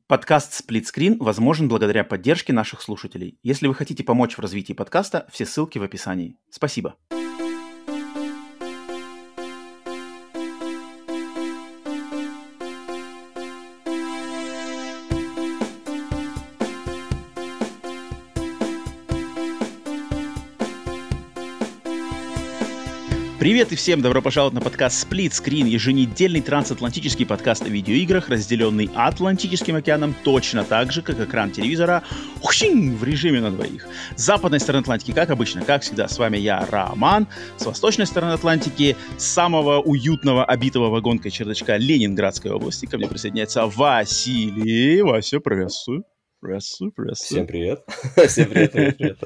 Подкаст «Сплитскрин» возможен благодаря поддержке наших слушателей. Если вы хотите помочь в развитии подкаста, все ссылки в описании. Спасибо. Привет и всем добро пожаловать на подкаст Split Screen, еженедельный трансатлантический подкаст о видеоиграх, разделенный Атлантическим океаном точно так же, как экран телевизора в режиме на двоих. С западной стороны Атлантики, как обычно, как всегда, с вами я, Роман. С восточной стороны Атлантики, с самого уютного, обитого вагонкой чердачка Ленинградской области, ко мне присоединяется Василий. Вася, приветствую. Всем привет. Всем привет.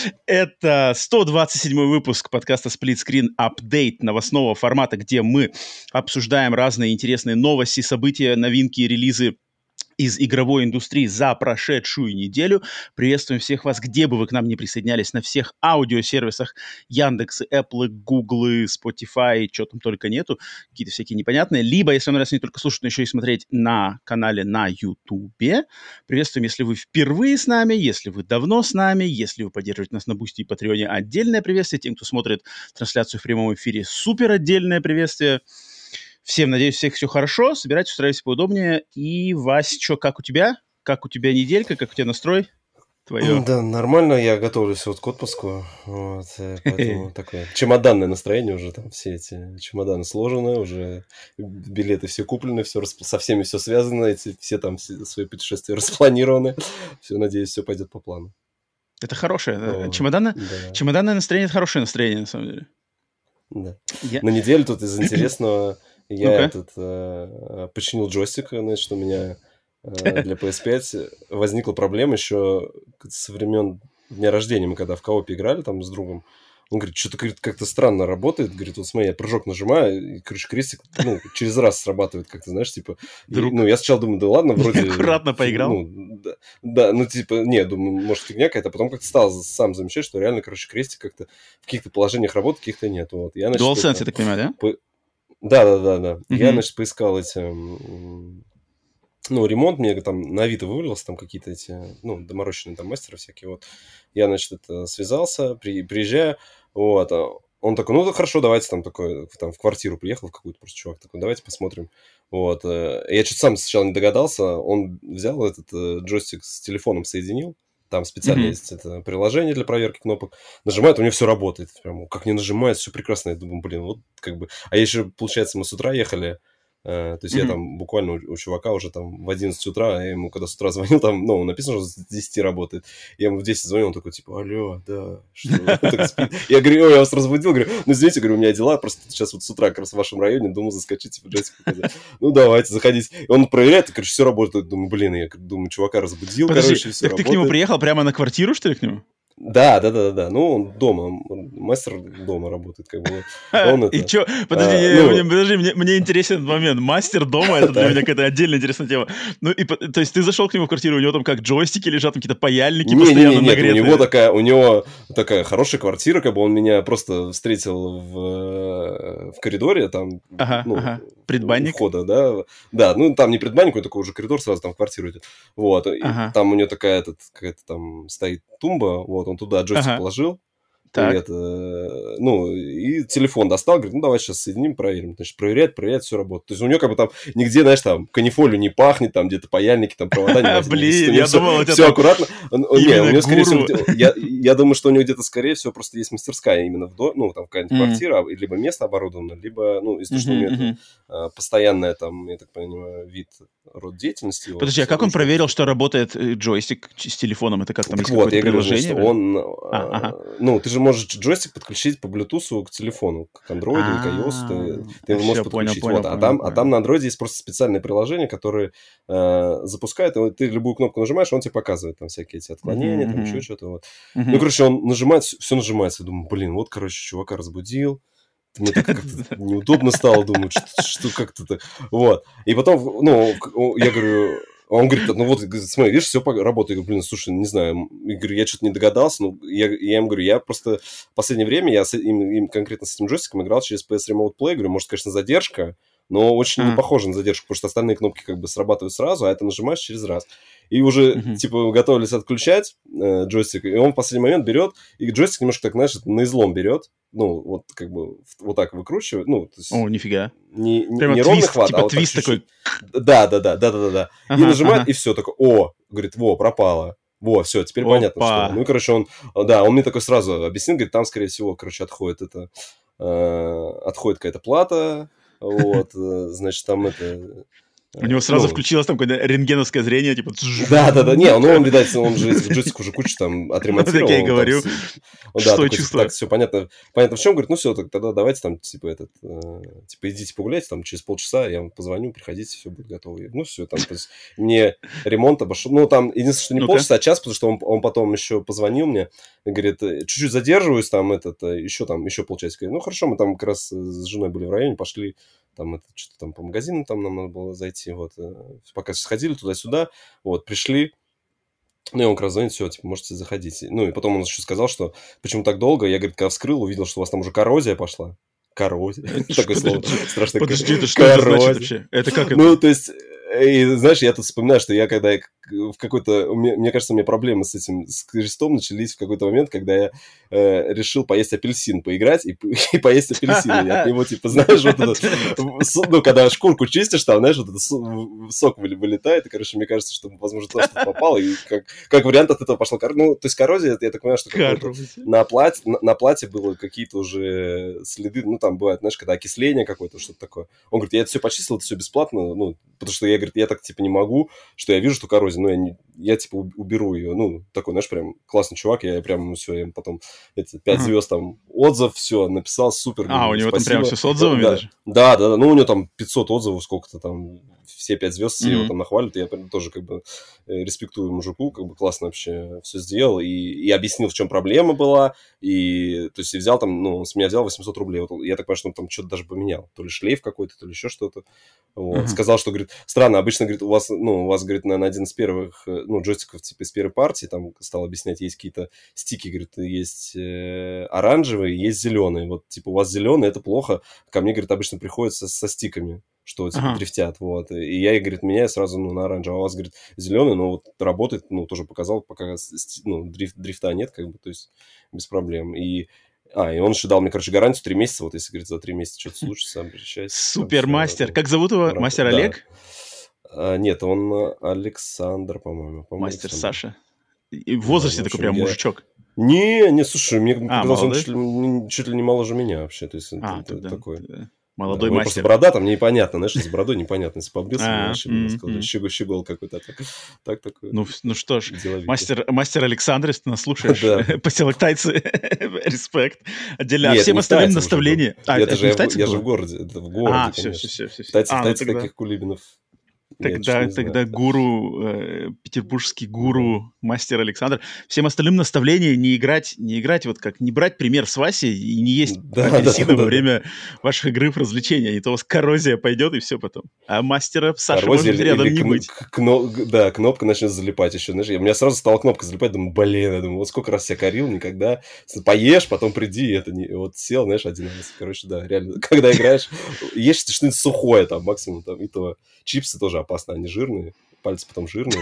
Это 127-й выпуск подкаста Split Screen Update новостного формата, где мы обсуждаем разные интересные новости, события, новинки, релизы из игровой индустрии за прошедшую неделю. Приветствуем всех вас, где бы вы к нам не присоединялись, на всех аудиосервисах Яндекс, Apple, Google, Spotify, что там только нету, какие-то всякие непонятные. Либо, если вам нравится не только слушать, но еще и смотреть на канале на YouTube. Приветствуем, если вы впервые с нами, если вы давно с нами, если вы поддерживаете нас на Бусти и Патреоне, отдельное приветствие. Тем, кто смотрит трансляцию в прямом эфире, супер отдельное приветствие. Всем, надеюсь, всех все хорошо. Собирайтесь, устраивайтесь поудобнее. И, Вась, что, как у тебя? Как у тебя неделька? Как у тебя настрой? Твое? Да, нормально. Я готовлюсь вот к отпуску. Вот, поэтому такое чемоданное настроение уже. Там все эти чемоданы сложены, уже билеты все куплены, все со всеми все связано, все там свои путешествия распланированы. Все, надеюсь, все пойдет по плану. Это хорошее. Чемоданное настроение – это хорошее настроение, на самом деле. Да. На неделю тут из интересного... Я починил джойстик, значит, у меня для PS5 возникла проблема еще со времен дня рождения. Мы когда в коопе играли там с другом, он говорит, что-то как-то странно работает. Говорит, вот смотри, я прыжок нажимаю, и, короче, крестик через раз срабатывает как-то, знаешь, типа... я сначала думаю, да ладно, вроде... Аккуратно поиграл. Думаю, может, фигня какая-то. Потом как-то стал сам замечать, что реально, короче, крестик как-то в каких-то положениях работает, в каких-то нет. Вот. DualSense, я так понимаю, да? Да. Я, значит, поискал эти... ремонт мне там на Авито вывалился, там какие-то эти, доморощенные там мастеры всякие, вот. Я, значит, связался, приезжаю, вот. Он такой, хорошо, давайте там в квартиру приехал, в какую-то просто чувак такой, давайте посмотрим. Вот. Я что-то сам сначала не догадался, он взял этот джойстик с телефоном, соединил. Там специально есть это приложение для проверки кнопок. Нажимает, у него все работает. Прям, как не нажимает, все прекрасно. Я думаю, вот как бы... А еще, получается, мы с утра ехали. То есть я там буквально у чувака уже там в 11 утра, я ему когда с утра звонил, там, написано, что с 10 работает. Я ему в 10 звонил, он такой, типа, алло, да, что? Я говорю, я вас разбудил, говорю, извините, говорю, у меня дела, просто сейчас вот с утра как раз в вашем районе, думаю, заскочить, типа, джойстик показать. Давайте, заходите. И он проверяет, и, короче, все работает. Думаю, я думаю, чувака разбудил, подожди, короче, все так работает. Ты к нему приехал прямо на квартиру, что ли, к нему? Да. Он дома, мастер дома работает, как бы. И что? Подожди, мне интересен этот момент. Мастер дома, это для меня какая-то отдельная интересная тема. То есть ты зашел к нему в квартиру, у него там как джойстики лежат, там какие-то паяльники постоянно нагретые. У него такая хорошая квартира, как бы он меня просто встретил в коридоре, там, предбанник. Входа, да. Да, там не предбанник, у него такой уже коридор, сразу там в квартиру идет. Вот, там у него такая какая-то там стоит тумба, вот, он туда джойстик положил, и телефон достал, говорит, давай сейчас соединим, проверим. Значит, проверяет, все работает. То есть у него как бы там нигде, знаешь, там канифолью не пахнет, там где-то паяльники, там провода не возьмут. Блин, я думал, это все аккуратно. У него, скорее всего, я думаю, что у него где-то, скорее всего, просто есть мастерская именно там какая-нибудь квартира, либо место оборудовано, либо, из-за того, что у него это постоянная там, я так понимаю, род деятельности. Подожди, а как он проверил, что работает джойстик с телефоном? Это как там есть какое-то приложение? Ты же можешь джойстик подключить по Bluetooth к телефону, к Android или к iOS, ты его можешь подключить. А там на Android есть просто специальное приложение, которое запускает, и ты любую кнопку нажимаешь, он тебе показывает там всякие эти отклонения, там еще что-то. Короче, он нажимает, все нажимается. Я думаю, вот, короче, чувака разбудил. Мне так как-то неудобно стало, думаю, что как-то так. Вот. И потом, я говорю... Он говорит, смотри, видишь, все работает. Я говорю, слушай, не знаю. Я говорю, я что-то не догадался. Я ему говорю, я просто в последнее время, я конкретно с этим джойстиком играл через PS Remote Play. Говорю, может, конечно, задержка. но очень не похоже на задержку, потому что остальные кнопки как бы срабатывают сразу, а это нажимаешь через раз. И уже, типа, готовились отключать джойстик, и он в последний момент берет, и джойстик немножко так, знаешь, на излом берет, ну, вот как бы вот так выкручивает, ну, то есть... О, нифига. Не ровный хват, типа а вот твист так такой. Да. И нажимает, и все, такой, говорит, пропало. Все, теперь понятно, что... Ну, и, короче, он мне такой сразу объяснил, говорит, там, скорее всего, короче, отходит какая-то плата, вот, значит, там это... У него сразу включилось там какое-то рентгеновское зрение, типа... Да. Не, он, видать, он же этих джойстиков уже кучу там отремонтировал. Так я и говорю. Что чувствую? Так, все понятно в чем. Говорит, ну все, тогда давайте там, типа, идите погуляйте, там, через полчаса я вам позвоню, приходите, все будет готово. Ну все, там, то есть, мне ремонт обошел, ну, там, единственное, что не полчаса, а час, потому что он потом еще позвонил мне, говорит, чуть-чуть задерживаюсь, там, еще полчасика. Ну, хорошо, мы там как раз с женой были в районе, пошли, там, что-то там по магазинам там нам надо было зайти, вот, пока сходили туда-сюда, вот, пришли, ну, и он как раз звонит, все, типа, можете заходить. Ну, и потом он еще сказал, что почему так долго, я, говорит, когда вскрыл, увидел, что у вас там уже коррозия пошла. Коррозия. Такое слово страшное. Подожди, это что это значит вообще? Это как это? Ну, то есть... И, знаешь, я тут вспоминаю, что я когда в какой-то... Мне кажется, у меня проблемы с этим, с крестом начались в какой-то момент, когда я решил поесть апельсин, поиграть и поесть апельсин. И от него, типа, знаешь, вот этот... Ну, когда шкурку чистишь, там, знаешь, вот этот сок вылетает, и, короче, мне кажется, что, возможно, то, что попало, и как вариант от этого пошла коррозия. Ну, то есть коррозия, я так понимаю, что на платье было какие-то уже следы, ну, там бывает, знаешь, когда окисление какое-то, что-то такое. Он говорит, я это все почистил, это все бесплатно, ну, потому что я, говорит, я так, типа, не могу, что я вижу, что коррозия, но я типа, уберу ее. Ну, такой, знаешь, прям классный чувак, я прям все, я потом 5 звезд там, отзыв, все, написал, супер. У него там прям все с отзывами даже? Да, ну, у него там 500 отзывов, сколько-то там, все 5 звезд, все его там нахвалят, я тоже, как бы, респектую мужику, как бы, классно вообще все сделал, и объяснил, в чем проблема была, и, то есть, и взял там, ну, с меня взял 800 рублей, вот, я так понимаю, что он там что-то даже поменял, то ли шлейф какой-то, то ли еще что-то, вот, сказал, что, говорит, странно, обычно, говорит, у вас, говорит, наверное, один из первых, ну, джойстиков, типа, из первой партии, там, стал объяснять, есть какие-то стики, говорит, есть оранжевые, есть зеленые, вот, типа, у вас зеленые, это плохо, ко мне, говорит, обычно приходят со стиками, что, типа, дрифтят, вот, и я, говорит, меняю сразу, ну, на оранжевый, а у вас, говорит, зеленый, но вот работает, ну, тоже показал, пока, ну, дрифта нет, как бы, то есть, без проблем, и он еще дал мне, короче, гарантию 3 месяца. Вот если, говорит, за 3 месяца что-то случится, обращайся. Супермастер. Как зовут его? Мастер Олег? Нет, он Александр, по-моему. Мастер Саша. И в возрасте такой прям мужичок. Не, слушай, мне показалось, он чуть ли не моложе меня вообще. То есть, такой... Молодой мастер. Просто борода там непонятно, знаешь, с бородой непонятно. Если побрился, щегол какой-то. Так такой. Ну что ж, мастер Александр, если ты нас слушаешь, поселок-тайцы, респект. Отдельно. А всем остальным наставления... Я же в городе. Все. Тайцы таких кулибинов. Тогда гуру, петербургский гуру, мастер Александр. Всем остальным наставление не играть, вот как не брать пример с Васи и не есть апельсины во время ваших игры в развлечения. Не то у вас коррозия пойдет и все потом. А мастера Саша может рядом не быть. Да, кнопка начнет залипать еще. Знаешь, у меня сразу стала кнопка залипать, думаю, я думаю, вот сколько раз себя корил, никогда. Поешь, потом приди, это не... Вот сел, знаешь, один раз. Короче, да, реально, когда играешь, ешь что-нибудь сухое там, максимум, там, и то. Чипсы тоже опасно, они жирные, пальцы потом жирные.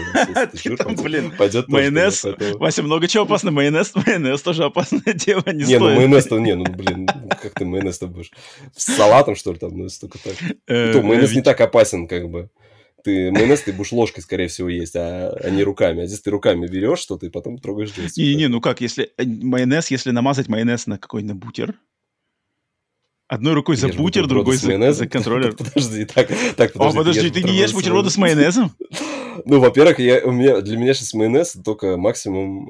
Пойдет майонез. Вася, много чего опасно. Майонез тоже опасное дело, не стоит. Ну майонез-то, как ты майонез-то будешь? С салатом, что ли, там, ну, столько так. То майонез не так опасен, как бы. Майонез ты будешь ложкой, скорее всего, есть, а не руками. А здесь ты руками берешь что-то и потом трогаешь джойстик. Не, ну как, если намазать майонез на какой-нибудь бутер, одной рукой за бутер, другой за контроллер. Подожди, подожди, ты не ешь бутерброды с майонезом? Ну, во-первых, для меня сейчас майонез только максимум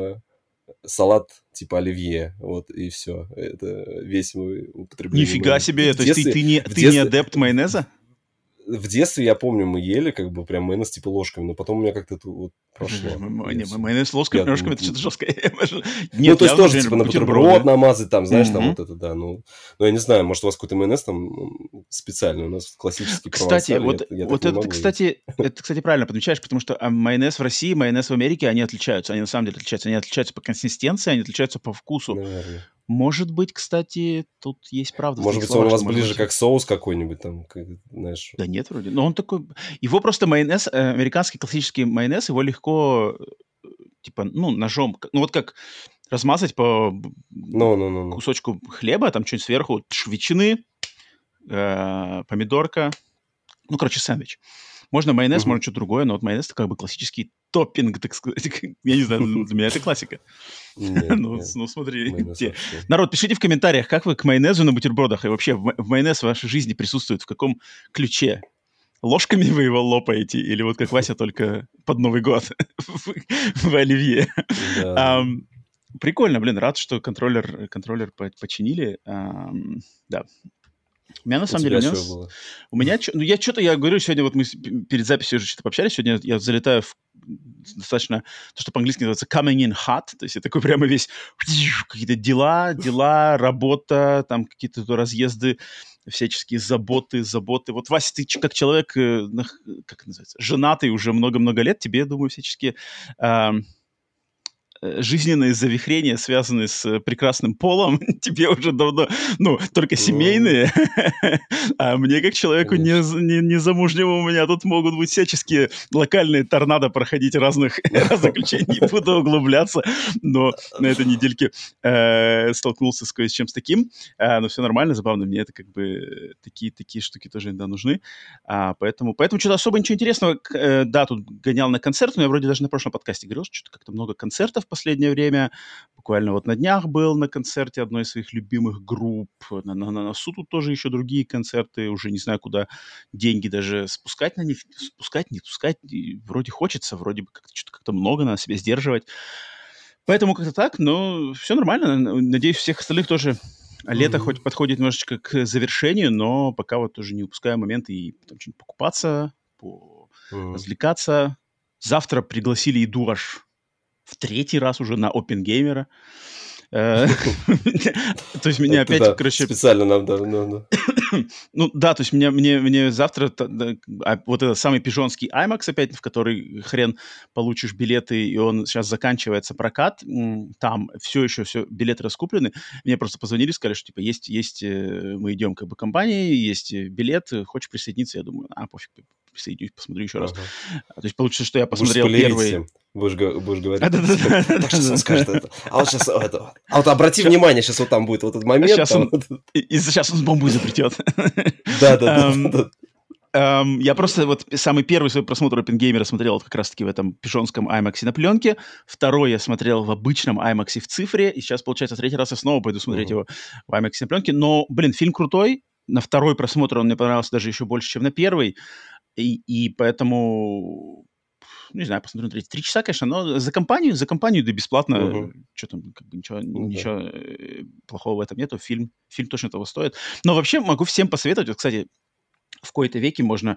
салат типа оливье, вот, и все. Это весь мой употребление. Нифига себе, то есть ты не адепт майонеза? В детстве, я помню, мы ели как бы прям майонез типа ложками, но потом у меня как-то это вот прошло. Майонез ложками, немножко это что-то жесткое. Ну, то есть тоже типа на бутерброд намазать там, знаешь, там вот это, да. Ну, я не знаю, может, у вас какой-то майонез там специальный, у нас классический провансаль. Кстати, это правильно подмечаешь, потому что майонез в России, майонез в Америке, они отличаются. Они на самом деле отличаются. Они отличаются по консистенции, они отличаются по вкусу. Может быть, кстати, тут есть правда в Может твоих быть, он у словах, вас что, может ближе быть... как соус какой-нибудь там, знаешь. Да нет, вроде. Но он такой... Его просто майонез, американский классический майонез, его легко, типа, ну, ножом... Ну, вот как размазать по Ну. кусочку хлеба, там что-нибудь сверху, ветчины, помидорка. Ну, короче, сэндвич. Можно майонез, можно что-то другое, но вот майонез — это как бы классический топпинг, так сказать. Я не знаю, для меня это классика. Ну, смотри. Народ, пишите в комментариях, как вы к майонезу на бутербродах и вообще в майонез в вашей жизни присутствует, в каком ключе. Ложками вы его лопаете или вот как Вася только под Новый год в оливье. Прикольно, блин, рад, что контроллер починили. Да. У меня, на самом деле, у меня, ну, я говорю, сегодня вот мы перед записью уже что-то пообщались, сегодня я залетаю в достаточно, то, что по-английски называется coming in hot, то есть я такой прямо весь, какие-то дела, работа, там какие-то разъезды, всяческие заботы. Вот, Вася, ты как человек, как это называется, женатый уже много-много лет, тебе, я думаю, всяческие... жизненные завихрения, связанные с прекрасным полом, тебе уже давно, ну, только семейные, а мне, как человеку незамужнему, у меня тут могут быть всяческие локальные торнадо проходить разных ключей, не буду углубляться, но на этой недельке столкнулся с кое-чем с таким, но все нормально, забавно, мне это как бы такие штуки тоже иногда нужны, поэтому что-то особо ничего интересного, да, тут гонял на концерт, но я вроде даже на прошлом подкасте говорил, что что-то как-то много концертов последнее время. Буквально вот на днях был на концерте одной из своих любимых групп. На носу тут тоже еще другие концерты. Уже не знаю, куда деньги даже спускать на них. Спускать, не спускать. И вроде хочется, вроде бы что-то как-то много, надо себя сдерживать. Поэтому как-то так, но все нормально. Надеюсь, всех остальных тоже... Лето хоть подходит немножечко к завершению, но пока вот тоже не упускаю моменты и там что-нибудь покупаться, развлекаться. Завтра пригласили иду аж в 3-й раз уже на OpenGamer. То есть меня опять, короче... Специально нам, да. Ну да, то есть мне завтра вот этот самый пижонский IMAX опять, в который хрен получишь билеты, и он сейчас заканчивается прокат, там все билеты раскуплены. Мне просто позвонили, сказали, что типа есть мы идем как бы компанией, есть билет, хочешь присоединиться? Я думаю, пофиг, присоединюсь, посмотрю еще раз. То есть получится, что я посмотрел первый... Будешь говорить. Сейчас он скажет это. А вот сейчас это. А вот обрати внимание, сейчас вот там будет вот этот момент. Сейчас он бомбу изобретет. Да. Я просто вот самый первый свой просмотр OpenGamer смотрел вот как раз-таки в этом пижонском IMAX на пленке. Второй я смотрел в обычном IMAX в цифре. И сейчас, получается, 3-й раз я снова пойду смотреть его в IMAX на пленке. Но, блин, фильм крутой. На второй просмотр он мне понравился даже еще больше, чем на первый. И поэтому... не знаю, посмотрю на 3 часа, конечно, но за компанию, да бесплатно, что там, как бы ничего плохого в этом нету, фильм точно того стоит. Но вообще могу всем посоветовать, вот, кстати, в кои-то веке можно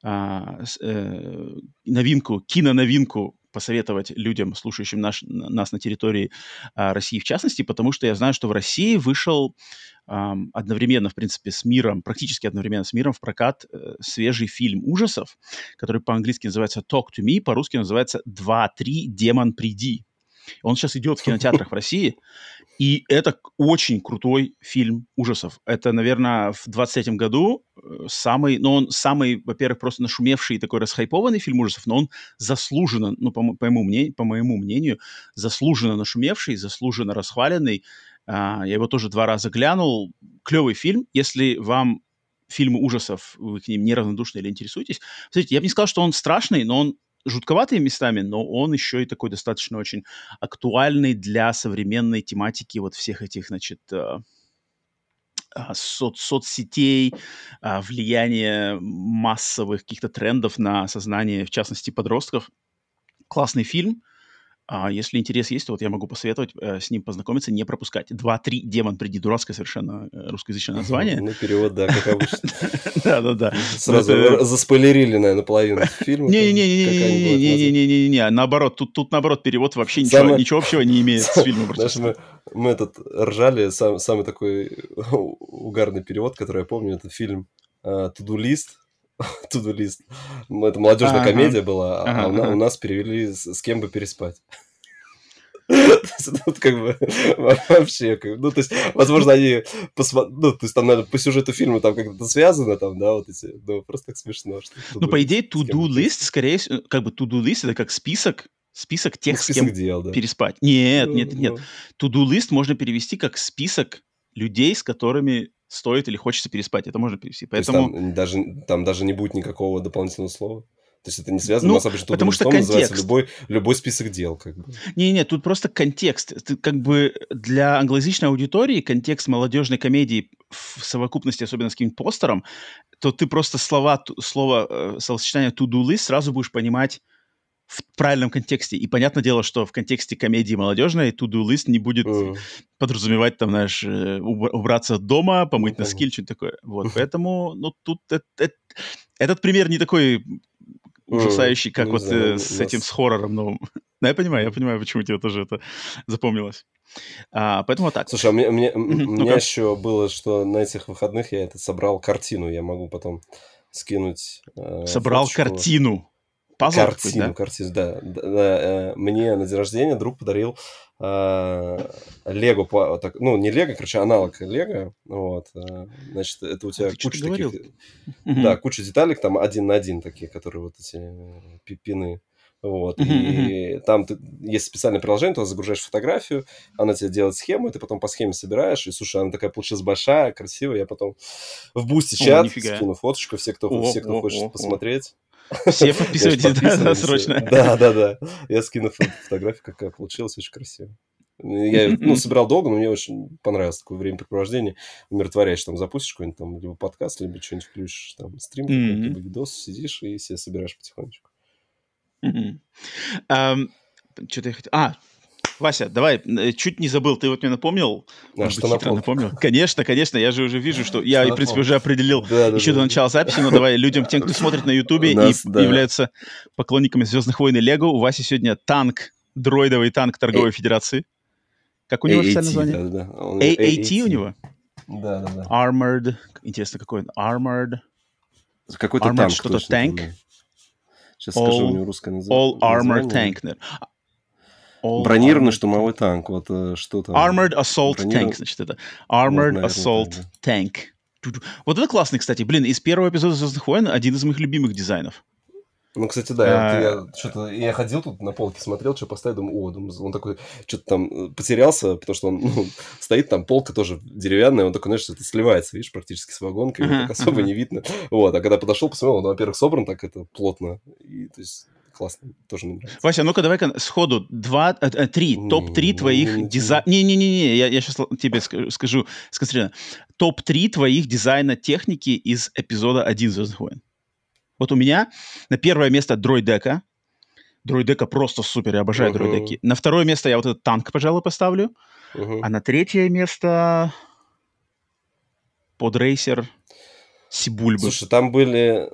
киноновинку посоветовать людям, слушающим нас на территории России в частности, потому что я знаю, что в России вышел одновременно, в принципе, практически одновременно с миром в прокат свежий фильм ужасов, который по-английски называется «Talk to me», по-русски называется «2-3. Демон, приди». Он сейчас идет в кинотеатрах в России, и это очень крутой фильм ужасов. Это, наверное, в 23-м году он самый, во-первых, просто нашумевший и такой расхайпованный фильм ужасов, но он заслуженно, ну, по моему мнению, заслуженно нашумевший, заслуженно расхваленный. Я его тоже 2 раза глянул. Клевый фильм. Если вам фильмы ужасов, вы к ним неравнодушны или интересуетесь, смотрите, я бы не сказал, что он страшный, но он жутковатый местами, но он еще и такой достаточно очень актуальный для современной тематики вот всех этих, значит, соцсетей, влияния массовых каких-то трендов на сознание, в частности, подростков. Классный фильм. Если интерес есть, то вот я могу посоветовать с ним познакомиться, не пропускать. 2-3. Демон, приди. Дурацкое совершенно русскоязычное название. Ну, перевод, да, как обычно. Да. Сразу заспойлерили, наверное, половину фильма. Не-не-не, наоборот, тут наоборот перевод вообще ничего общего не имеет с фильмом. Мы этот ржали, самый такой угарный перевод, который я помню, это фильм «Туду-лист». «Туду-лист». Это молодежная комедия была, а у нас перевели «С кем бы переспать». Тут как бы вообще, ну, то есть, возможно, они, ну, то есть, там, наверное, по сюжету фильма там как-то связано, там, да, вот эти, ну, просто так смешно, что Ну, по идее, с кем to-do list, скорее всего, как бы to-do list — это как список ну, тех, с список кем дел, да. переспать. Нет. Ну, To-do list можно перевести как список людей, с которыми стоит или хочется переспать. Это можно перевести. то есть, Поэтому, там даже не будет никакого дополнительного слова. То есть, это не связано, у ну, нас обычно потому что to-do-листом называется контекст. любой список дел, как бы. Не, тут просто контекст. Ты, как бы для англоязычной аудитории контекст молодежной комедии в совокупности, особенно с каким-нибудь постером, то ты просто слово, словосочетание to-do list сразу будешь понимать в правильном контексте. И понятное дело, что в контексте комедии молодежной to-do list не будет подразумевать, там, знаешь, убраться от дома, помыть носки или что-то такое. Вот, поэтому, ну, тут этот пример не такой ужасающий, как Ну, не вот знаю, с этим, с хоррором новым. Но я понимаю, почему тебе тоже это запомнилось. Поэтому вот так. Слушай, а у меня Ну-ка. еще было, что на этих выходных я собрал картину. Я могу потом скинуть Собрал фоточку. картину. Пазл какой-то, да? Картину, да. Мне на день рождения друг подарил Лего, ну, не Лего, короче, аналог Лего. Вот. Значит, это у тебя Ты что-то куча говорил. таких... Да, куча деталек, там 1 на 1 такие, которые вот эти пины. Вот. И там есть специальное приложение, туда загружаешь фотографию, она тебе делает схему, и ты потом по схеме собираешь. И, слушай, она такая получилась большая, красивая. Я потом в Бусти чат скину фоточку, все, кто хочет посмотреть. Все подписывайтесь, да, срочно. Да. Я скину фотографию, какая получилась, очень красиво. Я, собирал долго, но мне очень понравилось такое времяпрепровождение. Умиротворяешь, там, запустишь какой-нибудь там либо подкаст, либо что-нибудь включишь, там, стрим какой-нибудь, либо видос, сидишь и себе собираешь потихонечку. Что-то я хотел... Вася, давай, чуть не забыл, ты вот мне напомнил, может быть, хитро напомнил. Конечно, я же уже вижу, что я, в принципе, уже определил еще до начала записи, но давай людям, тем, кто смотрит на Ютубе и являются поклонниками «Звездных войн» и Лего, у Васи сегодня дроидовый танк Торговой Федерации. Как у него официальное название? AAT у него? Да. Armored, интересно, какой он? Armored. Какой-то танк. Что-то танк. Сейчас скажу у него русское название. All Armored Tank. Бронированный штурмовой танк. Вот что там. Armored Assault Tank, значит, это. Armored Assault Tank. Вот это классный, кстати. Блин, из первого эпизода «Звездных войн» один из моих любимых дизайнов. Ну, кстати, да, я ходил тут на полке, смотрел, что поставил, думаю, он такой, что-то там потерялся, потому что он стоит там, полка тоже деревянная, он такой, знаешь, это сливается, видишь, практически с вагонкой, так особо не видно. Вот, а когда подошел, посмотрел, он, во-первых, собран так это плотно, и, то есть, классно, тоже мне нравится. Вася, ну-ка давай-ка сходу, топ-3 твоих дизайна... Не-не-не, я сейчас тебе скажу сконцентрированно. Топ-3 твоих дизайна техники из эпизода 1 «Звездных войн». Вот у меня на первое место Дроидека. Дроидека просто супер, я обожаю дроидеки. На второе место я вот этот танк, пожалуй, поставлю. А на третье место подрейсер Сибульбы. Слушай, там были,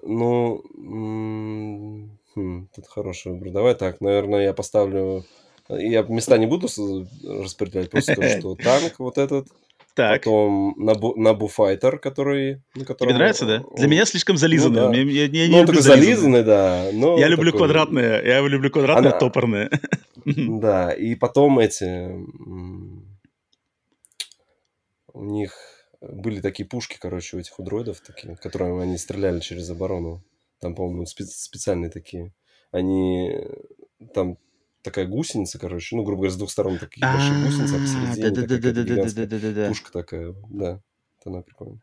тут хороший выбор. Давай так, наверное, я поставлю... Я места не буду распределять, просто скажу, что танк вот этот. Так. Потом Набу Файтер, который... Тебе нравится, да? Для меня слишком зализанный. Ну, да. Я не люблю такой зализанный, да. Но я люблю квадратные. Я люблю квадратные, топорные. Да, и потом у них были такие пушки, короче, у этих дроидов, такие, которыми они стреляли через оборону. Там, по-моему, специальные такие. Они... Там такая гусеница, короче, грубо говоря, с двух сторон такие большие гусеницы, а посередине такая гигантская пушка такая. Да, это она прикольная.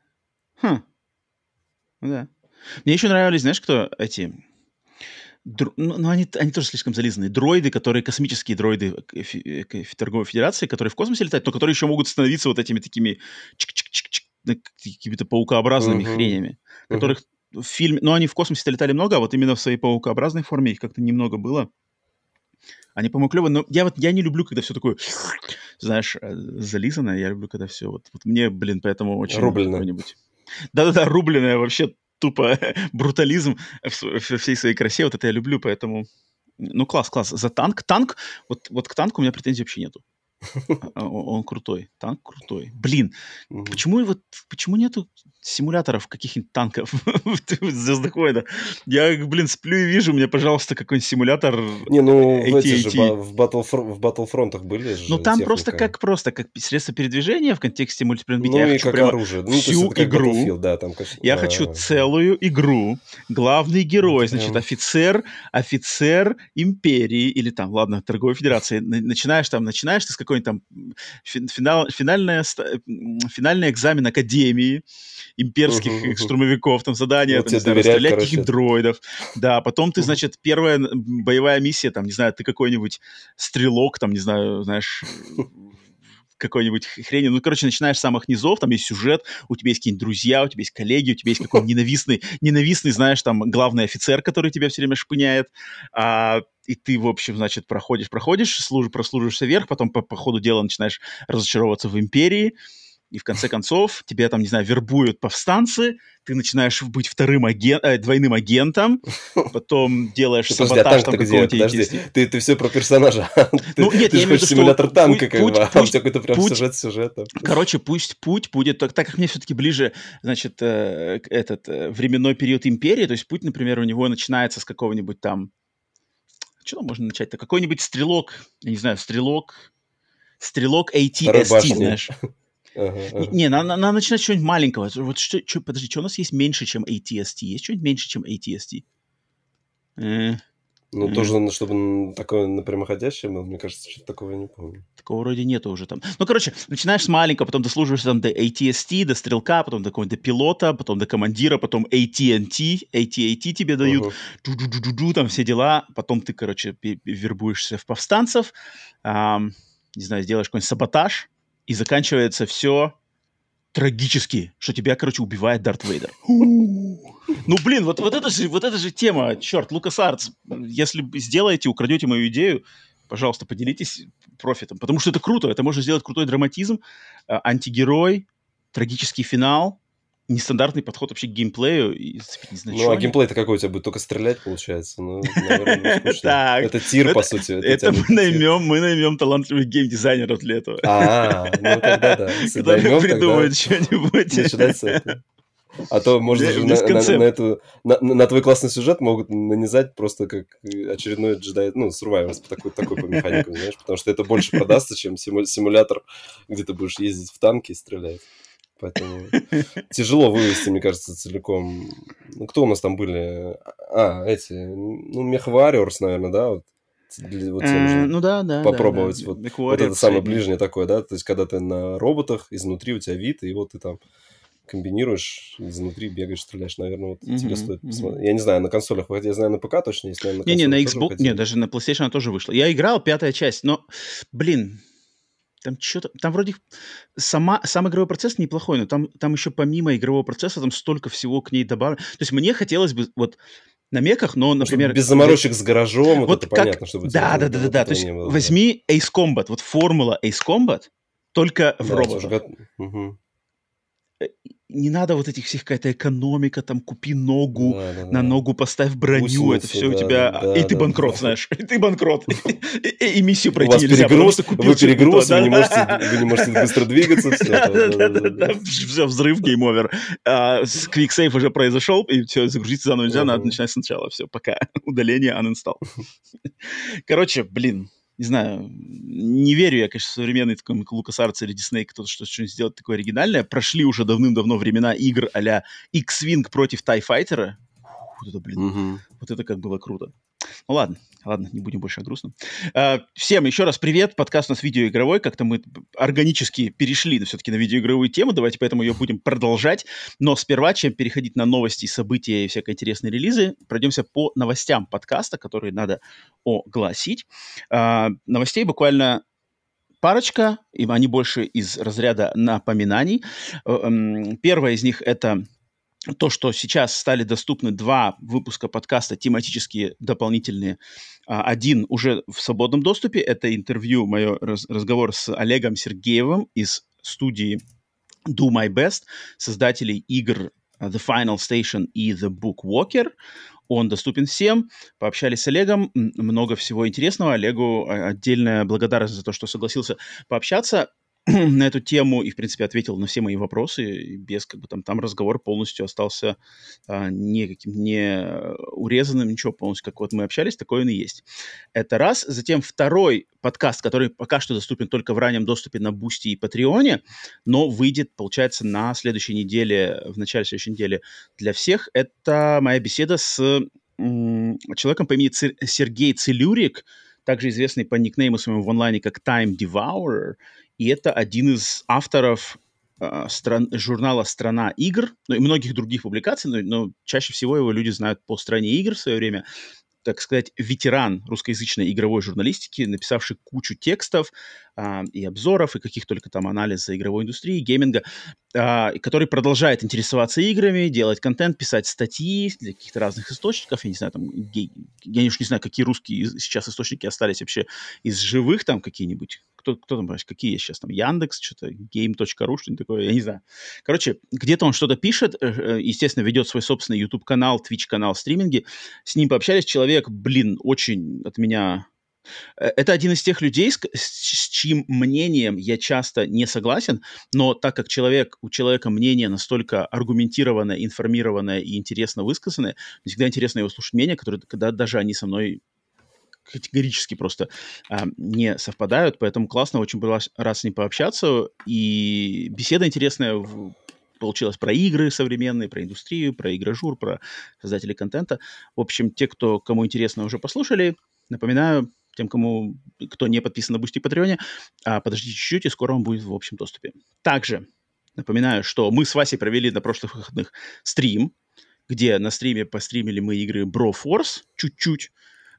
Да. Мне еще нравились, знаешь, кто эти... они тоже слишком зализанные. Дроиды, космические дроиды Торговой Федерации, которые в космосе летают, но которые еще могут становиться вот этими такими какими-то паукообразными хренями, которых в фильме... они в космосе летали много, а вот именно в своей паукообразной форме их как-то немного было. Они, по-моему, клевые, но я не люблю, когда все такое, знаешь, зализанное. Я люблю, когда все вот мне, поэтому очень... Рубленое. Да-да-да, рубленое, вообще тупо брутализм во всей своей красе. Вот это я люблю, поэтому... класс. За танк. Вот к танку у меня претензий вообще нету. Он крутой. Танк крутой. Блин, почему нету симуляторов каких-нибудь танков в «Звездных войнах». Я, сплю и вижу, мне, пожалуйста, какой-нибудь симулятор Не, ну в эти же AT&T. в Battlefront'ах были Ну, же там просто техника. как средство передвижения в контексте мультиплеерного бития. Ну Я и хочу как прямо оружие. Ну, то есть всю это как игру. Battlefield, да, там, конечно. Я хочу целую игру. Главный Это герой, значит, прям... офицер империи или там, ладно, торговой федерации. Начинаешь ты с какой-нибудь там финальный экзамен академии имперских Мгм. штурмовиков, там задания, Вот там, не тебе знаю, доверяют, расстрелять короче, каких-нибудь это. дроидов. Да, потом ты, значит, первая боевая миссия, там, не знаю, ты какой-нибудь стрелок, там, не знаю, знаешь, какой-нибудь хрени. Ну, короче, начинаешь с самых низов, там есть сюжет, у тебя есть какие-нибудь друзья, у тебя есть коллеги, у тебя есть какой-нибудь ненавистный, знаешь, там, главный офицер, который тебя все время шпыняет. И ты, в общем, значит, проходишь, прослужишься вверх, потом по ходу дела начинаешь разочаровываться в империи, и в конце концов тебя там, не знаю, вербуют повстанцы, ты начинаешь быть двойным агентом, потом делаешь Ты подожди, а саботаж там танк-то где? какого-нибудь Подожди, AT-ST. ты все про персонажа. Ну, нет, Ты я же имею в хочешь виду, что симулятор танка, как бы, а у тебя какой-то прям путь, сюжет там. короче, пусть путь будет, так как мне все-таки ближе, значит, временной период империи, то есть путь, например, у него начинается с какого-нибудь там, что там можно начать-то? Какой-нибудь стрелок, я не знаю, стрелок Второй AT-ST, башни. знаешь. Ага, ага. Не, надо начинать с чего-нибудь маленького. Вот подожди, что у нас есть меньше, чем AT-ST? Есть что-нибудь меньше, чем AT-ST? Ну, тоже, чтобы такое на прямоходящее было, мне кажется, что-то такого я не помню. Такого вроде нету уже там. Ну, короче, начинаешь с маленького, потом дослуживаешься там до AT-ST, до стрелка, потом до какого-то пилота, потом до командира, потом AT&T, AT-AT тебе дают, Угу. там все дела. Потом ты, короче, вербуешься в повстанцев, не знаю, сделаешь какой-нибудь саботаж, и заканчивается все трагически, что тебя, короче, убивает Дарт Вейдер. Ну, блин, вот это же тема, черт, LucasArts, если сделаете, украдете мою идею, пожалуйста, поделитесь профитом, потому что это круто, это можно сделать крутой драматизм, антигерой, трагический финал, нестандартный подход вообще к геймплею, и не знаю, Ну, что а они... геймплей-то какой у тебя будет? Только стрелять, получается? Ну, наверное, скучно. Так, Это тир, по сути. Это у это тебя будет тир. мы наймем талантливых геймдизайнеров для этого, Ну тогда да. Если которые наймем, тогда придумают что-нибудь. начинать с этого. А то можно же Весь концепт. на твой классный сюжет могут нанизать просто как очередной джедай, ну, Survivors, такой по механикам, знаешь, потому что это больше продастся, чем симулятор, где ты будешь ездить в танке и стрелять. Поэтому тяжело вывести, мне кажется, целиком. Ну, кто у нас там были? Ну, MechWarriors, наверное, да? Вот тебе нужно Ну да. попробовать вот MechWarrior это самое средний. ближнее такое, да? То есть, когда ты на роботах, изнутри у тебя вид, и вот ты там комбинируешь, изнутри бегаешь, стреляешь. Наверное, вот тебе стоит посмотреть. Я не знаю, на консолях выходит, я знаю, на ПК точно есть, наверное, на Не, на консолях тоже Xbox, не, выходили. даже на PlayStation она тоже вышла. Я играл, 5-я часть, но, блин, там что-то, там вроде сам игровой процесс неплохой, но там еще помимо игрового процесса там столько всего к ней добавлено. То есть мне хотелось бы вот на меках, но, Ну, чтобы например, без заморочек с гаражом, вот вот это как, понятно, чтобы у тебя да, вот то этого есть не было, да. возьми Ace Combat, вот формула Ace Combat, только в Да, все уже роботах. Мгм. Не надо вот этих всех, какая-то экономика, там, купи ногу, на Да. ногу поставь броню, это Гусеницы, все у тебя... И ты банкрот, да. знаешь, и ты банкрот. И миссию У пройти вас нельзя, потому перегруз, что купил вы чего-то. перегруз, вы не можете быстро двигаться, все. Да. Все, взрыв, гейм-овер. Квиксейв уже произошел, и все, загрузиться заново нельзя, надо начинать сначала. Все, пока. Удаление, uninstall. Короче, блин, не знаю, не верю я, конечно, в современный такой LucasArts или Disney, кто-то что-нибудь сделает такое оригинальное. Прошли уже давным-давно времена игр а-ля X-Wing против TIE Fighter. Вот это, блин, Мгм. вот это как было круто. Ну ладно, не будем больше о грустном. Всем еще раз привет, подкаст у нас видеоигровой, как-то мы органически перешли все-таки на видеоигровую тему, давайте поэтому ее будем продолжать, но сперва, чем переходить на новости, события и всякие интересные релизы, пройдемся по новостям подкаста, которые надо огласить. Новостей буквально парочка, и они больше из разряда напоминаний. Первая из них — это то, что сейчас стали доступны 2 выпуска подкаста тематические, дополнительные. Один уже в свободном доступе. Это интервью, мой разговор с Олегом Сергеевым из студии Do My Best, создателей игр The Final Station и The Book Walker. Он доступен всем. Пообщались с Олегом. Много всего интересного. Олегу отдельная благодарность за то, что согласился пообщаться. на эту тему и, в принципе, ответил на все мои вопросы. И без, как бы, там разговор полностью остался не урезанным, ничего, полностью, как вот мы общались, такой он и есть. Это раз. Затем второй подкаст, который пока что доступен только в раннем доступе на Бусти и Патреоне, но выйдет, получается, на следующей неделе, в начале следующей недели для всех. Это моя беседа с человеком по имени Сергей Целюрик, также известный по никнейму своему в онлайне как Time Devourer. И это один из авторов журнала «Страна игр», ну и многих других публикаций, но чаще всего его люди знают по «Стране игр» в свое время. Так сказать, ветеран русскоязычной игровой журналистики, написавший кучу текстов и обзоров, и каких только там анализа игровой индустрии, гейминга, который продолжает интересоваться играми, делать контент, писать статьи для каких-то разных источников. Я не знаю, там, я уж не знаю, какие русские сейчас источники остались вообще из живых, там какие-нибудь. Кто там, какие есть сейчас там? Яндекс, что-то, game.ru, что-нибудь такое, я не знаю. Короче, где-то он что-то пишет, естественно, ведет свой собственный YouTube-канал, Twitch-канал, стриминги. С ним пообщались, человек, очень от меня... Это один из тех людей, с чьим мнением я часто не согласен, но так как у человека мнение настолько аргументированное, информированное и интересно высказанное, всегда интересно его слушать мнение, когда даже они со мной категорически просто не совпадают, поэтому классно, очень был рад с ним пообщаться, и беседа интересная получилась про игры современные, про индустрию, про игражур, про создателей контента. В общем, кому интересно, уже послушали. Напоминаю, тем, кто не подписан на Бусти и Патреоне, подождите чуть-чуть, и скоро он будет в общем доступе. Также напоминаю, что мы с Васей провели на прошлых выходных стрим, где на стриме постримили мы игры Broforce чуть-чуть,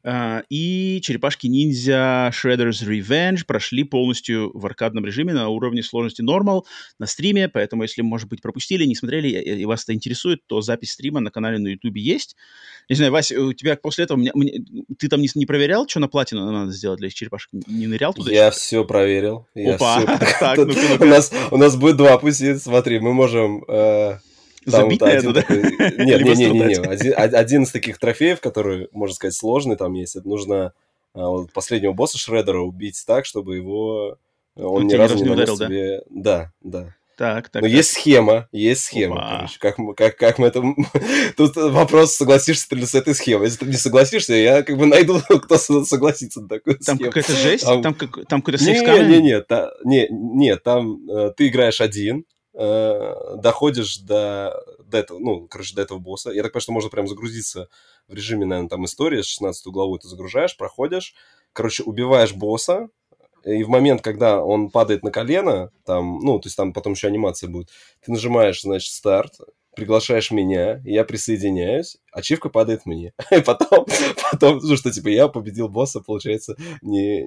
и Черепашки-ниндзя Shredder's Revenge прошли полностью в аркадном режиме на уровне сложности Normal на стриме, поэтому если, может быть, пропустили, не смотрели и вас это интересует, то запись стрима на канале на Ютубе есть. Не знаю, Вася, у тебя после этого... Ты там не проверял, что на платину надо сделать для черепашек? Не нырял туда? Я все проверил. Опа! Так, у нас будет два пути, смотри, мы можем... Забить на это, да? Нет, один из таких трофеев, который, можно сказать, сложный там есть, это нужно последнего босса Шреддера убить так, чтобы он ни разу не ударил себе... Да. Так. Но есть схема, короче, как мы это... Тут вопрос, согласишься ты ли с этой схемой. Если ты не согласишься, я как бы найду, кто согласится на такую схему. Там какая-то жесть? Там какой-то сейф-камень? Нет, там ты играешь один, доходишь до этого босса. Я так понимаю, что можно прям загрузиться в режиме, наверное, там истории с 16 главой ты загружаешь, проходишь, короче, убиваешь босса, и в момент, когда он падает на колено, там, то есть там потом еще анимация будет, ты нажимаешь, значит, старт, приглашаешь меня, я присоединяюсь, ачивка падает мне. И потом, что, типа, я победил босса, получается, не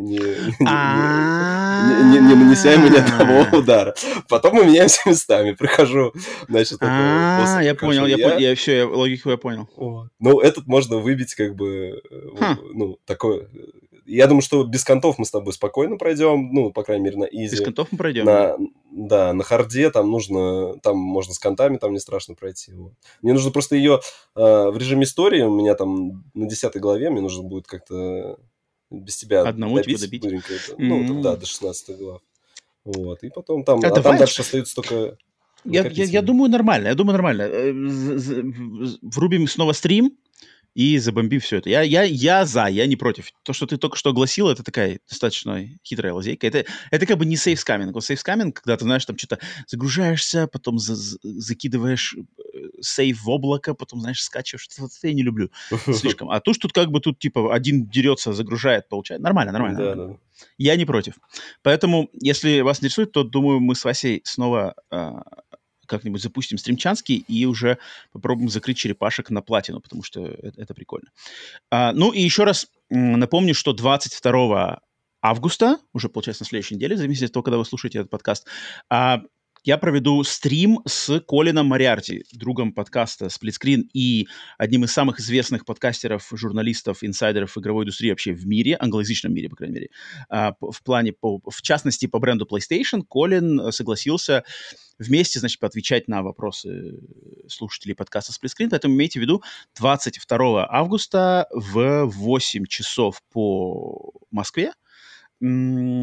нанеся ему ни одного удара. Потом мы меняемся местами, прихожу, значит, этого босса. Я понял, логику я понял. Ну, этот можно выбить, как бы, такое... Я думаю, что без контов мы с тобой спокойно пройдем, по крайней мере, на изи. Без контов мы пройдем. На харде там можно с контами, там не страшно пройти. Вот. Мне нужно просто ее в режиме истории, у меня там на 10 главе, мне нужно будет как-то без тебя одному добить. До 16 глав. Вот, и потом там, там дальше остаются только... Я думаю, нормально. Врубим снова стрим и забомбим все это. Я не против. То, что ты только что огласил, это такая достаточно хитрая лазейка. Это как бы не сейфскаминг. Вот сейфскаминг, когда ты, знаешь, там что-то загружаешься, потом закидываешь сейф в облако, потом, знаешь, скачиваешь. Это я не люблю слишком. А то, что тут типа один дерется, загружает, получает. Нормально. Да. Я не против. Поэтому, если вас интересует, то, думаю, мы с Васей снова... как-нибудь запустим стримчанский и уже попробуем закрыть черепашек на платину, потому что это прикольно. И еще раз напомню, что 22 августа, уже, получается, на следующей неделе, в зависимости от того, когда вы слушаете этот подкаст, я проведу стрим с Колином Мориарти, другом подкаста «Сплитскрин» и одним из самых известных подкастеров, журналистов, инсайдеров игровой индустрии вообще в мире, англоязычном мире, по крайней мере. В частности, по бренду PlayStation, Колин согласился вместе, значит, поотвечать на вопросы слушателей подкаста «Сплитскрин». Поэтому имейте в виду, 22 августа в 8 часов по Москве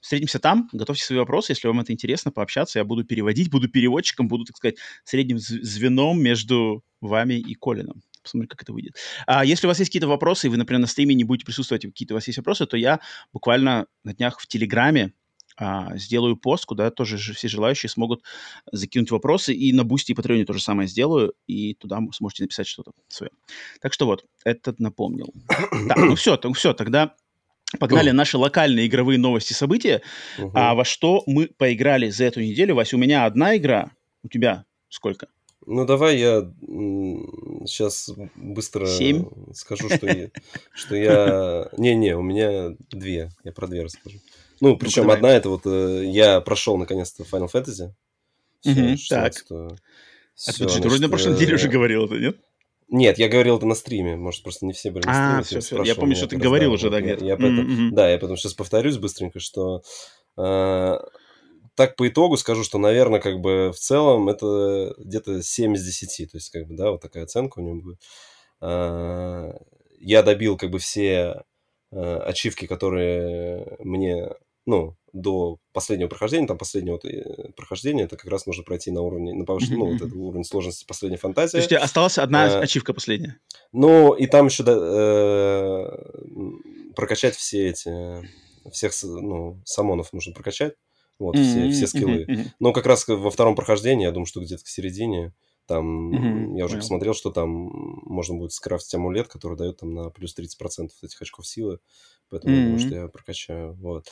встретимся там, готовьте свои вопросы, если вам это интересно, пообщаться. Я буду переводить, буду переводчиком, буду, так сказать, средним звеном между вами и Колином. Посмотрим, как это выйдет. А если у вас есть какие-то вопросы, и вы, например, на стриме не будете присутствовать, и какие-то у вас есть вопросы, то я буквально на днях в Телеграме сделаю пост, куда тоже все желающие смогут закинуть вопросы, и на Бусти и Патреоне то же самое сделаю, и туда сможете написать что-то свое. Так что вот, этот напомнил. Так, ну все, тогда погнали наши локальные игровые новости, события. А во что мы поиграли за эту неделю? Вася, у меня одна игра, у тебя сколько? Ну, давай я сейчас быстро 7? скажу, что я... Не-не, у меня 2. Я про 2 расскажу. Ну, причем давай. одна это вот я прошел наконец-то Final Fantasy. Все, 16-ю. А подожди, ты вроде на прошлой неделе уже говорил это, нет? Нет, я говорил это на стриме. Может, просто не все были на стриме. Все. Я помню, что ты говорил уже, да, где-то. Да, я поэтому сейчас повторюсь быстренько, что... Так по итогу скажу, что, наверное, как бы в целом это где-то 7 из 10. То есть, как бы, да, вот такая оценка у него будет. Я добил как бы все ачивки, которые мне, ну, до последнего прохождения, там последнего прохождения, это как раз нужно пройти на уровне, на повышенном, ну, вот этот уровень сложности последняя фантазия. То есть у тебя осталась одна ачивка последняя? Ну, и там еще прокачать всех, ну, самонов нужно прокачать. Вот, все скиллы. Но как раз во втором прохождении, я думаю, что где-то к середине, там, я уже посмотрел, что там можно будет скрафтить амулет, который дает там на плюс 30% этих очков силы. Поэтому я думаю, что я прокачаю. Вот.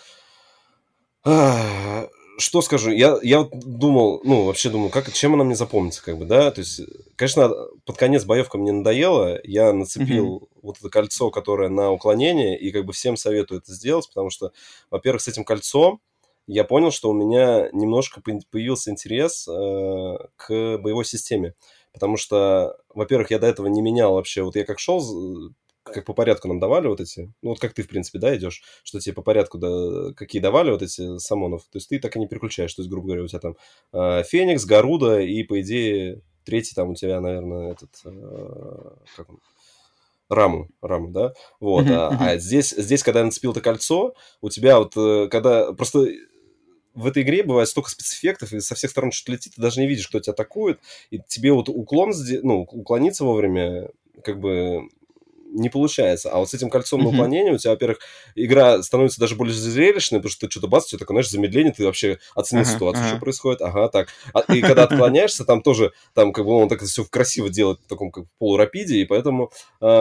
Что скажу? Я вот думал, ну, вообще думал, чем она мне запомнится, как бы, да? То есть, конечно, под конец боевка мне надоела. Я нацепил вот это кольцо, которое на уклонение, и как бы всем советую это сделать, потому что, во-первых, с этим кольцом я понял, что у меня немножко появился интерес к боевой системе. Потому что, во-первых, я до этого не менял вообще. Вот я как шел, как по порядку нам давали вот эти... Ну, вот как ты, в принципе, да, идешь, что тебе по порядку какие давали вот эти самонов. То есть ты так и не переключаешь. То есть, грубо говоря, у тебя там Феникс, Гаруда и, по идее, третий там у тебя, наверное, этот... как он? Раму, да? Вот. А здесь, когда я нацепил это кольцо, у тебя вот, когда... Просто... В этой игре бывает столько спецэффектов, и со всех сторон что-то летит, ты даже не видишь, кто тебя атакует, и тебе вот уклониться вовремя, как бы, не получается. А вот с этим кольцом на уклонение у тебя, во-первых, игра становится даже более зрелищной, потому что ты что-то бац, у тебя такое, знаешь, замедление, ты вообще оценил ситуацию, что происходит, так. И когда отклоняешься, там тоже, там как бы он так все красиво делает в таком как полурапиде, и поэтому,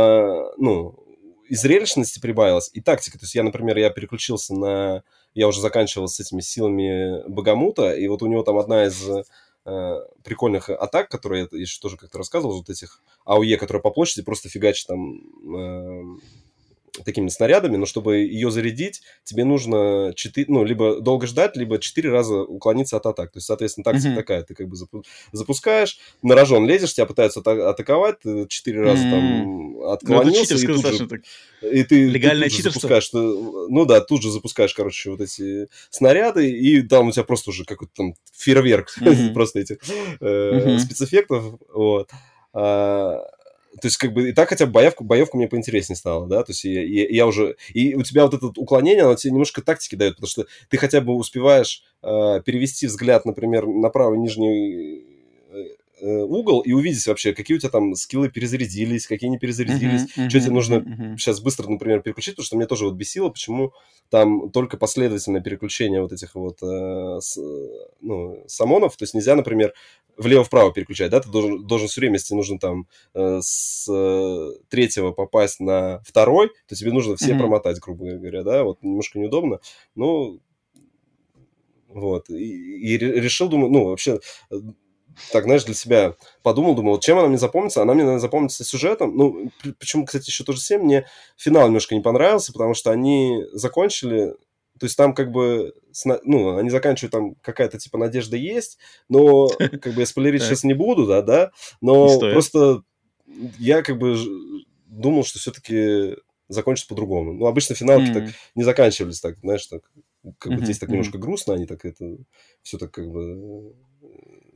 и зрелищности прибавилось, и тактика. То есть я, например, переключился на... Я уже заканчивал с этими силами Багамута, и вот у него там одна из прикольных атак, которые я еще тоже как-то рассказывал, вот этих АОЕ, которые по площади просто фигачат там такими снарядами, но чтобы ее зарядить, тебе нужно либо долго ждать, либо 4 раза уклониться от атак. То есть, соответственно, тактика такая. Ты как бы запускаешь, на рожон лезешь, тебя пытаются атаковать, ты 4 раза там отклонился, и ты тут же запускаешь, тут же запускаешь, короче, вот эти снаряды, и там у тебя просто уже какой-то там фейерверк просто этих спецэффектов. Вот. То есть, как бы, и так хотя бы боевка мне поинтереснее стала, да, то есть я уже... И у тебя вот это уклонение, оно тебе немножко тактики дает, потому что ты хотя бы успеваешь перевести взгляд, например, на правый нижний угол и увидеть вообще, какие у тебя там скиллы перезарядились, какие не перезарядились, что тебе нужно сейчас быстро, например, переключить, потому что мне тоже вот бесило, почему там только последовательное переключение вот этих вот самонов, то есть нельзя, например, влево-вправо переключать, да, ты должен все время, если нужно там с третьего попасть на второй, то тебе нужно все промотать, грубо говоря, да, вот немножко неудобно, ну, вот, и решил, думаю, вообще... Так, знаешь, для себя подумал, думал, чем она мне запомнится? Она мне, наверное, запомнится сюжетом. Ну, почему, кстати, еще тоже 7, мне финал немножко не понравился, потому что они закончили... То есть там как бы... они заканчивают, там какая-то типа надежда есть, но как бы я спойлерить сейчас не буду, да, но просто я как бы думал, что все-таки закончится по-другому. Ну, обычно финалки так не заканчивались так, знаешь, так... Как бы здесь так немножко грустно, они так это... Все так как бы...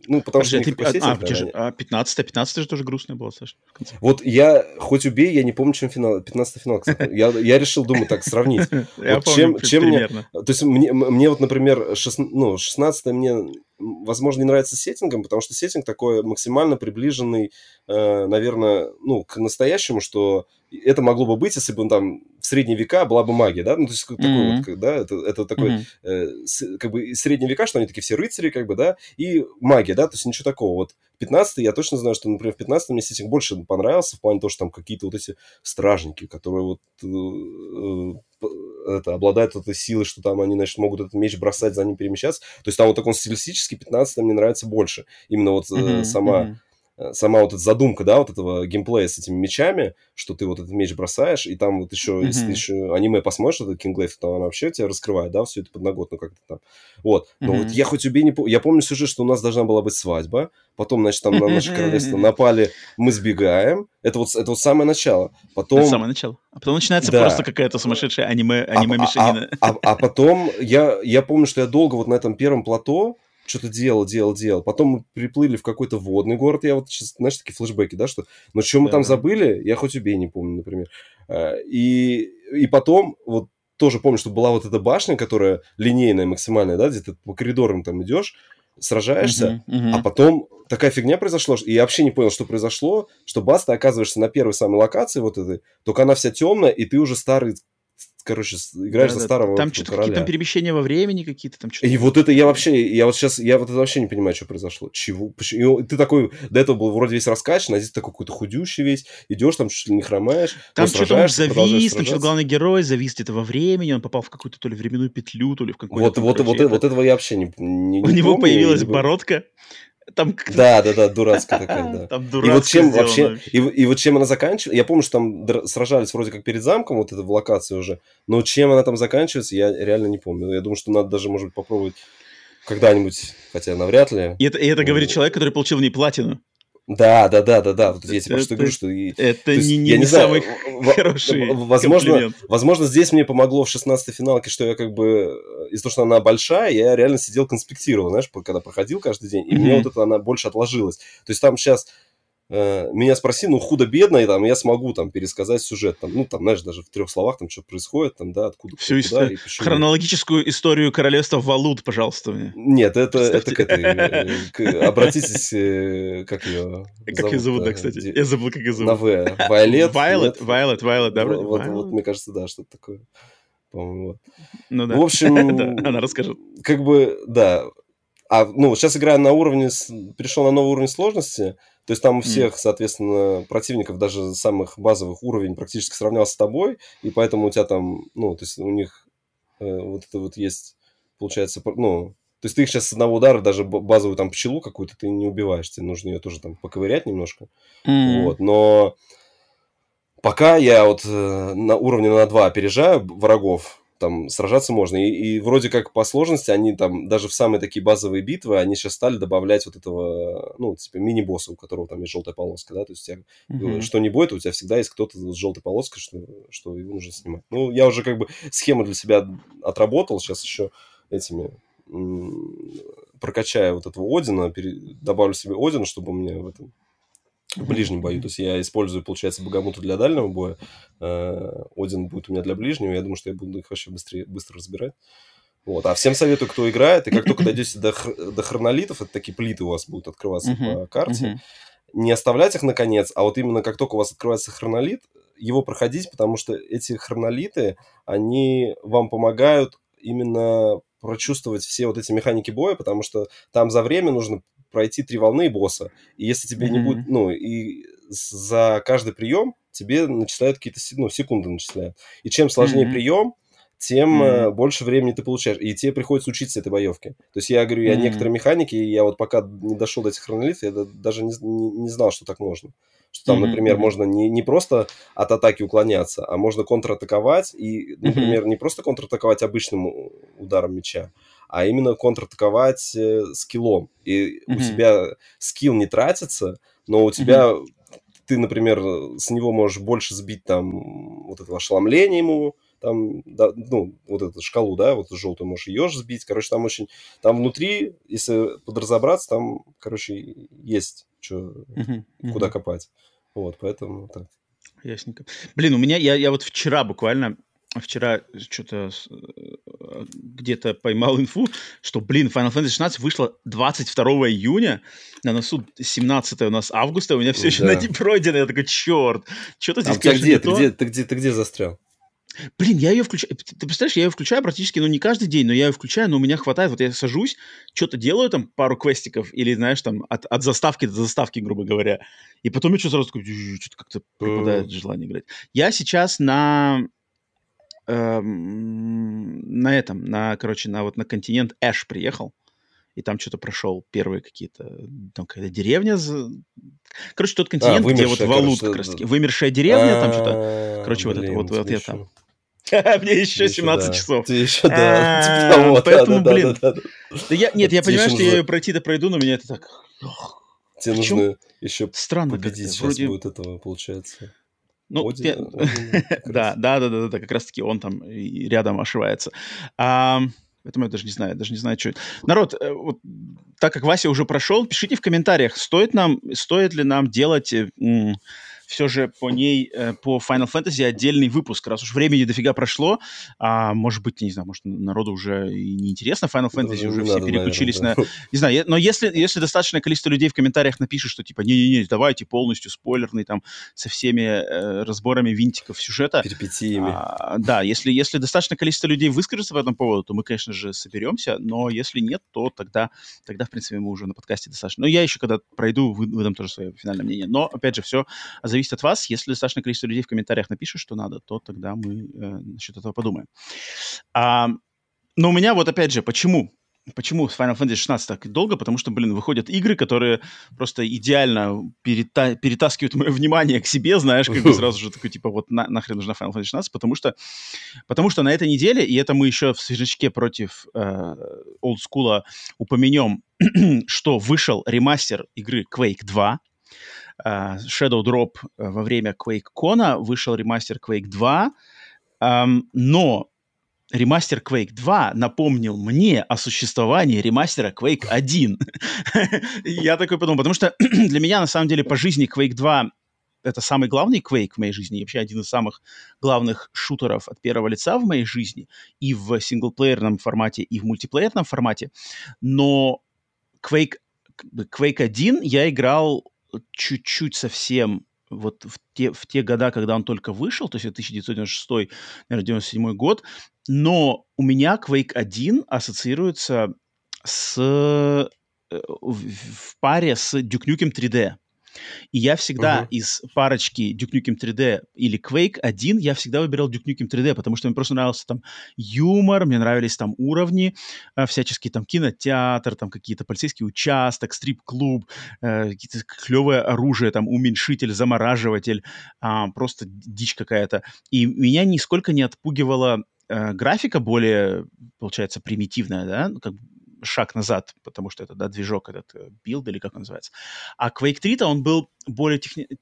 Ну, потому что Подожди, никакой сеттинг, подожди, наверное. 15 же тоже грустная была, Саша, в конце. Вот я, хоть убей, я не помню, чем финал, 15-й финал, кстати. Я решил, думаю, так, сравнить. Я Вот помню чем мне... примерно. То есть мне вот, например, 16-й мне, возможно, не нравится сеттингом, потому что сеттинг такой максимально приближенный, наверное, ну, к настоящему, что это могло бы быть, если бы там в средние века была бы магия, да? Ну, то есть такой вот, да, это такой, как бы средние века, что они такие все рыцари, как бы, да, и магия, да, то есть ничего такого. Вот 15-й, я точно знаю, что, например, в 15-м мне сеттинг больше понравился в плане того, что там какие-то вот эти стражники, которые вот обладают этой силой, что там они, значит, могут этот меч бросать, за ним перемещаться. То есть там вот так он стилистически 15-м мне нравится больше. Именно вот сама вот эта задумка, да, вот этого геймплея с этими мечами, что ты вот этот меч бросаешь, и там вот еще, если ты еще аниме посмотришь, этот King Glaive, то она вообще тебя раскрывает, да, все это подноготно как-то там. Вот. Но вот я хоть убей не помню. Я помню сюжет, что у нас должна была быть свадьба, потом, значит, там на наше королевство напали, мы сбегаем. Это вот самое начало. Потом... Это самое начало. А потом начинается просто какая-то сумасшедшая аниме-мешанина. А потом я помню, что я долго вот на этом первом плато что-то делал. Потом мы приплыли в какой-то водный город. Я вот сейчас, знаешь, такие флешбеки, да, что... Но что мы там забыли, я хоть убей не помню, например. И потом вот тоже помню, что была вот эта башня, которая линейная максимальная, да, где ты по коридорам там идешь, сражаешься, а потом такая фигня произошла, и я вообще не понял, что произошло, что бац, ты оказываешься на первой самой локации вот этой, только она вся темная, и ты уже старый, короче, играешь за старого там что-то короля. Какие-то там перемещения во времени какие-то там что-то. И вот это я вот это вообще не понимаю, что произошло. Чего? Почему? И ты такой, до этого был вроде весь раскачан, а здесь такой какой-то худющий весь, идешь там чуть ли не хромаешь, там что-то он завис, там что-то главный герой завис где-то во времени, он попал в какую-то то ли временную петлю, то ли в какой-то вот этого я вообще не У него появилась бородка. Там... Да, дурацкая такая, да. Там дурацко сделано. Вообще, и вот чем она заканчивается, я помню, что там сражались вроде как перед замком, вот это в локации уже, но чем она там заканчивается, я реально не помню. Я думаю, что надо даже, может быть, попробовать когда-нибудь, хотя навряд ли. И это говорит человек, который получил не платину. Да. Вот я тебе просто говорю, что... Это не самый хороший комплимент. Возможно, здесь мне помогло в 16-й финалке, что я как бы... Из-за того, что она большая, я реально сидел, конспектировал, знаешь, когда проходил каждый день, и мне вот это она больше отложилась. То есть там сейчас... меня спроси, ну, худо-бедно, и там я смогу там пересказать сюжет, там, ну, там, знаешь, даже в 3 словах там что происходит, там, да, откуда, всю куда, и хронологическую историю королевства Валут, пожалуйста, мне. Нет, это к этой, обратитесь, как ее Как ее зовут, да, кстати, я забыл, как ее зовут. На В, Вайолет. Вайолет, да, вроде? Вот, мне кажется, да, что-то такое, по-моему, вот. Ну, да. В общем, да, она расскажет. Как бы, да, ну, сейчас играю на уровне, перешел на новый уровень сложности. То есть там у всех, соответственно, противников, даже самых базовых, уровень практически сравнялся с тобой, и поэтому у тебя там, ну, то есть у них вот это вот есть, получается, ну, то есть ты их сейчас с одного удара, даже базовую там пчелу какую-то, ты не убиваешь, тебе нужно ее тоже там поковырять немножко, вот, но пока я вот на уровне на 2 опережаю врагов, там сражаться можно. И вроде как по сложности они там, даже в самые такие базовые битвы, они сейчас стали добавлять вот этого, ну, типа мини-босса, у которого там есть желтая полоска, да, то есть у тебя что не будет, у тебя всегда есть кто-то с желтой полоской, что его нужно снимать. Ну, я уже как бы схему для себя отработал, сейчас еще этими прокачаю вот этого Одина, добавлю себе Одина, чтобы у меня в этом в ближнем бою. То есть я использую, получается, Багамута для дальнего боя. Один будет у меня для ближнего. Я думаю, что я буду их вообще быстро разбирать. Вот. А всем советую, кто играет, и как только дойдете до хронолитов, это такие плиты у вас будут открываться по карте, не оставлять их на конец, а вот именно как только у вас открывается хронолит, его проходить, потому что эти хронолиты, они вам помогают именно прочувствовать все вот эти механики боя, потому что там за время нужно пройти 3 волны босса. И если тебе не будет... Ну, и за каждый прием тебе начисляют какие-то... Ну, секунды начисляют. И чем сложнее прием, тем больше времени ты получаешь. И тебе приходится учиться этой боевке. То есть я говорю, я некоторые механики, я вот пока не дошел до этих хронолитов, я даже не знал, что так можно. Что там, например, можно не просто от атаки уклоняться, а можно контратаковать. И, например, не просто контратаковать обычным ударом меча, а именно контратаковать скиллом. И у тебя скилл не тратится, но у тебя... Ты, например, с него можешь больше сбить там вот этого ошеломления ему, там, да, ну, вот эту шкалу, да, вот желтую можешь ее же сбить. Короче, там очень... Там внутри, если подразобраться, там, короче, есть что, куда копать. Вот, поэтому так. Ясненько. Блин, у меня, я вот вчера что-то где-то поймал инфу, что, блин, Final Fantasy 16 вышло 22 июня, на носу 17 у нас августа, у меня все еще не пройдено. Я такой, черт, что-то здесь, конечно, не то. Ты где застрял? Блин, я ее включаю. Ты представляешь, я ее включаю практически, ну, не каждый день, но я ее включаю, но у меня хватает. Вот я сажусь, что-то делаю там, пару квестиков, или, знаешь, там, от заставки до заставки, грубо говоря. И потом я что сразу такой, что-то как-то пропадает желание играть. Я сейчас на континент Эш приехал, и там что-то прошел первые какие-то, там какая-то деревня. Короче, тот континент, где вот Валут, как раз таки, вымершая деревня, там что-то, короче, вот это, вот я там. Мне еще 17 часов. Ты еще, да. Поэтому, блин. Нет, я понимаю, что я ее пройти-то пройду, но меня это так... Тебе нужно еще странно победить сейчас будет этого, получается. Ну, да, как раз-таки он там рядом ошивается. Поэтому я даже не знаю, что это. Народ, вот, так как Вася уже прошел, пишите в комментариях, стоит ли нам делать все же по ней, по Final Fantasy отдельный выпуск, раз уж времени дофига прошло, может быть, не знаю, может, народу уже и не интересно Final Fantasy, уже все переключились на... Не знаю, но если достаточное количество людей в комментариях напишет, что типа, не-не-не, давайте полностью спойлерный, там, со всеми разборами винтиков сюжета. Перипетиями. Да, если достаточное количество людей выскажется по этому поводу, то мы, конечно же, соберемся, но если нет, то тогда в принципе, мы уже на подкасте достаточно. Но я еще, когда пройду, выдам тоже свое финальное мнение. Но, опять же, все зависит от вас. Если достаточное количество людей в комментариях напишет, что надо, то тогда мы насчет этого подумаем. Но у меня вот опять же, почему Final Fantasy 16 так долго? Потому что, блин, выходят игры, которые просто идеально перетаскивают мое внимание к себе, знаешь, как бы сразу же такой, типа, вот нахрен нужна Final Fantasy 16, потому что на этой неделе, и это мы еще в свежачке против олдскула упомянем, что вышел ремастер игры Quake 2, Shadow Drop во время QuakeCon, вышел ремастер Quake 2, но ремастер Quake 2 напомнил мне о существовании ремастера Quake 1. Я такой подумал, потому что для меня, на самом деле, по жизни Quake 2 это самый главный Quake в моей жизни, и вообще один из самых главных шутеров от первого лица в моей жизни, и в синглплеерном формате, и в мультиплеерном формате. Но Quake 1 я играл чуть-чуть совсем вот в те года, когда он только вышел, то есть это 1996, наверное, 97 год, но у меня Quake 1 ассоциируется в паре с Duke Nukem 3D. И я всегда из парочки Duke Nukem 3D или Quake 1, я всегда выбирал Duke Nukem 3D, потому что мне просто нравился там юмор, мне нравились там уровни, всяческие там кинотеатр, там какие-то полицейский участок, стрип-клуб, какие-то клевое оружие, там уменьшитель, замораживатель, просто дичь какая-то. И меня нисколько не отпугивала графика более, получается, примитивная, да, как шаг назад, потому что это, да, движок этот, билд или как он называется. А Quake 3-то он был более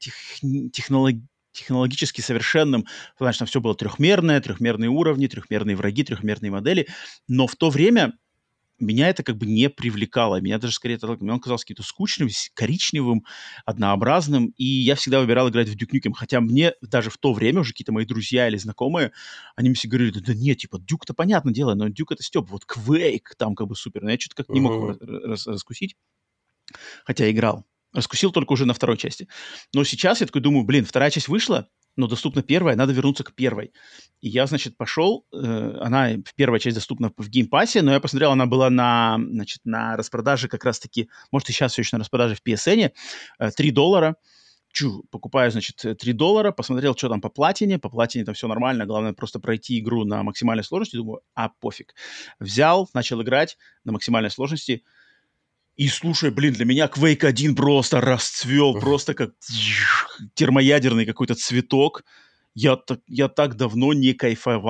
технологически совершенным, потому что там все было трехмерные уровни, трехмерные враги, трехмерные модели, но в то время меня это как бы не привлекало. Меня даже скорее он казался каким-то скучным, коричневым, однообразным, и я всегда выбирал играть в Duke Nukem. Хотя мне даже в то время уже какие-то мои друзья или знакомые, они мне все говорили, да нет, типа, Duke-то понятное дело, но Duke это стёб, вот Quake там как бы супер. Но я что-то как не мог его раскусить, хотя играл. Раскусил только уже на второй части. Но сейчас я такой думаю, блин, вторая часть вышла, но доступна первая, надо вернуться к первой. И я, значит, пошел, она, первая часть доступна в геймпассе, но я посмотрел, она была на распродаже как раз-таки, может, и сейчас все еще на распродаже в PSN, $3. Покупаю, значит, $3, посмотрел, что там по платине там все нормально, главное просто пройти игру на максимальной сложности, думаю, пофиг. Взял, начал играть на максимальной сложности, и слушай, блин, для меня Quake 1 просто расцвел, просто как термоядерный какой-то цветок. Я так давно не кайфовал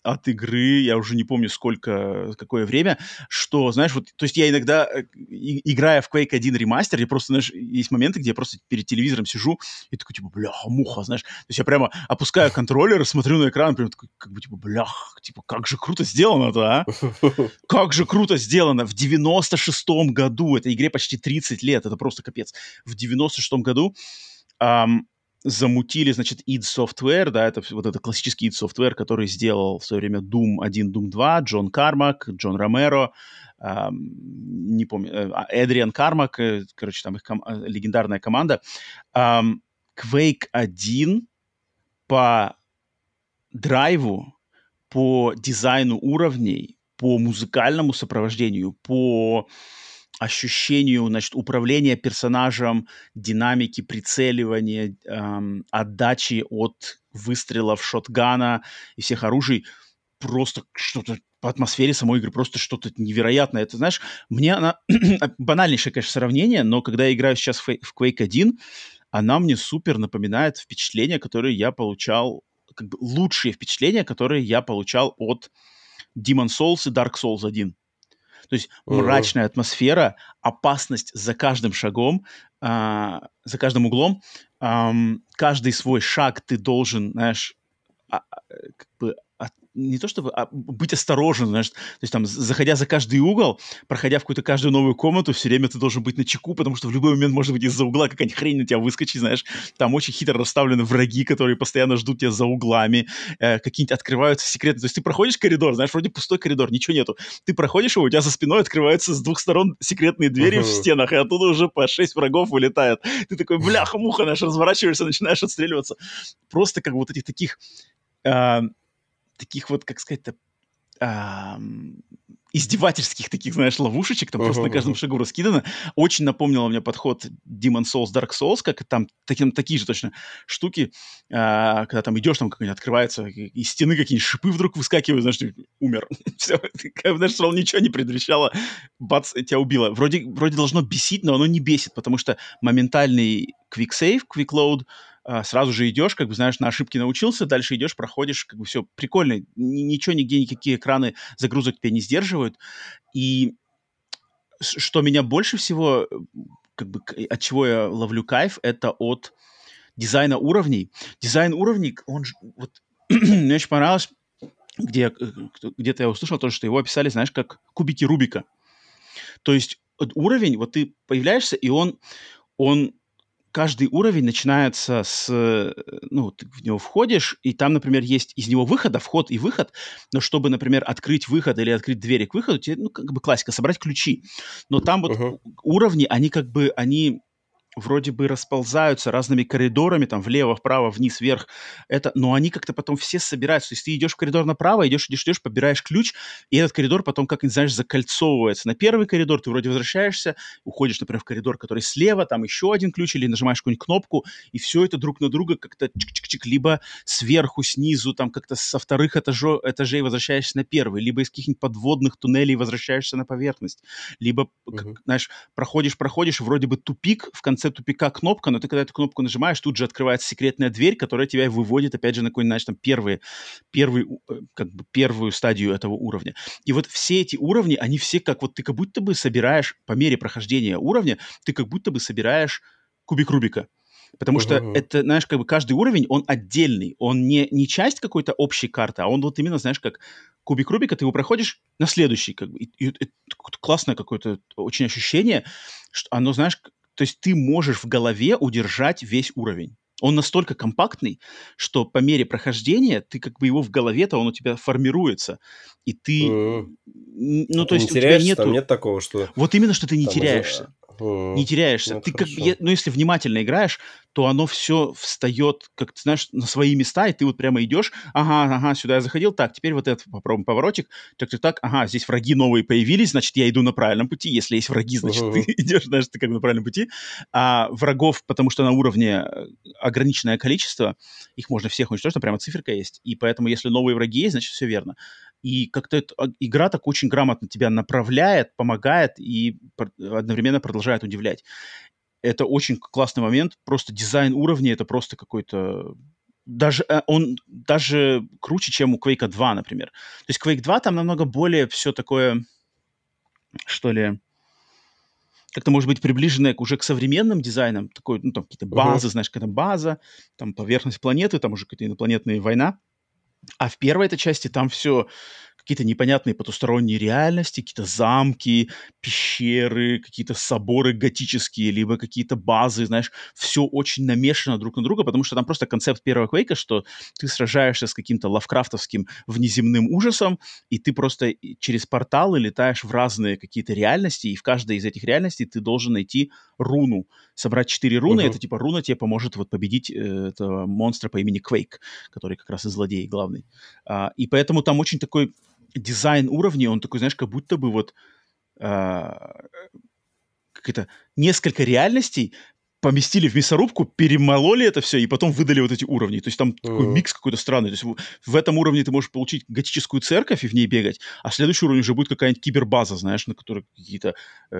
от игры, я уже не помню какое время, что, знаешь, вот, то есть я иногда, играя в Quake 1 ремастер, я просто, знаешь, есть моменты, где я просто перед телевизором сижу и такой, типа, бляха-муха, знаешь, то есть я прямо опускаю контроллер, смотрю на экран, прям такой, как бы, типа, блях, типа, как же круто сделано-то, а? Как же круто сделано! В 96-м году, этой игре почти 30 лет, это просто капец. В 96-м году замутили, значит, id Software, да, это вот это классический id Software, который сделал в свое время Doom 1, Doom 2, Джон Кармак, Джон Ромеро, не помню, Эдриан Кармак, короче, там их легендарная команда. Quake 1 по драйву, по дизайну уровней, по музыкальному сопровождению, по ощущению, значит, управления персонажем, динамики прицеливания, отдачи от выстрелов шотгана и всех оружий, просто что-то по атмосфере самой игры, просто что-то невероятное. Это, знаешь, мне она... банальнейшее, конечно, сравнение, но когда я играю сейчас в Quake 1, она мне супер напоминает впечатления, которые я получал, как бы лучшие впечатления, которые я получал от Demon's Souls и Dark Souls 1. То есть мрачная атмосфера, опасность за каждым шагом, за каждым углом. Каждый свой шаг ты должен, знаешь, как бы не то чтобы быть осторожен, знаешь, то есть там, заходя за каждый угол, проходя в какую-то каждую новую комнату, все время ты должен быть начеку, потому что в любой момент может быть из-за угла какая-нибудь хрень на тебя выскочить, знаешь, там очень хитро расставлены враги, которые постоянно ждут тебя за углами, какие-нибудь открываются секреты, то есть ты проходишь коридор, знаешь, вроде пустой коридор, ничего нету, ты проходишь его, у тебя за спиной открываются с двух сторон секретные двери в стенах, и оттуда уже по 6 врагов вылетает, ты такой, бляха-муха, знаешь, разворачиваешься, начинаешь отстреливаться, просто как вот этих таких вот, как сказать-то, издевательских таких, знаешь, ловушечек, там просто на каждом шагу раскидано. Очень напомнило мне подход Demon's Souls, Dark Souls, как там такие же точно штуки, когда там идешь, там как-нибудь открывается, из стены какие-нибудь шипы вдруг выскакивают, знаешь, ты умер. Все, знаешь, что ничего не предвещало, бац, тебя убило. Вроде должно бесить, но оно не бесит, потому что моментальный quick save, quick load, сразу же идешь, как бы, знаешь, на ошибки научился, дальше идешь, проходишь, как бы все прикольно, ничего, нигде, никакие экраны загрузок тебя не сдерживают. И что меня больше всего, как бы, от чего я ловлю кайф, это от дизайна уровней. Дизайн уровней, он же, вот, мне очень понравилось, где-то я услышал то, что его описали, знаешь, как кубики Рубика. То есть уровень, вот ты появляешься, и он каждый уровень начинается ну, ты в него входишь, и там, например, есть из него вход и выход, но чтобы, например, открыть выход или открыть двери к выходу, тебе, ну, как бы классика, собрать ключи. Но там вот уровни, они вроде бы расползаются разными коридорами, там, влево, вправо, вниз, вверх, но они как-то потом все собираются. То есть ты идешь в коридор направо, идешь, подбираешь ключ, и этот коридор потом, как, знаешь, закольцовывается. На первый коридор ты вроде возвращаешься, уходишь, например, в коридор, который слева, там еще один ключ, или нажимаешь какую-нибудь кнопку, и все это друг на друга как-то чик-чик-чик, либо сверху, снизу, там, как-то со вторых этажей возвращаешься на первый, либо из каких-нибудь подводных туннелей возвращаешься на поверхность, либо, знаешь, проходишь, вроде бы тупик, в конце тупика кнопка, но ты, когда эту кнопку нажимаешь, тут же открывается секретная дверь, которая тебя выводит, опять же, на какой-нибудь, знаешь, там, первую стадию этого уровня. И вот все эти уровни, они все как вот ты как будто бы собираешь, по мере прохождения уровня, ты как будто бы собираешь кубик Рубика. Потому что это, знаешь, как бы каждый уровень, он отдельный, он не часть какой-то общей карты, а он вот именно, знаешь, как кубик Рубика, ты его проходишь на следующий, как бы, и это классное какое-то очень ощущение, что оно, знаешь, то есть ты можешь в голове удержать весь уровень. Он настолько компактный, что по мере прохождения ты как бы его в голове-то, он у тебя формируется. И ты... Ну, то ты есть не у тебя теряешься, нету... там нет такого, что... Вот именно, что ты не теряешься. Не теряешься. Ну, Ты как, ну, если внимательно играешь, то оно все встает, как ты знаешь, на свои места, и ты вот прямо идешь, ага, сюда я заходил, так, теперь вот этот попробуем поворотик, так, ага, здесь враги новые появились, значит, я иду на правильном пути, если есть враги, значит, ты идешь, знаешь, ты как бы на правильном пути, а врагов, потому что на уровне ограниченное количество, их можно всех уничтожить, прямо циферка есть, и поэтому, если новые враги есть, значит, все верно. И как-то игра так очень грамотно тебя направляет, помогает и одновременно продолжает удивлять. Это очень классный момент. Просто дизайн уровней — это просто какой-то он даже круче, чем у Quake 2, например. То есть Quake 2 там намного более все такое, что ли, как-то, может быть, приближенное уже к современным дизайнам. Такой, ну, там какие-то базы, знаешь, какая-то база, там поверхность планеты, там уже какая-то инопланетная война. А в первой этой части там все какие-то непонятные потусторонние реальности, какие-то замки, пещеры, какие-то соборы готические, либо какие-то базы, знаешь, все очень намешано друг на друга, потому что там просто концепт первого Квейка, что ты сражаешься с каким-то лавкрафтовским внеземным ужасом, и ты просто через порталы летаешь в разные какие-то реальности, и в каждой из этих реальностей ты должен найти руну. Собрать 4 руны, это типа руна тебе поможет вот победить этого монстра по имени Квейк, который как раз и злодей главный. И поэтому там очень такой дизайн уровней, он такой, знаешь, как будто бы вот как это, несколько реальностей поместили в мясорубку, перемололи это все и потом выдали вот эти уровни. То есть там такой микс какой-то странный. То есть в этом уровне ты можешь получить готическую церковь и в ней бегать, а в следующем уровне уже будет какая-нибудь кибербаза, знаешь, на которой какие-то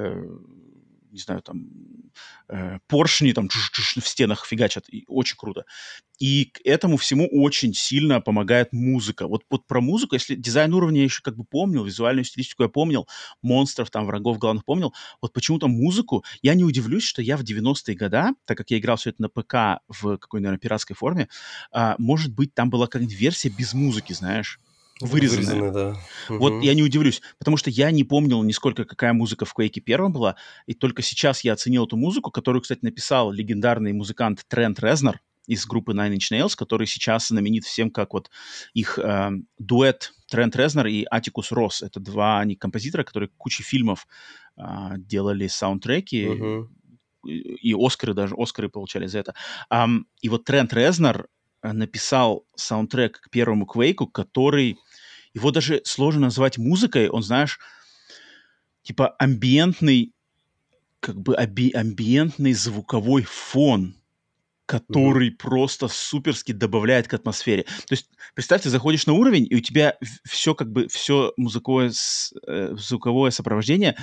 не знаю, там, поршни там в стенах фигачат. И очень круто. И к этому всему очень сильно помогает музыка. Вот про музыку, если дизайн уровня я еще как бы помнил, визуальную стилистику я помнил, монстров, там, врагов главных помнил, вот почему-то музыку, я не удивлюсь, что я в 90-е годы, так как я играл все это на ПК в какой, наверное, пиратской форме, может быть, там была какая-нибудь версия без музыки, знаешь, вырезанная. Да. Вот я не удивлюсь, потому что я не помнил нисколько, какая музыка в Quake первом была, и только сейчас я оценил эту музыку, которую, кстати, написал легендарный музыкант Трент Резнор из группы Nine Inch Nails, который сейчас знаменит всем как вот их дуэт Трент Резнор и Атикус Росс. Это два они композитора, которые кучу фильмов делали саундтреки, и Оскары получали за это. И вот Трент Резнор написал саундтрек к первому Quake'у, который... Его даже сложно назвать музыкой, он, знаешь, типа амбиентный, как бы амбиентный звуковой фон, который просто суперски добавляет к атмосфере. То есть, представь, ты заходишь на уровень, и у тебя все как бы, все звуковое сопровождение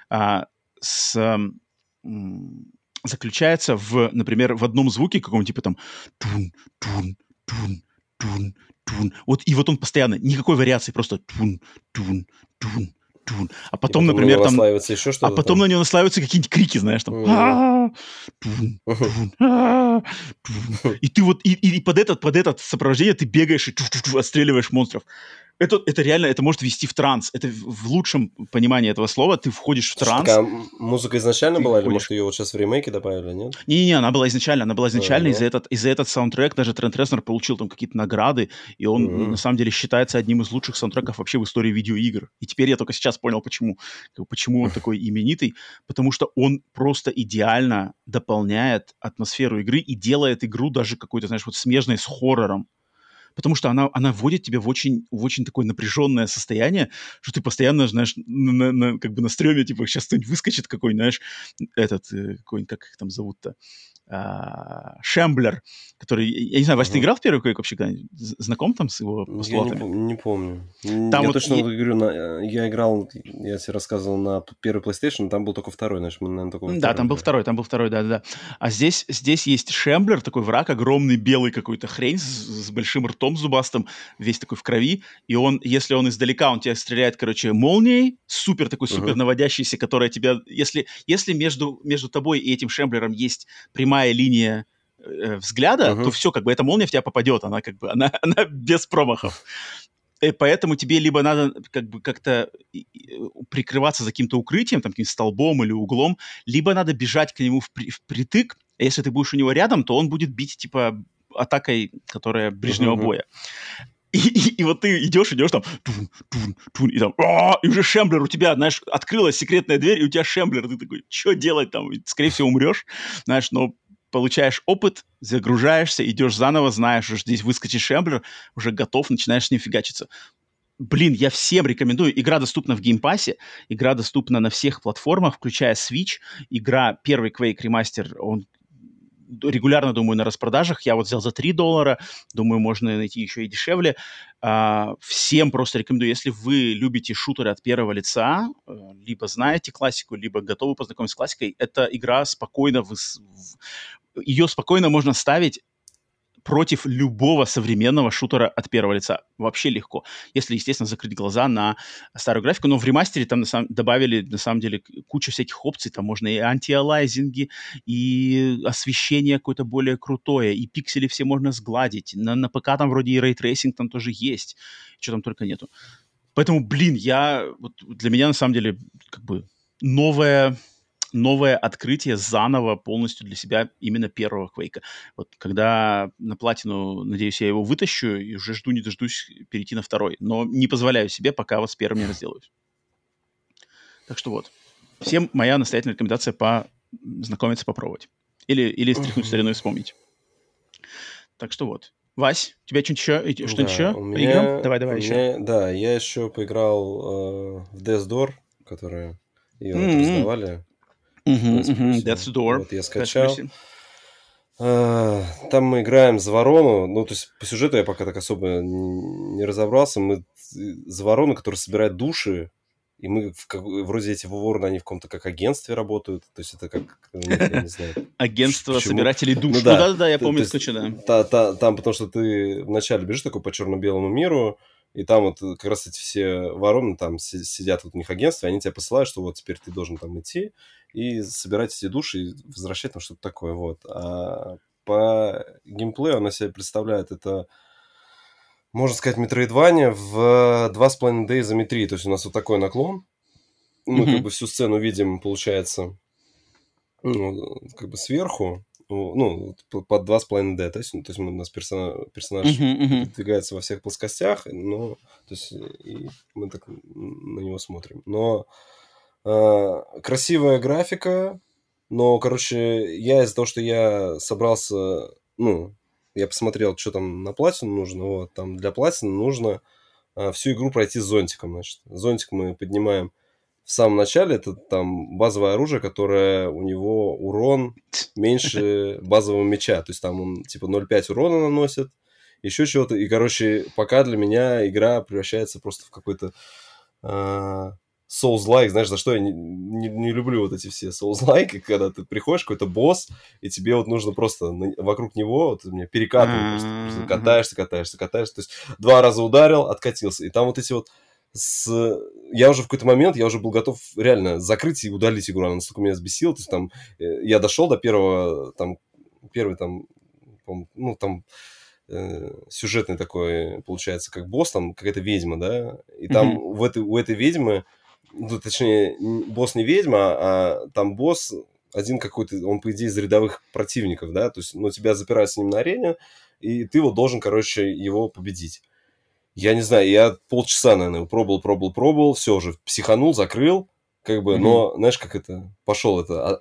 заключается в, например, в одном звуке каком-нибудь типа там тун, тун, тун, тун, тун. Вот, и вот он постоянно, никакой вариации, просто тун, тун, тун, тун. А потом, например, там... еще что-то А потом на него наслаиваются какие-нибудь крики, знаешь, там... И ты вот, и под это сопровождение ты бегаешь и отстреливаешь монстров. Это реально, это может ввести в транс. Это в лучшем понимании этого слова. Ты входишь в транс. Такая музыка изначально была, или может ее вот сейчас в ремейке добавили, нет? Не-не-не, она была изначально. И за этот саундтрек даже Трент Резнор получил там какие-то награды, и он на самом деле считается одним из лучших саундтреков вообще в истории видеоигр. И теперь я только сейчас понял, почему он такой именитый. Потому что он просто идеально дополняет атмосферу игры и делает игру даже какой-то, знаешь, вот смежной с хоррором. Потому что она вводит тебя в очень такое напряженное состояние, что ты постоянно, знаешь, как бы на стреме, типа, сейчас кто-нибудь выскочит какой-нибудь, знаешь, какой-нибудь, как их там зовут-то, Шемблер, который, я не знаю, Вася, ты играл в первый Quake вообще когда-нибудь? Знаком там с его постулатами? Я не помню. Там я вот точно говорю, я играл, я тебе рассказывал на первый PlayStation, там был только второй, знаешь, мы, наверное, только да, там был второй, да. А здесь есть Шемблер, такой враг, огромный белый какой-то хрень с большим ртом зубастым, весь такой в крови, и он, если он издалека, он тебя стреляет, короче, молнией, супер наводящийся, которая тебя, если между тобой и этим Шемблером есть прямая линия взгляда, то все, как бы эта молния в тебя попадет, она как бы, она без промахов. И поэтому тебе либо надо как бы как-то прикрываться за каким-то укрытием, там, каким-то столбом или углом, либо надо бежать к нему впритык. А если ты будешь у него рядом, то он будет бить, типа, атакой, которая ближнего боя. И вот ты идешь там, и там, и уже Шемблер у тебя, знаешь, открылась секретная дверь, и у тебя Шемблер, ты такой, что делать там? Скорее всего, умрешь, знаешь, но получаешь опыт, загружаешься, идешь заново, знаешь, что здесь выскочит Шемблер, уже готов, начинаешь с ним фигачиться. Блин, я всем рекомендую. Игра доступна в геймпассе, игра доступна на всех платформах, включая Switch. Игра, первый Quake ремастер, он регулярно, думаю, на распродажах. Я вот взял за $3, думаю, можно найти еще и дешевле. Всем просто рекомендую, если вы любите шутеры от первого лица, либо знаете классику, либо готовы познакомиться с классикой, эта игра спокойно, ее спокойно можно ставить против любого современного шутера от первого лица. Вообще легко. Если, естественно, закрыть глаза на старую графику. Но в ремастере там добавили, на самом деле, кучу всяких опций. Там можно и антиалайзинги, и освещение какое-то более крутое, и пиксели все можно сгладить. На ПК там вроде и рейтрейсинг там тоже есть. Что там только нету. Поэтому, блин, вот для меня, на самом деле, как бы новое открытие заново полностью для себя именно первого Квейка. Вот когда на платину, надеюсь, я его вытащу, и уже жду не дождусь перейти на второй. Но не позволяю себе, пока вот с первым не разделаюсь. Так что вот. Всем моя настоятельная рекомендация знакомиться, попробовать. Или стряхнуть старину и вспомнить. Так что вот. Вась, у тебя что-нибудь еще по играм? Давай еще. Да, я еще поиграл в Death's Door, которая ее раздавали. Death's Door. Вот я скачал. Там мы играем за ворону. Ну, то есть по сюжету я пока так особо не разобрался. Мы за ворону, которая собирает души. И мы вроде эти вороны, они в каком-то как агентстве работают. То есть это как, я не знаю. Агентство собирателей душ. Ну да, я помню, да. Там потому что ты вначале бежишь такой по черно-белому миру, и там вот как раз эти все вороны там сидят, вот у них агентство, и они тебя посылают, что вот теперь ты должен там идти и собирать эти души и возвращать там что-то такое. Вот. А по геймплею она себя представляет это... Можно сказать, Metroidvania в 2,5D изометрии. То есть у нас вот такой наклон. Мы как бы всю сцену видим, получается, как бы сверху. Ну, под 2,5D. То есть у нас персонаж двигается во всех плоскостях, но то есть, и мы так на него смотрим. Но красивая графика, но, короче, я из-за того, что я собрался, я посмотрел, что там на платину нужно. Вот, там для платины нужно всю игру пройти с зонтиком. Значит. Зонтик мы поднимаем в самом начале. Это там базовое оружие, которое у него урон меньше базового меча. То есть там он типа 0,5 урона наносит, еще чего-то. И, короче, пока для меня игра превращается просто в какой-то... Souls-like, знаешь, за что я не люблю вот эти все Souls-like, когда ты приходишь, какой-то босс, и тебе вот нужно просто вокруг него, вот у меня перекатывать, просто катаешься. То есть 2 раза ударил, откатился. И там вот эти вот... Я уже в какой-то момент, я уже был готов реально закрыть и удалить игру, она настолько меня взбесила. То есть там я дошел до первый сюжетный такой, получается, как босс, там какая-то ведьма, да, и там у этой ведьмы, точнее, босс не ведьма, а там босс один какой-то, он, по идее, из рядовых противников, да, то есть, тебя запирают с ним на арене, и ты вот должен, короче, его победить. Я не знаю, я полчаса, наверное, пробовал, все, уже психанул, закрыл, как бы, но, знаешь, как это, пошел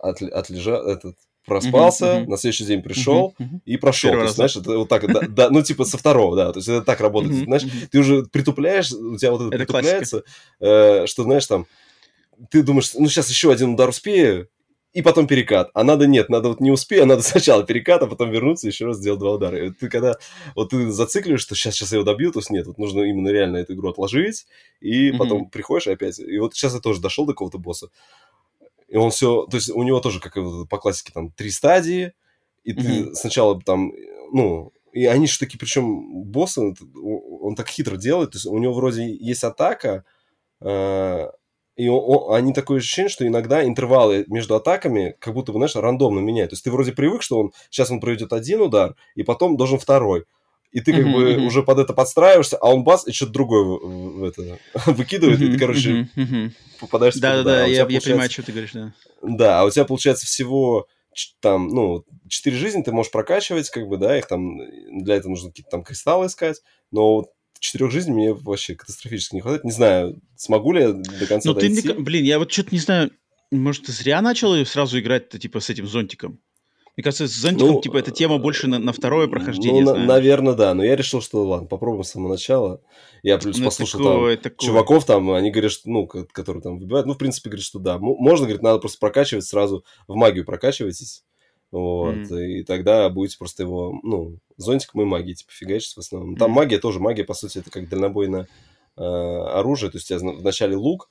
проспался, на следующий день пришел и прошел. То есть, знаешь, это вот так, типа со второго, да, то есть это так работает. Знаешь, ты уже притупляешь, у тебя вот это притупляется, что, знаешь, там, ты думаешь, сейчас еще один удар успею, и потом перекат. А надо вот не успею, а надо сначала перекат, а потом вернуться и еще раз сделать 2 удара. И ты когда ты зацикливаешь, что сейчас я его добью, то есть нет, вот нужно именно реально эту игру отложить, и потом приходишь опять. И вот сейчас я тоже дошел до какого-то босса. И он все, то есть у него тоже, как по классике, там 3 стадии, и ты сначала там, и они же такие, причем боссы, он так хитро делает, то есть у него вроде есть атака, и они такое ощущение, что иногда интервалы между атаками как будто бы, знаешь, рандомно меняют. То есть ты вроде привык, что сейчас он проведет 1 удар, и потом должен 2. И ты как бы уже под это подстраиваешься, а он бац, и что-то другое выкидывает, и ты, короче, попадаешь... Да, я понимаю, что ты говоришь, да. Да, а у тебя получается всего там, 4 жизни ты можешь прокачивать, как бы, да, их там, для этого нужно какие-то там кристаллы искать, но 4 жизней мне вообще катастрофически не хватает. Не знаю, смогу ли я до конца дойти. Блин, я вот что-то не знаю, может, ты зря начал сразу играть-то, типа, с этим зонтиком? Мне кажется, с зонтиком, типа, эта тема больше на второе прохождение, наверное, да. Но я решил, что, ладно, попробуем с самого начала. Я плюс послушал чуваков там, они говорят, что, которые там выбивают. В принципе, говорят, что да. Можно, говорит, надо просто прокачивать сразу, в магию прокачивайтесь. Вот, и тогда будете просто его, зонтиком и магией, типа, фигачить в основном. Там магия, по сути, это как дальнобойное оружие. То есть у тебя вначале лук,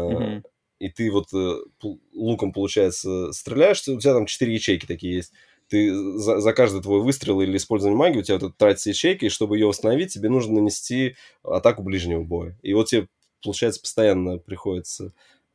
и ты вот луком, получается, стреляешь, у тебя там 4 ячейки такие есть. ты за каждый твой выстрел или использование магии у тебя вот тратится ячейка, и чтобы ее восстановить, тебе нужно нанести атаку ближнего боя. И вот тебе, получается, постоянно приходится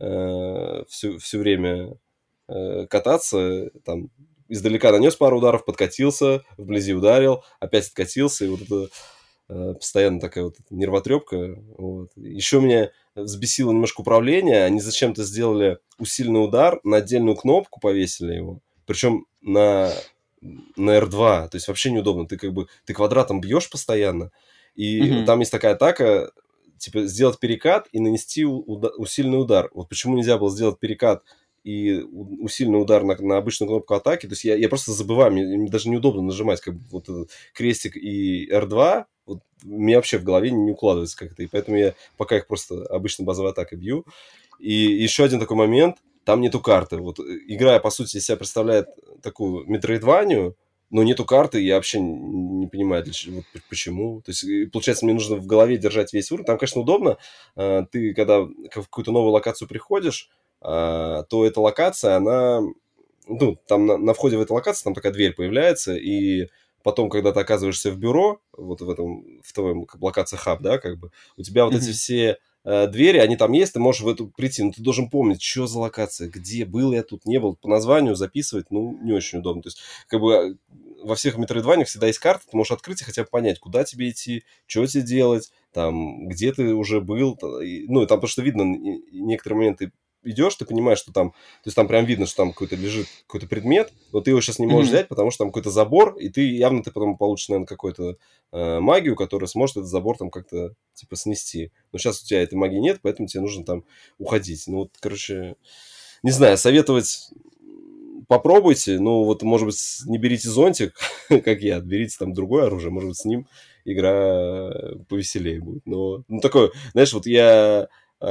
все время кататься, там, издалека нанес пару ударов, подкатился, вблизи ударил, опять откатился, и вот это постоянно такая вот нервотрепка. Вот. Еще меня взбесило немножко управление. Они зачем-то сделали усиленный удар, на отдельную кнопку повесили его. Причем на R2. То есть вообще неудобно. Ты ты квадратом бьешь постоянно. И там есть такая атака, типа сделать перекат и нанести усиленный удар. Вот почему нельзя было сделать перекат и усиленный удар на обычную кнопку атаки. То есть я просто забываю, мне даже неудобно нажимать вот этот крестик и R2. Вот, у меня вообще в голове не укладывается как-то. И поэтому я пока их просто обычно базовой атакой бью. И еще один такой момент. Там нету карты. Вот игра, по сути, из себя представляет такую метроидванию, но нету карты, я вообще не понимаю, вот почему. То есть, получается, мне нужно в голове держать весь уровень. Там, конечно, удобно. Ты, когда в какую-то новую локацию приходишь, то эта локация, она... Ну, там на входе в эту локацию там такая дверь появляется, и потом, когда ты оказываешься в бюро, вот в твоем локации хаб, да, у тебя вот эти все двери, они там есть, ты можешь в эту прийти, но ты должен помнить, что за локация, где был я тут, не был, по названию записывать, ну, не очень удобно. То есть, во всех метроидваниях всегда есть карта, ты можешь открыть и хотя бы понять, куда тебе идти, что тебе делать, там, где ты уже был, ну, и там потому что видно, некоторые моменты идешь, ты понимаешь, что там, то есть там прям видно, что там лежит какой-то предмет, но ты его сейчас не можешь взять, потому что там какой-то забор, и ты потом получишь, наверное, какую-то магию, которая сможет этот забор там как-то типа снести. Но сейчас у тебя этой магии нет, поэтому тебе нужно там уходить. Ну вот, короче, не знаю, советовать попробуйте, ну вот, может быть, не берите зонтик, как я, берите там другое оружие, может быть, с ним игра повеселее будет. Но, ну, такое, знаешь, вот я...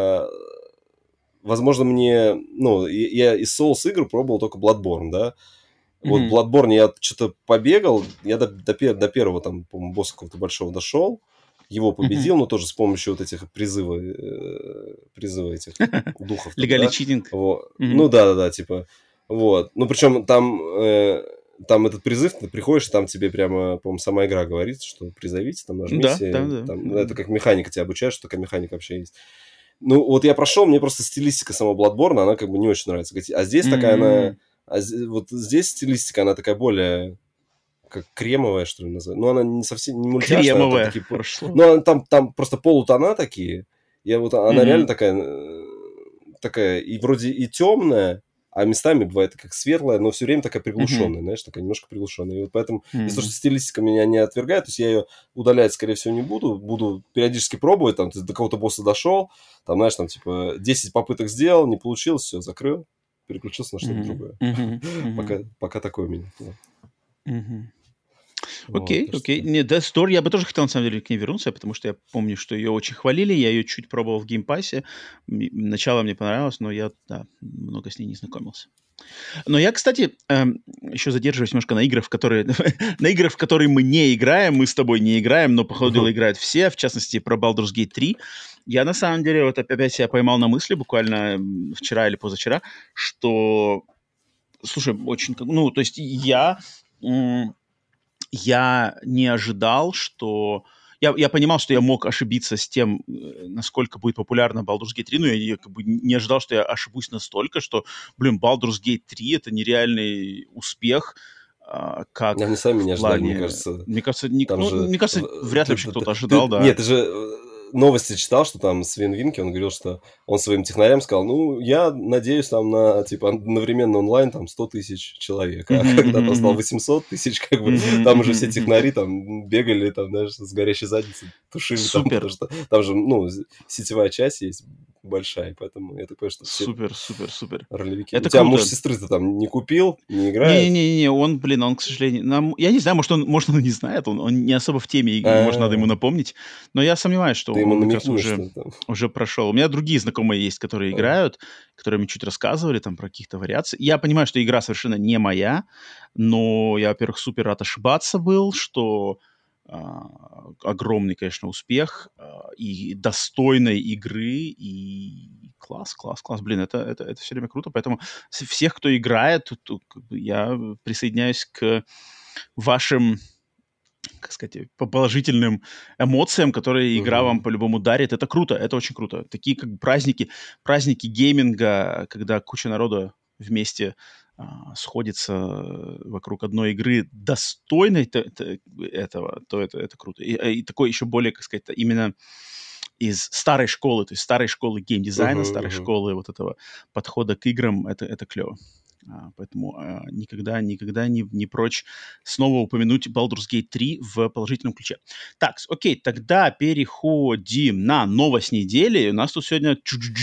Возможно, мне... Ну, я из Souls игр пробовал только Bloodborne, да? Вот в Bloodborne я что-то побегал, я до первого там, по-моему, босса какого-то большого дошел, его победил, но тоже с помощью вот этих призыва этих духов. Legally cheating. Ну, да, типа. Вот. Ну, причем там этот призыв, ты приходишь, и там тебе прямо, по-моему, сама игра говорит, что призовите, там нажмите. Да. Это как механика тебя обучает, что такая механика вообще есть. Ну, вот я прошел, мне просто стилистика самого Bloodborne, она не очень нравится. А здесь такая она... вот здесь стилистика, она такая более... Как кремовая, что ли, называется. Ну, она не совсем... Не мультяшная. Кремовая, хорошо. Ну, там просто полутона такие. Она реально такая и вроде и темная, а местами бывает как светлая, но все время такая приглушенная, знаешь, такая немножко приглушенная. И вот поэтому, из-за того, что стилистика меня не отвергает, то есть я ее удалять, скорее всего, не буду. Буду периодически пробовать, там, ты до какого-то босса дошел, там, знаешь, там, типа, 10 попыток сделал, не получилось, все, закрыл, переключился на что-то другое. Пока такое у меня. Окей. Нет, Death Door, я бы тоже хотел, на самом деле, к ней вернуться, потому что я помню, что ее очень хвалили, я ее чуть пробовал в геймпассе, начало мне понравилось, но я, много с ней не знакомился. Но я, кстати, еще задерживаюсь немножко на играх, в которые мы не играем, мы с тобой не играем, но, по ходу дела, играют все, в частности, про Baldur's Gate 3. Я, на самом деле, вот опять себя поймал на мысли, буквально вчера или позавчера, что, слушай, очень... Ну, то есть я не ожидал, что... Я понимал, что я мог ошибиться с тем, насколько будет популярна Baldur's Gate 3, но я не ожидал, что я ошибусь настолько, что, Baldur's Gate 3 — это нереальный успех, как они сами не ожидали, мне кажется, вряд ли вообще кто-то ожидал, да. Нет, ты же новости читал, что там Свен Винки, он говорил, что он своим технарям сказал, ну, я надеюсь там на, типа, одновременно онлайн там 100 тысяч человек, а когда там стал 800 тысяч, там уже все технари там бегали, там, знаешь, с горящей задницей тушили. Там, потому что там же, ну, сетевая часть есть большая, поэтому я так понимаю, что все... Супер. Ролевики. Это у тебя муж сестры ты там не купил, не играет? Не, он, к сожалению... Я не знаю, может, он не знает, он не особо в теме, может, надо ему напомнить, но я сомневаюсь, что он, мне кажется, уже прошел. У меня другие знакомые есть, которые играют, которые мне чуть рассказывали там про каких-то вариаций. Я понимаю, что игра совершенно не моя, но я, во-первых, супер рад ошибаться был, что... огромный, конечно, успех и достойной игры, и Класс. Блин, это все время круто. Поэтому всех, кто играет, я присоединяюсь к вашим, как сказать, по положительным эмоциям, которые игра вам по-любому дарит. Это круто, это очень круто. Такие как бы праздники гейминга, когда куча народа вместе сходится вокруг одной игры достойной этого, то это круто. И такой еще более, как сказать, именно из старой школы, то есть старой школы геймдизайна, старой школы вот этого подхода к играм, это клево. Поэтому никогда не прочь снова упомянуть Baldur's Gate 3 в положительном ключе. Так, окей, тогда переходим на новость недели. У нас тут сегодня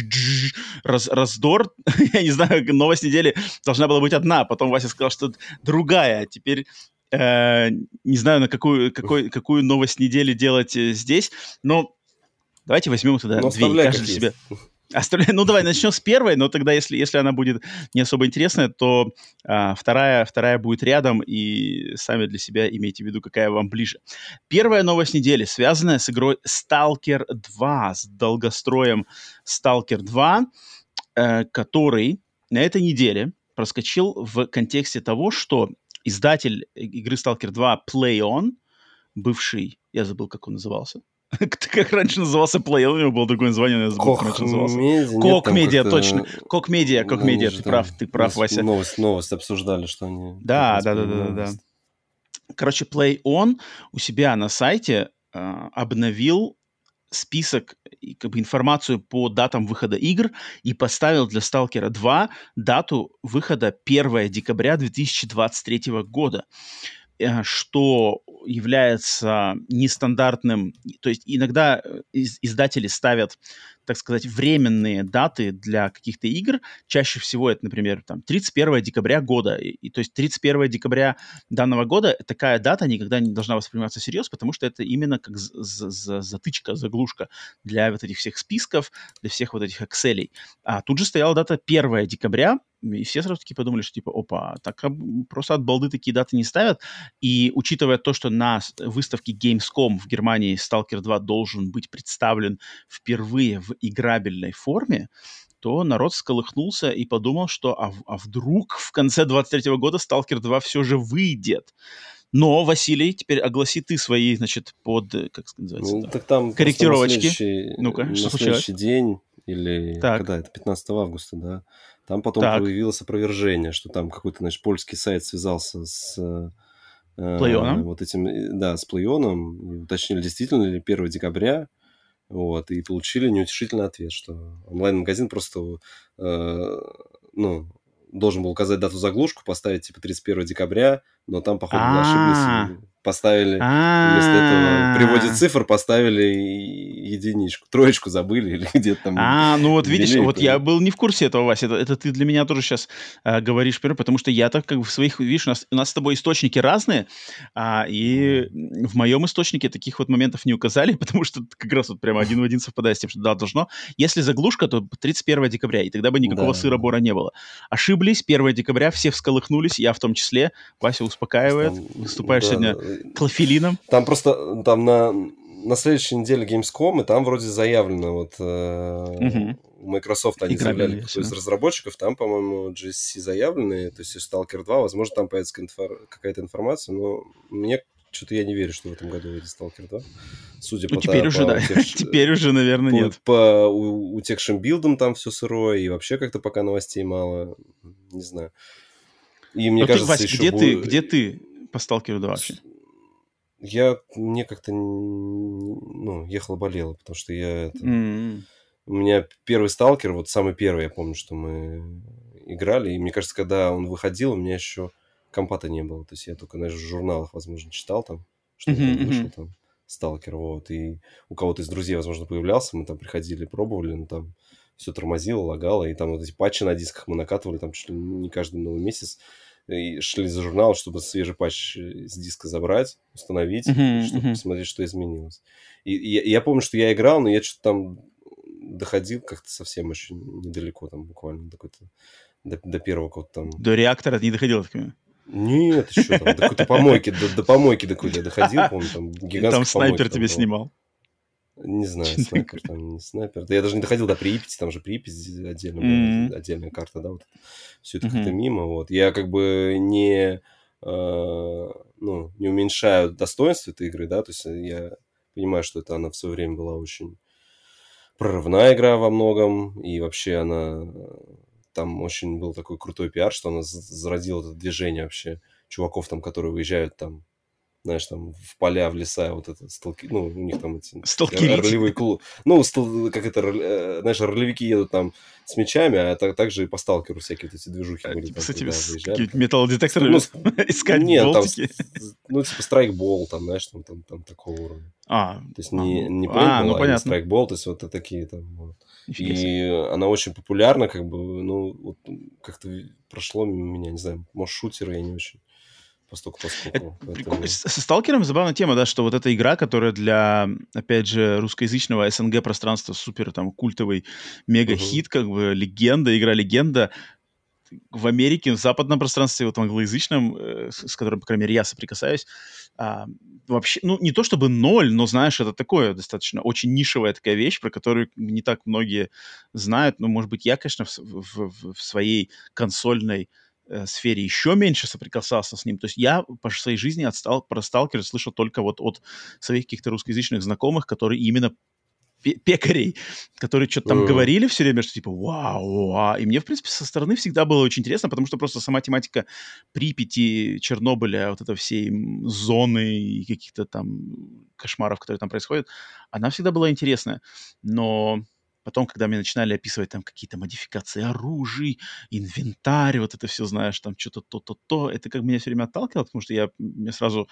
раздор. Я не знаю, новость недели должна была быть одна, потом Вася сказал, что другая. Теперь не знаю, на какую новость недели делать здесь, но давайте возьмем тогда две, каждый для себя. Ну, давай начнем с первой, но тогда, если она будет не особо интересная, то вторая будет рядом, и сами для себя имейте в виду, какая вам ближе. Первая новость недели, связанная с игрой Stalker 2, с долгостроем Stalker 2, который на этой неделе проскочил в контексте того, что издатель игры Stalker 2 PlayOn, бывший, я забыл, как он назывался, как раньше назывался Play, у него было другое название, я забыл, как раньше назывался. Кок Медиа, точно. Кок Медиа, ты прав, Вася. Новость обсуждали, что они... Да. Короче, Play On у себя на сайте обновил список, как бы информацию по датам выхода игр и поставил для Stalker 2 дату выхода 1 декабря 2023 года. Что является нестандартным. То есть иногда издатели ставят, так сказать, временные даты для каких-то игр. Чаще всего это, например, там, 31 декабря года. И то есть 31 декабря данного года такая дата никогда не должна восприниматься всерьез, потому что это именно как затычка, заглушка для вот этих всех списков, для всех вот этих Excel'ей. А тут же стояла дата 1 декабря, и все сразу таки подумали, что типа, опа, так просто от балды такие даты не ставят. И учитывая то, что на выставке Gamescom в Германии Stalker 2 должен быть представлен впервые в играбельной форме, то народ всколыхнулся и подумал, что а вдруг в конце 23 года Stalker 2 все же выйдет. Но, Василий, теперь огласи ты свои, значит, как называется, ну, так там корректировочки. Ну-ка, что случилось? На следующий день, или когда это, 15 августа, да, там потом появилось опровержение, что там какой-то, значит, польский сайт связался с PlayOn. Вот этим, да, с PlayOn, и уточнили, действительно ли 1 декабря, вот, и получили неутешительный ответ, что онлайн-магазин просто, должен был указать дату-заглушку, поставить, типа, 31 декабря, но там, походу, ошиблись, поставили, вместо этого в переводе цифр поставили единичку, троечку забыли или где-то там. Ну вот видишь, вот я был не в курсе этого, Вася, это ты для меня тоже сейчас говоришь, потому что я так как бы в своих, видишь, у нас с тобой источники разные, и в моем источнике таких вот моментов не указали, потому что как раз вот прямо один в один совпадает с тем, что да, должно. Если заглушка, то 31 декабря, и тогда бы никакого сыра-бора не было. Ошиблись, 1 декабря, все всколыхнулись, я в том числе. Вася успокаивает, выступаешь сегодня клофелином. Там просто, на следующей неделе Gamescom, и там вроде заявлено, вот у Microsoft они заявляли, кто из разработчиков, там, по-моему, GSC заявлены, то есть Stalker 2, возможно, там появится какая-то информация, но мне что-то я не верю, что в этом году выйдет Stalker 2. Судя по теперь уже, да. Теперь уже, наверное, нет. По утекшим-билдам там все сырое, и вообще как-то пока новостей мало, не знаю. И мне кажется, Вась, еще где ты по Stalker 2 вообще? Мне как-то, ехало-болело, потому что у меня первый Сталкер, вот самый первый, я помню, что мы играли, и мне кажется, когда он выходил, у меня еще компа-то не было, то есть я только, знаешь, в журналах, возможно, читал там, что там вышел там Сталкер, вот, и у кого-то из друзей, возможно, появлялся, мы там приходили, пробовали, но там все тормозило, лагало, и там вот эти патчи на дисках мы накатывали, там чуть ли не каждый новый месяц, и шли за журнал, чтобы свежий патч с диска забрать, установить, чтобы посмотреть, что изменилось. И я помню, что я играл, но я что-то там доходил как-то совсем еще недалеко, там буквально до первого какого-то там... До реактора не доходил, так понимаю? Нет, еще там, до какой-то помойки, до помойки до какой-то я доходил, помню, там гигантская помойка. Там снайпер тебе снимал. Не знаю, снайпер там, не снайпер. Да я даже не доходил до Припяти, там же Припять отдельно была, отдельная карта, да, вот. Все это как-то мимо, вот. Я как бы не уменьшаю достоинство этой игры, да, то есть я понимаю, что это она в свое время была очень прорывная игра во многом, и вообще она... Там очень был такой крутой пиар, что она зародила это движение вообще чуваков там, которые выезжают там, знаешь, там в поля, в леса, вот это, ну, у них там эти ролевые клубы. Ну, как это, знаешь, ролевики едут там с мечами, а также и по сталкеру всякие вот эти движухи были. Типа там, с этими выезжали. металлодетекторами искать болтики? Ну, типа страйкбол, там, знаешь, там такого уровня. То есть не пейнтбол, а страйкбол, то есть вот такие там. Вот. И она очень популярна, как бы, ну, вот как-то прошло мимо меня, не знаю, может, шутеры я не очень. Поскольку. Со Сталкером забавная тема, да, что вот эта игра, которая для, опять же, русскоязычного СНГ пространства супер там культовый мега-хит, как бы игра-легенда, в Америке, в западном пространстве, вот в англоязычном, с которым, по крайней мере, я соприкасаюсь, вообще, ну, не то чтобы ноль, но, знаешь, это такое достаточно очень нишевая такая вещь, про которую не так многие знают. Ну, может быть, я, конечно, в своей консольной сфере еще меньше соприкасался с ним. То есть я по своей жизни про Сталкера слышал только вот от своих каких-то русскоязычных знакомых, которые именно пекарей, которые что-то там говорили все время, что типа вау. И мне, в принципе, со стороны всегда было очень интересно, потому что просто сама тематика Припяти, Чернобыля, вот это всей зоны и каких-то там кошмаров, которые там происходят, она всегда была интересная. Но потом, когда мне начинали описывать там какие-то модификации оружий, инвентарь, вот это все, знаешь, там что-то то, это как меня все время отталкивало, потому что мне сразу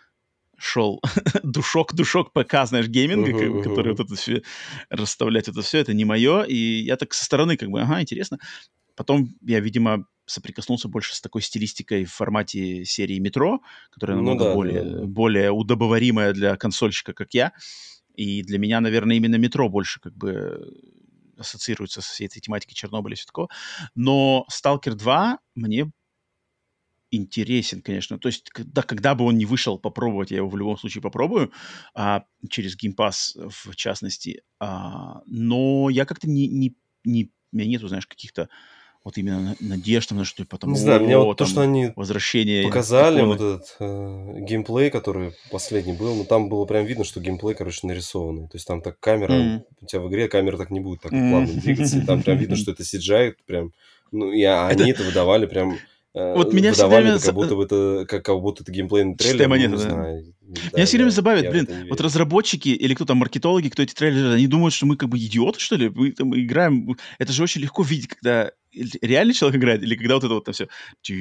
шел душок ПК, знаешь, гейминга, который вот это все, расставлять это все, это не мое, и я так со стороны как бы, ага, интересно. Потом я, видимо, соприкоснулся больше с такой стилистикой в формате серии «Метро», которая намного более удобоваримая для консольщика, как я, и для меня, наверное, именно «Метро» больше как бы ассоциируется со всей этой тематикой Чернобыля и все такое. Но «Сталкер 2» мне интересен, конечно. То есть, когда бы он не вышел попробовать, я его в любом случае попробую, через Game Pass в частности. Но я как-то у меня нету, знаешь, каких-то вот именно надежд на что-то потом. Не знаю, мне вот то, что они возвращение показали, иконы. вот этот геймплей, который последний был, ну там было прям видно, что геймплей, короче, нарисованный. То есть там так камера, у тебя в игре камера так не будет так плавно двигаться, и там прям видно, что это CGI прям, ну и они это выдавали прям... Вот меня все время... как будто это геймплейный трейлер, монета, не да. знаю. Меня все время забавит, вот разработчики или кто там, маркетологи, кто эти трейлеры, они думают, что мы как бы идиоты, что ли? Мы там играем... Это же очень легко видеть, когда реальный человек играет, или когда вот это вот там все...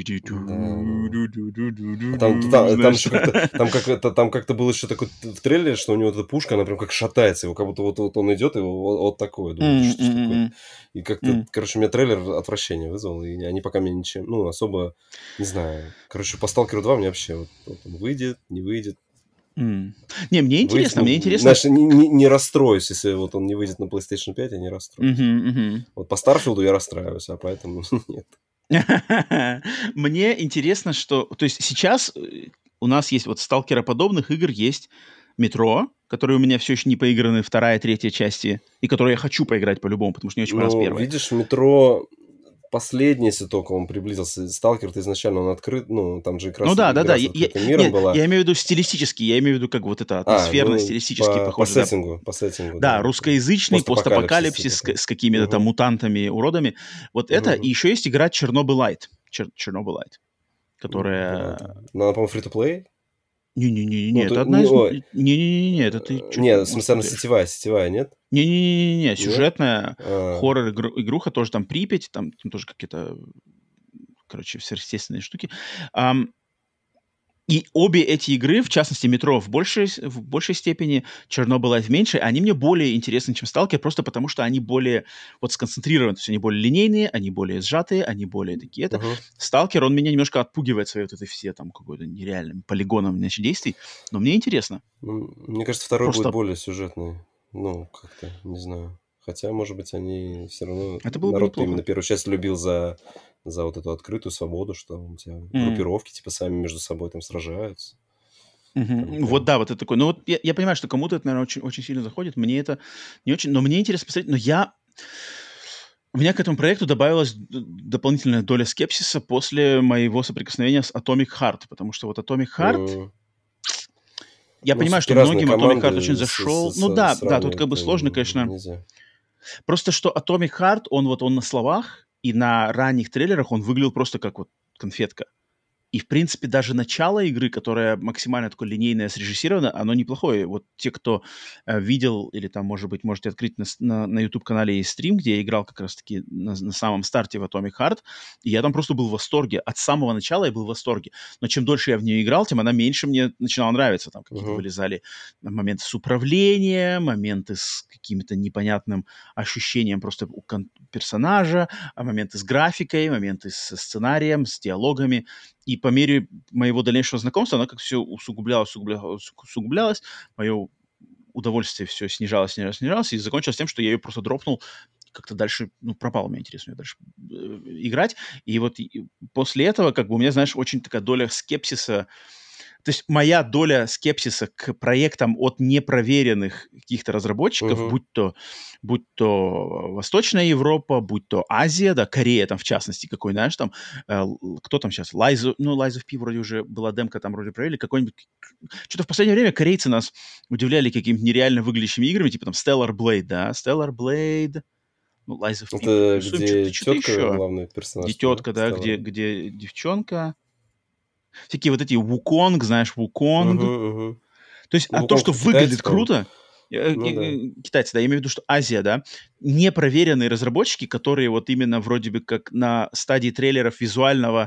Там как-то было еще такое в трейлере, что у него эта пушка, она прям как шатается, его как будто вот он идет, и вот такое. Думаю, что такое? И как-то, короче, у меня трейлер отвращение вызвал, и они пока меня ничем, ну, особо, не знаю. Короче, по Сталкеру 2 мне вообще вот он выйдет, не выйдет. Не, мне интересно, Знаешь, не расстроюсь, если вот он не выйдет на PlayStation 5, я не расстроюсь. Вот по Старфилду я расстраиваюсь, а поэтому нет. Мне интересно, что... То есть сейчас у нас есть вот сталкероподобных игр, есть Метро, которые у меня все еще не поиграны, 2-я, 3-я части, и которые я хочу поиграть по-любому, потому что мне очень понравилась первая. Видишь, Метро... Последний, если только он приблизился. Сталкер-то изначально он открыт, ну, там же игра с открытым миром была. Я имею в виду стилистически, я имею в виду как вот это атмосферно, стилистически похоже. По сеттингу. Да, русскоязычный, постапокалипсис с какими-то там мутантами, уродами. Вот это, и еще есть игра Chernobyl Light, которая... Ну, она, по-моему, фри-то-плей? Не-не-не, это одна из... Не-не-не, это ты... Нет, в смысле, она сетевая, нет? Не-не-не, сюжетная хоррор-игруха, тоже там Припять, там тоже какие-то, короче, сверхъестественные штуки. И обе эти игры, в частности, Метро в большей степени, Чернобыль в меньшей, они мне более интересны, чем Сталкер, просто потому что они более вот сконцентрированы, то есть они более линейные, они более сжатые, они более такие это. Сталкер, он меня немножко отпугивает своей вот этой все там какой-то нереальным полигоном действий, но мне интересно. Мне кажется, второй будет более сюжетный. Ну, как-то, не знаю. Хотя, может быть, они все равно... Народ именно первую часть любил за вот эту открытую свободу, что у тебя группировки типа сами между собой там сражаются. Вот да, вот это такое. Ну вот я понимаю, что кому-то это, наверное, очень, очень сильно заходит. Мне это не очень... Но мне интересно посмотреть. У меня к этому проекту добавилась дополнительная доля скепсиса после моего соприкосновения с Atomic Heart, потому что вот Atomic Heart... Я понимаю, что все-таки разные многим Atomic Heart очень команды зашел. Ну да, тут как бы сравнивать сложно, конечно. нельзя. Просто что Atomic Heart, он на словах и на ранних трейлерах он выглядел просто как вот конфетка. И, в принципе, даже начало игры, которое максимально такое линейное, срежиссировано, оно неплохое. Вот те, кто видел, или там, может быть, можете открыть на YouTube-канале есть стрим, где я играл как раз-таки на самом старте в Atomic Heart, и я там просто был в восторге. От самого начала я был в восторге. Но чем дольше я в нее играл, тем она меньше мне начинала нравиться. Там какие-то вылезали моменты с управлением, моменты с каким-то непонятным ощущением просто у персонажа, моменты с графикой, моменты со сценарием, с диалогами. И по мере моего дальнейшего знакомства оно как все усугублялось, мое удовольствие все снижалось, и закончилось тем, что я ее просто дропнул, как-то дальше, пропал у меня интерес мне дальше играть. И вот после этого, как бы, у меня, знаешь, очень такая доля скепсиса. То есть моя доля скепсиса к проектам от непроверенных каких-то разработчиков, будь то Восточная Европа, будь то Азия, да, Корея там в частности, какой, знаешь, там, кто там сейчас, Lies of P вроде уже была демка, там вроде проверили, какой-нибудь... Что-то в последнее время корейцы нас удивляли какими-то нереально выглядящими играми, типа там Stellar Blade, да, Stellar Blade, Lies of P, Это плюсуем где что-то тетка еще. главный персонаж? Где тетка, да, где девчонка. Всякие вот эти Wukong, знаешь, Wukong. То есть, то, что выглядит круто, китайцы, да, я имею в виду, что Азия, да, непроверенные разработчики, которые вот именно вроде бы как на стадии трейлеров визуальной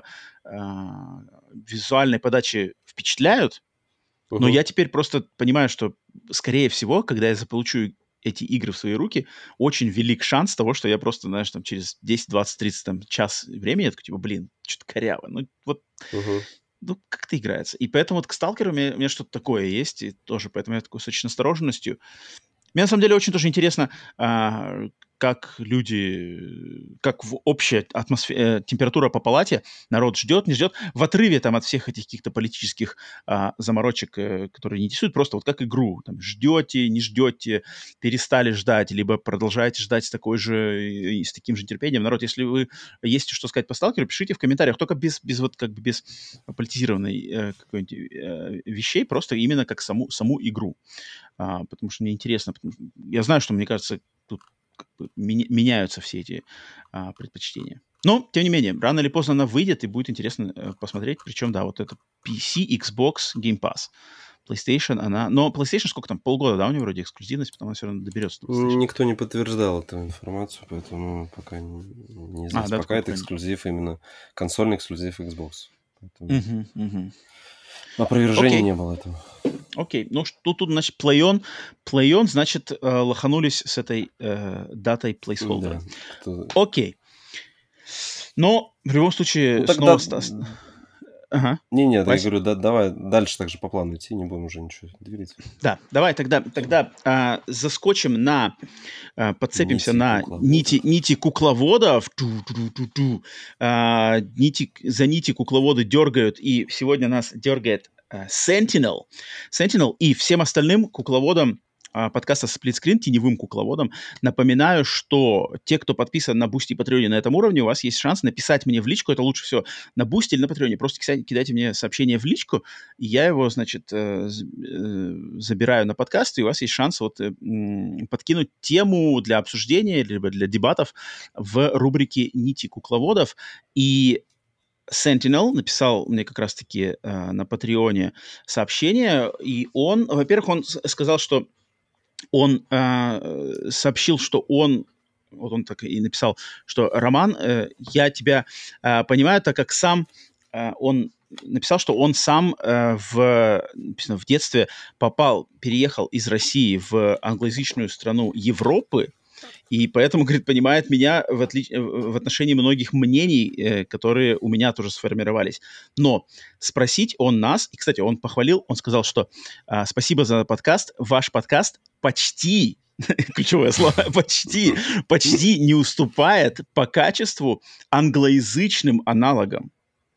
подачи впечатляют, но я теперь просто понимаю, что, скорее всего, когда я заполучу эти игры в свои руки, очень велик шанс того, что я просто, знаешь, там через 10, 20, 30, там, час времени, я такой, типа, блин, что-то коряво. Как-то играется. И поэтому вот к Сталкеру у меня что-то такое есть, и тоже поэтому я такой с очень осторожностью. Мне на самом деле очень тоже интересно, как общая температура по палате, народ ждет, не ждет, в отрыве там от всех этих каких-то политических заморочек, которые не интересуют, просто вот как игру, там, ждете, не ждете, перестали ждать, либо продолжаете ждать с таким же терпением. Народ, если вы есть что сказать по Сталкеру, пишите в комментариях, только без политизированной какой-нибудь вещей, просто именно как саму игру. Потому что мне интересно. Я знаю, что, мне кажется, тут как бы меняются все эти предпочтения. Но, тем не менее, рано или поздно она выйдет, и будет интересно посмотреть. Причем, да, вот это PC, Xbox, Game Pass. PlayStation, Но PlayStation сколько там? Полгода, да, у него вроде эксклюзивность, потом она все равно доберется до PlayStation. Никто не подтверждал эту информацию, поэтому пока не знаю. Пока это эксклюзив именно, консольный эксклюзив Xbox. Поэтому... Опровержения не было этого. Окей. Ну, тут, значит, PlayOn, значит, лоханулись с этой датой placeholder. Да, окей. Но, в любом случае, снова... Ага. Не, я говорю, давай дальше так же по плану идти, не будем уже ничего двигать. Да, давай тогда заскочим подцепимся на нити кукловодов. За нити кукловоды дергают, и сегодня нас дергает Sentinel. И всем остальным кукловодам подкаста Split Screen, теневым кукловодом, напоминаю, что те, кто подписан на Boosty и Patreon на этом уровне, у вас есть шанс написать мне в личку, это лучше всего на Boosty или на Patreon, просто кидайте мне сообщение в личку, и я его, значит, забираю на подкаст, и у вас есть шанс подкинуть тему для обсуждения, либо для дебатов в рубрике «Нити кукловодов», и Sentinel написал мне как раз-таки на Патреоне сообщение, и во-первых, он сказал, что он сообщил, что он так и написал, что Роман, я тебя понимаю, так как сам он написал, что он сам в детстве переехал из России в англоязычную страну Европы, и поэтому, говорит, понимает меня в отношении многих мнений, которые у меня тоже сформировались. Но спросить он нас, и, кстати, он похвалил, он сказал, что спасибо за подкаст, ваш подкаст почти, ключевое слово, почти не уступает по качеству англоязычным аналогам.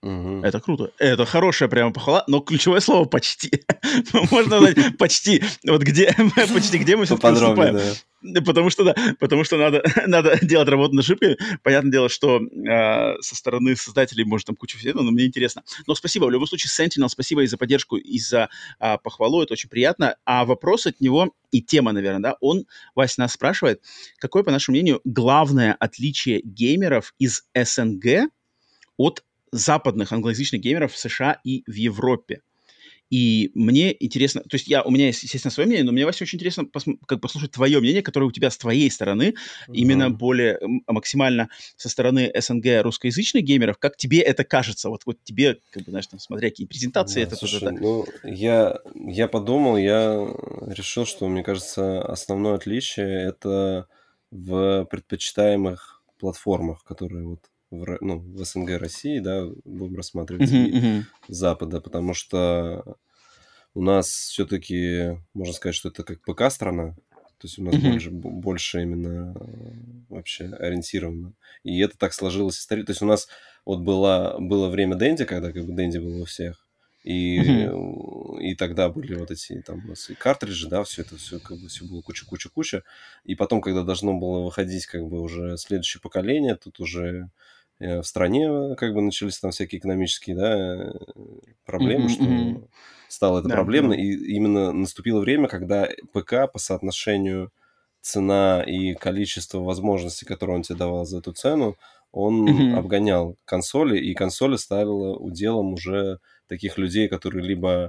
Мгм. Это круто. Это хорошая прямо похвала, но ключевое слово «почти». Можно сказать «почти». Вот где, почти где мы все-таки Поподробнее, уступаем. да. Потому что, да, потому что надо делать работу над ошибками. Понятное дело, что со стороны создателей может там куча всего, но мне интересно. Но спасибо, в любом случае, Sentinel, спасибо и за поддержку, и за похвалу, это очень приятно. А вопрос от него и тема, наверное, да, он, Вася, нас спрашивает, какое, по нашему мнению, главное отличие геймеров из СНГ от западных англоязычных геймеров в США и в Европе? И мне интересно, то есть у меня есть, естественно, свое мнение, но мне, Вася, очень интересно как послушать твое мнение, которое у тебя с твоей стороны, именно Мгм. более максимально со стороны СНГ русскоязычных геймеров. Как тебе это кажется? Вот тебе, как бы, знаешь, там, смотря какие презентации, Да, слушай, ну, я подумал, я решил, что, мне кажется, основное отличие это в предпочитаемых платформах, которые вот ну, в СНГ России, да, будем рассматривать, Мгм, и мгм, Запада, потому что у нас все-таки, можно сказать, что это как ПК-страна, то есть у нас мгм, больше именно вообще ориентировано. И это так сложилось исторически. То есть у нас вот было время Дэнди, когда как бы Дэнди был у всех. И, мгм, и тогда были вот эти там у нас и картриджи, да, все это все как бы все было куча-куча-куча. И потом, когда должно было выходить как бы уже следующее поколение, тут уже в стране как бы начались там всякие экономические, да, проблемы, мгм, мгм. что стало это Да, проблемно. да. И именно наступило время, когда ПК по соотношению цена и количество возможностей, которые он тебе давал за эту цену, он Мгм, обгонял консоли, и консоли ставила уделом уже таких людей, которые либо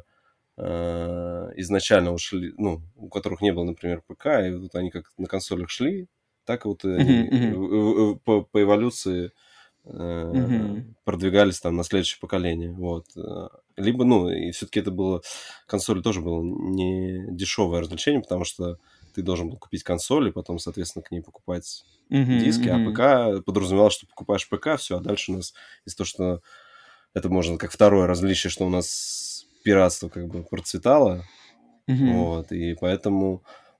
изначально ушли, ну, у которых не было, например, ПК, и вот они как на консолях шли, так вот и мгм, они мгм, по эволюции мгм, продвигались там на следующее поколение. Вот. Либо, ну, и все-таки это было... Консоль тоже было не дешевое развлечение, потому что ты должен был купить консоль и потом, соответственно, к ней покупать мгм, диски, а мгм, ПК подразумевал, что покупаешь ПК, все, а дальше у нас из-за того, что это можно как второе различие, что у нас пиратство как бы процветало, мгм, вот, и поэтому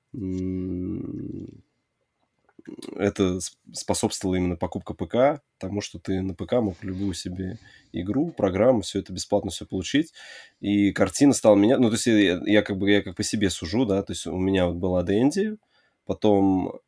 м, это способствовало именно покупка ПК, тому, что ты на ПК мог любую себе игру, программу, все это бесплатно все получить. И картина стала меня... Ну, то есть я как по себе сужу, да, то есть у меня вот была Дэнди, потом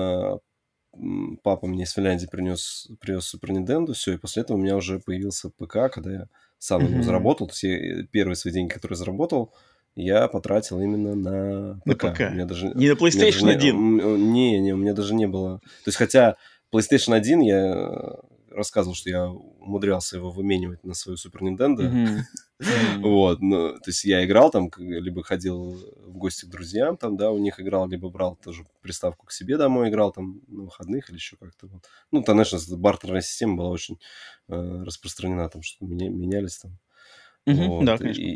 папа мне из Финляндии привез Супер Nintendo, все, и после этого у меня уже появился ПК, когда я сам на него мгм. заработал. То есть первые свои деньги, которые заработал, я потратил именно на На ПК. ПК. Не на PlayStation 1. У меня даже не было. То есть, хотя PlayStation 1 я рассказывал, что я умудрялся его выменивать на свою Супер Nintendo. Мгм, мгм, Вот, ну, то есть я играл там, либо ходил в гости к друзьям, там, да, у них играл, либо брал тоже приставку к себе домой, играл там на выходных или еще как-то. Вот. Ну, там, знаешь, бартерная система была очень распространена, там, что менялись там. мгм. Да, Вот, конечно.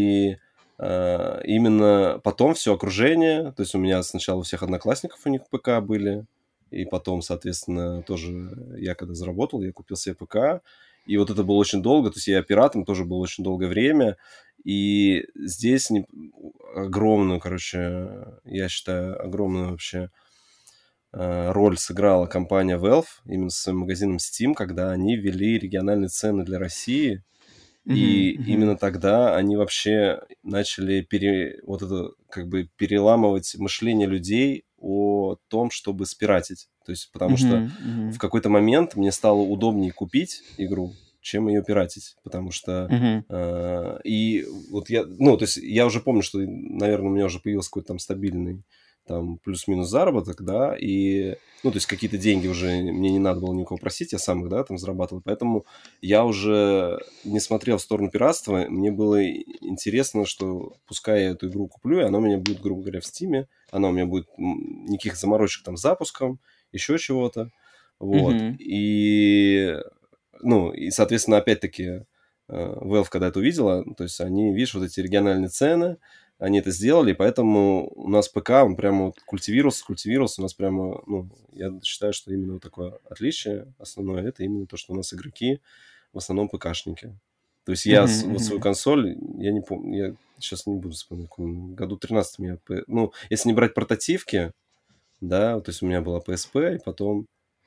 именно потом все окружение, то есть у меня сначала у всех одноклассников у них ПК были, и потом, соответственно, тоже я когда заработал, я купил себе ПК, и вот это было очень долго, то есть я пиратом тоже был очень долгое время, и здесь огромную, короче, я считаю, огромную вообще роль сыграла компания Valve именно со своим магазином Steam, когда они ввели региональные цены для России, Мгм, и мгм, именно тогда они вообще начали вот это, как бы переламывать мышление людей о том, чтобы спиратить. То есть, потому что мгм, в мгм, какой-то момент мне стало удобнее купить игру, чем ее пиратить. Потому что мгм, и вот я, ну, то есть я уже помню, что, наверное, у меня уже появился какой-то там стабильный там плюс-минус заработок, да, и, ну, то есть какие-то деньги уже мне не надо было никого просить, я сам их, да, там зарабатывал, поэтому я уже не смотрел в сторону пиратства, мне было интересно, что пускай я эту игру куплю, и она у меня будет, грубо говоря, в Стиме, она у меня будет никаких заморочек там с запуском, еще чего-то, вот, мгм, и, ну, и, соответственно, опять-таки, Valve, когда это увидела, то есть они, видишь, вот эти региональные цены, они это сделали, поэтому у нас ПК, он прямо вот культивировался, у нас прямо, ну, я считаю, что именно вот такое отличие основное, это именно то, что у нас игроки в основном ПКшники. То есть я мгм, вот свою мгм, консоль, я не помню, я сейчас не буду вспоминать, в каком году 13 я, ну, если не брать портативки, да, то есть у меня была PSP, и потом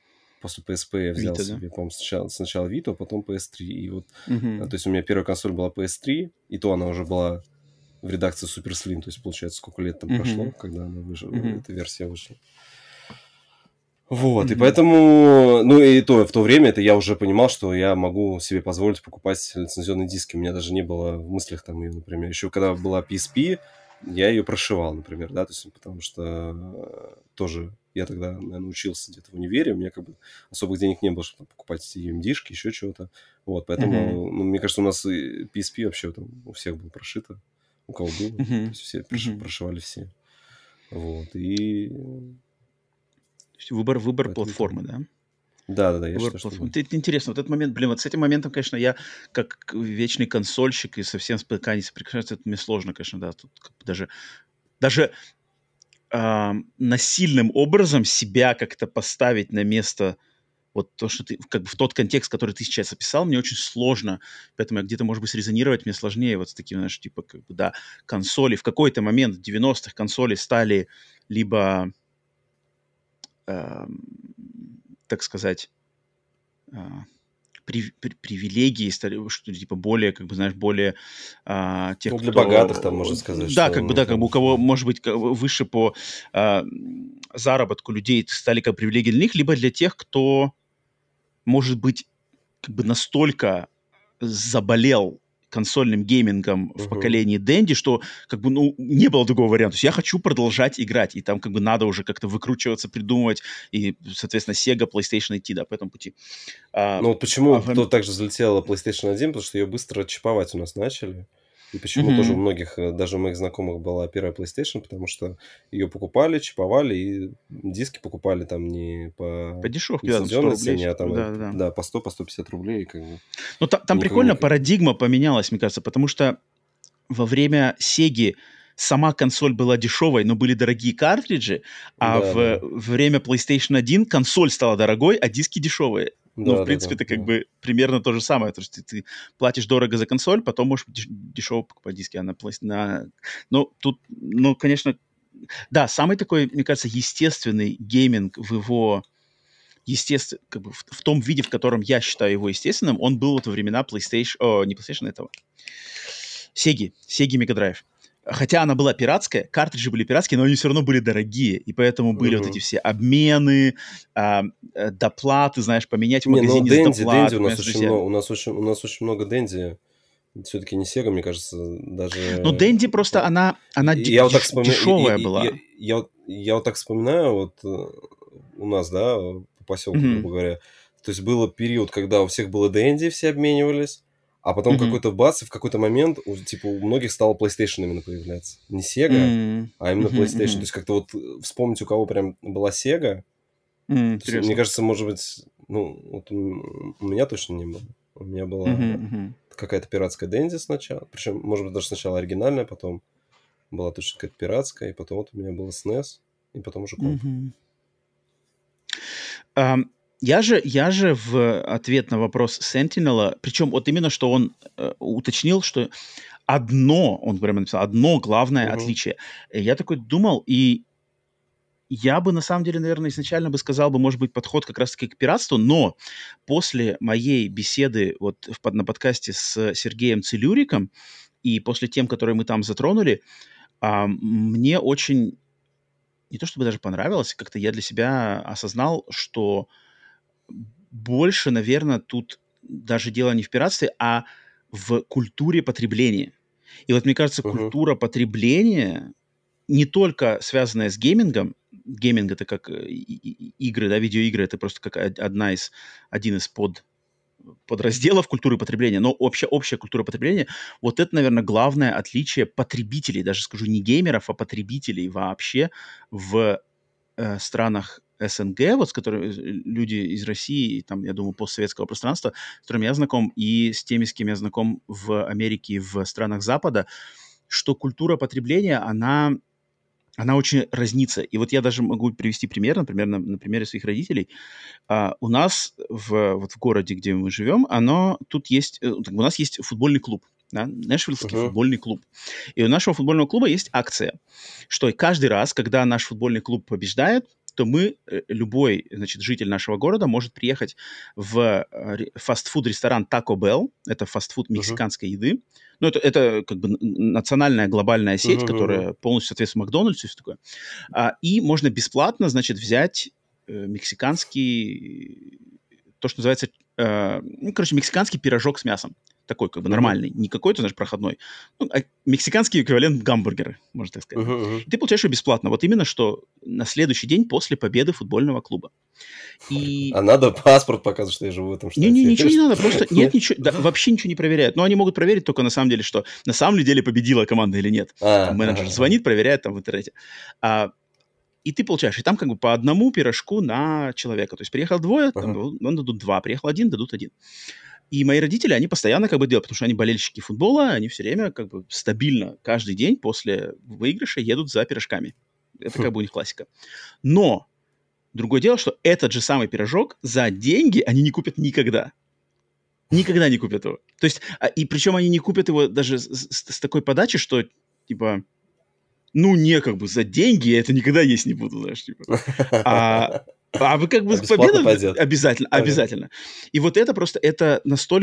после PSP я взял Vita, да? себе, по-моему, сначала Vita, а потом PS3. И вот, Мгм. то есть у меня первая консоль была PS3, и то она уже была в редакции Super Slim, то есть, получается, сколько лет там прошло, Мгм. когда она вышла, Мгм. эта версия вышла. Вот, и Мгм. поэтому, ну и то, в то время это я уже понимал, что я могу себе позволить покупать лицензионные диски. У меня даже не было в мыслях там ее, например. Еще когда была PSP, я ее прошивал, например, да, то есть, потому что тоже я тогда, наверное, учился где-то в универе, у меня как бы особых денег не было, чтобы там, покупать эти UMD-шки, еще чего-то. Вот, Мгм. поэтому, ну, мне кажется, у нас и PSP вообще там у всех было прошито, у кого было, то Мгм. есть все Мгм. прошивали все. Вот, и То есть выбор поэтому так. платформы, да? Да-да-да, я Выбор считаю, что да. платформы. Это интересно. Вот этот момент, блин, вот с этим моментом, конечно, я как вечный консольщик и совсем пока не соприкасаться, это мне сложно, конечно, да. Тут как бы даже насильным образом себя как-то поставить на место вот то, что ты, как бы в тот контекст, который ты сейчас описал, мне очень сложно. Поэтому я где-то, может быть, срезонировать мне сложнее вот с таким, знаешь, типа, как бы, да, консоли. В какой-то момент в 90-х консоли стали либо, эм, так сказать, а, привилегии стали, что типа более, как бы, знаешь, более тех, Ну, для богатых там можно кто, сказать, да, что, как бы, ну, да, как бы там, у кого, да. может быть, выше по заработку людей стали как привилегии для них, либо для тех, кто, может быть, как бы настолько заболел консольным геймингом в Мгм. поколении Денди, что как бы, ну, не было другого варианта. То есть я хочу продолжать играть, и там как бы надо уже как-то выкручиваться, придумывать, и, соответственно, Sega, PlayStation идти, да, по этому пути. А, Ну, вот а почему в Ам- тут также залетела PlayStation 1, потому что ее быстро чиповать у нас начали. И почему тоже у Мгм. многих, даже у моих знакомых была первая PlayStation, потому что ее покупали, чиповали, и диски покупали там не По по дешевке, да, там 100 лицензионной рублей, цене, а что-то, там, да-да-да. да, по 100, по 150 рублей, и как бы Но там никому прикольно, не... парадигма поменялась, мне кажется, потому что во время Сеги сама консоль была дешевой, но были дорогие картриджи, а Да, да, в время PlayStation 1 консоль стала дорогой, а диски дешевые. Ну, в да, да, принципе, да, это как да. бы примерно то же самое. То есть ты платишь дорого за консоль, потом можешь дешево покупать диски. А Ну, тут, ну, конечно, да, самый такой, мне кажется, естественный гейминг в его как бы в том виде, в котором я считаю его естественным, он был вот во времена PlayStation, не PlayStation этого, Sega Mega Drive. Хотя она была пиратская, картриджи были пиратские, но они все равно были дорогие, и поэтому были вот эти Мгм. все обмены, доплаты, знаешь, поменять в Не, ну магазине с Денди доплатой, у например, нас с очень много, друзьями. у нас очень много Денди. Все-таки не Sega, мне кажется, Но даже... Денди просто, она Я вот так вспоминаю, дешевая была. я вот так вспоминаю, вот у нас, да, по поселку, Мгм. грубо говоря. То есть был период, когда у всех было Денди, все обменивались, а потом Мгм. какой-то бац, и в какой-то момент, типа, у многих стало PlayStation именно появляться. Не Sega, М. а именно Мгм, PlayStation. То мгм. есть как-то вот вспомнить, у кого прям была Sega, то есть, мне Интересно. кажется, может быть, ну, вот у меня точно не было. У меня Мгм, была мгм. какая-то пиратская Денди сначала. Причем, может быть, даже сначала оригинальная, потом была точно какая-то пиратская, и потом вот у меня был SNES, и потом уже комп. Мгм. Я же в ответ на вопрос Сентинела, причем вот именно, что он уточнил, что он прямо написал, одно главное Угу, отличие. Я такой думал, и я бы, на самом деле, наверное, изначально бы сказал бы, может быть, подход как раз-таки к пиратству, но после моей беседы вот на подкасте с Сергеем Целюриком и после тем, которые мы там затронули, мне очень, не то чтобы даже понравилось, как-то я для себя осознал, что больше, наверное, тут даже дело не в пиратстве, а в культуре потребления. И вот мне кажется, угу, культура потребления не только связанная с геймингом. Гейминг это как игры, да, видеоигры это просто как один из подразделов культуры потребления, но общая культура потребления, вот это, наверное, главное отличие потребителей, даже скажу не геймеров, а потребителей вообще в странах СНГ, вот с которыми люди из России, там, я думаю, постсоветского пространства, с которыми я знаком, и с теми, с кем я знаком в Америке и в странах Запада, что культура потребления, она очень разнится. И вот я даже могу привести пример, например, на примере своих родителей. У нас вот в городе, где мы живем, тут есть, у нас есть футбольный клуб, да, Нэшвиллский угу, футбольный клуб. И у нашего футбольного клуба есть акция, что каждый раз, когда наш футбольный клуб побеждает, то мы, любой, значит, житель нашего города может приехать в фастфуд-ресторан Taco Bell, это фастфуд Мгм. мексиканской еды. Ну, это как бы национальная глобальная сеть, Мгм, мгм. которая полностью соответствует Макдональдсу и все такое. И можно бесплатно, значит, взять мексиканский, то, что называется, ну, короче, мексиканский пирожок с мясом. Такой, как бы, Мгм. нормальный. Не какой-то, знаешь, проходной. Ну, мексиканский эквивалент гамбургера, можно так сказать. Да. Мгм, мгм. И ты получаешь его бесплатно. Вот именно что на следующий день после победы футбольного клуба. И А надо паспорт показывать, что я живу в этом не, штате? ничего не надо, просто нет Нет? ничего, да, вообще ничего не проверяют. Но они могут проверить только на самом деле, что на самом ли деле победила команда или нет. Там Ага, менеджер ага. звонит, проверяет там в интернете. А, и ты получаешь, и там как бы по одному пирожку на человека. То есть приехал двое, там, Ага. вам дадут два, приехал один, дадут один. И мои родители, они постоянно как бы делают, потому что они болельщики футбола, они все время как бы стабильно каждый день после выигрыша едут за пирожками. Это Хм. как бы у них классика. Но другое дело, что этот же самый пирожок за деньги они не купят никогда. Никогда не купят его. То есть, и причем они не купят его даже с такой подачи, что, типа, ну, не, как бы за деньги я это никогда есть не буду, знаешь, типа. А, а вы как бы А бесплатно победа пойдет. обязательно, Ага. обязательно. И вот это просто, это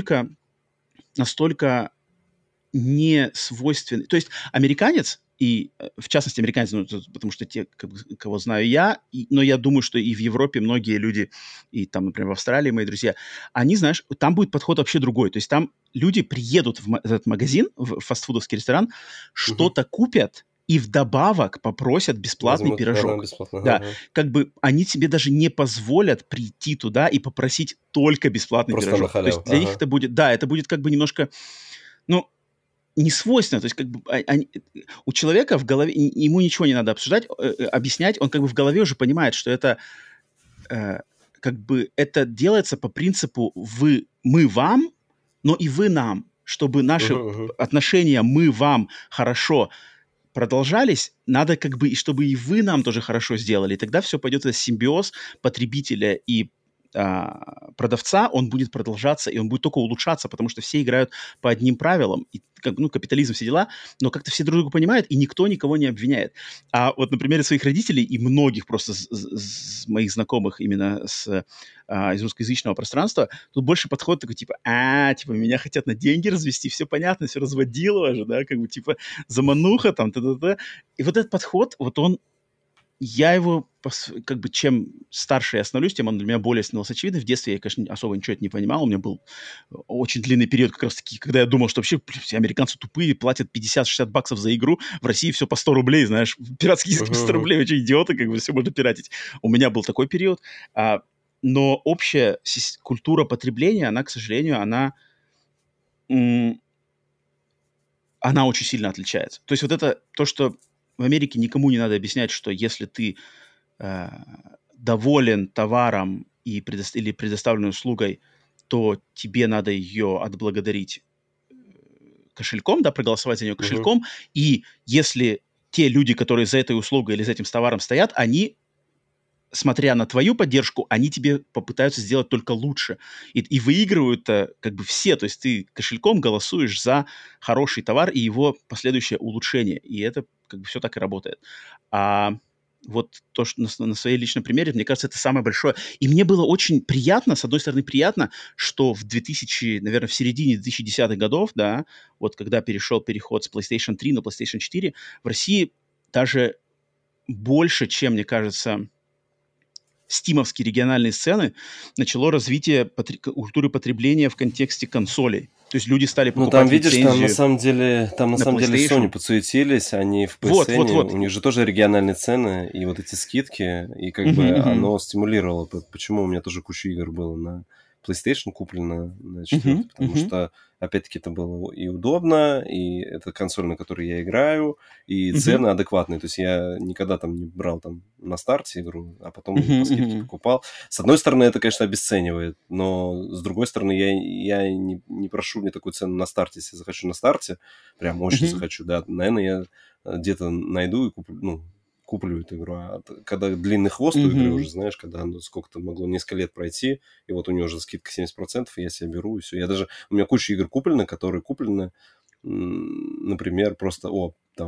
настолько не свойственно. То есть американец, и в частности американец, ну, потому что те, как бы, кого знаю я, но я думаю, что и в Европе многие люди, и там, например, в Австралии мои друзья, они, знаешь, там будет подход вообще другой. То есть там люди приедут в этот магазин, в фастфудовский ресторан, Мгм. что-то купят и вдобавок попросят бесплатный Возьмут, ага, пирожок. бесплатно. Да, Ага. как бы они тебе даже не позволят прийти туда и попросить только бесплатный Просто на пирожок. То есть халяву. для них Ага. это будет, да, это будет как бы немножко, ну, не свойственно. То есть как бы у человека в голове, ему ничего не надо обсуждать, объяснять, он как бы в голове уже понимает, что это э, как бы это делается по принципу мы вам, но и вы нам, чтобы наши Мгм, мгм. отношения мы вам хорошо продолжались, надо как бы, и чтобы и вы нам тоже хорошо сделали. И тогда все пойдет в симбиоз потребителя и продавца, он будет продолжаться, и он будет только улучшаться, потому что все играют по одним правилам. И, как, ну, капитализм, все дела, но как-то все друг друга понимают, и никто никого не обвиняет. А вот на примере своих родителей и многих просто с моих знакомых именно из русскоязычного пространства, тут больше подход такой, типа, типа, меня хотят на деньги развести, все понятно, все разводилово же, да, как бы, типа, замануха там, та-та-та. И вот этот подход, вот он, я его, как бы, чем старше я становлюсь, тем он для меня более становился очевидным. В детстве я, конечно, особо ничего это не понимал. У меня был очень длинный период как раз-таки, когда я думал, что вообще блин, все американцы тупые, платят 50-60 баксов за игру. В России все по 100 рублей, знаешь. Пиратские языки Мгм, по 100 мгм. рублей, вы что, идиоты, как бы все можно пиратить. У меня был такой период. Но общая культура потребления, она, к сожалению, м, она очень сильно отличается. То есть вот это то, что в Америке никому не надо объяснять, что если ты э, доволен товаром или предоставленной услугой, то тебе надо ее отблагодарить кошельком, да, проголосовать за нее Мгм. кошельком. И если те люди, которые за этой услугой или за этим товаром стоят, они, смотря на твою поддержку, они тебе попытаются сделать только лучше. И выигрывают как бы все. То есть ты кошельком голосуешь за хороший товар и его последующее улучшение. И это как бы все так и работает. А вот то, что на своей личном примере, мне кажется, это самое большое. И мне было очень приятно, с одной стороны, приятно, что в 2000, наверное, в середине 2010-х годов, да, вот когда переход с PlayStation 3 на PlayStation 4, в России даже больше, чем, мне кажется, стимовские региональные сцены, начало развитие культуры потребления в контексте консолей. То есть люди стали Ну, там, покупать видишь, там на лицензию самом деле, на Sony PlayStation. подсуетились, они в Вот, вот, PSN, вот. у них же тоже региональные цены и вот эти скидки, и как Мгм, бы мгм, оно стимулировало. Почему у меня тоже куча игр было на PlayStation куплено на 4, мгм, потому мгм, что, опять-таки, это было и удобно, и это консоль, на которой я играю, и мгм, цены адекватные. То есть я никогда там не брал там на старте игру, а потом ее по мгм, скидке мгм, покупал. С одной стороны, это, конечно, обесценивает, но с другой стороны, я не прошу мне такую цену на старте. Если захочу на старте, прям очень мгм, захочу, да, наверное, я где-то найду и куплю, ну, куплю эту игру. А когда длинный хвост у игры уже, мгм. знаешь, когда оно сколько-то могло несколько лет пройти, и вот у нее уже скидка 70%, и я себе беру, и все. У меня куча игр куплены, которые куплены, например, просто, там,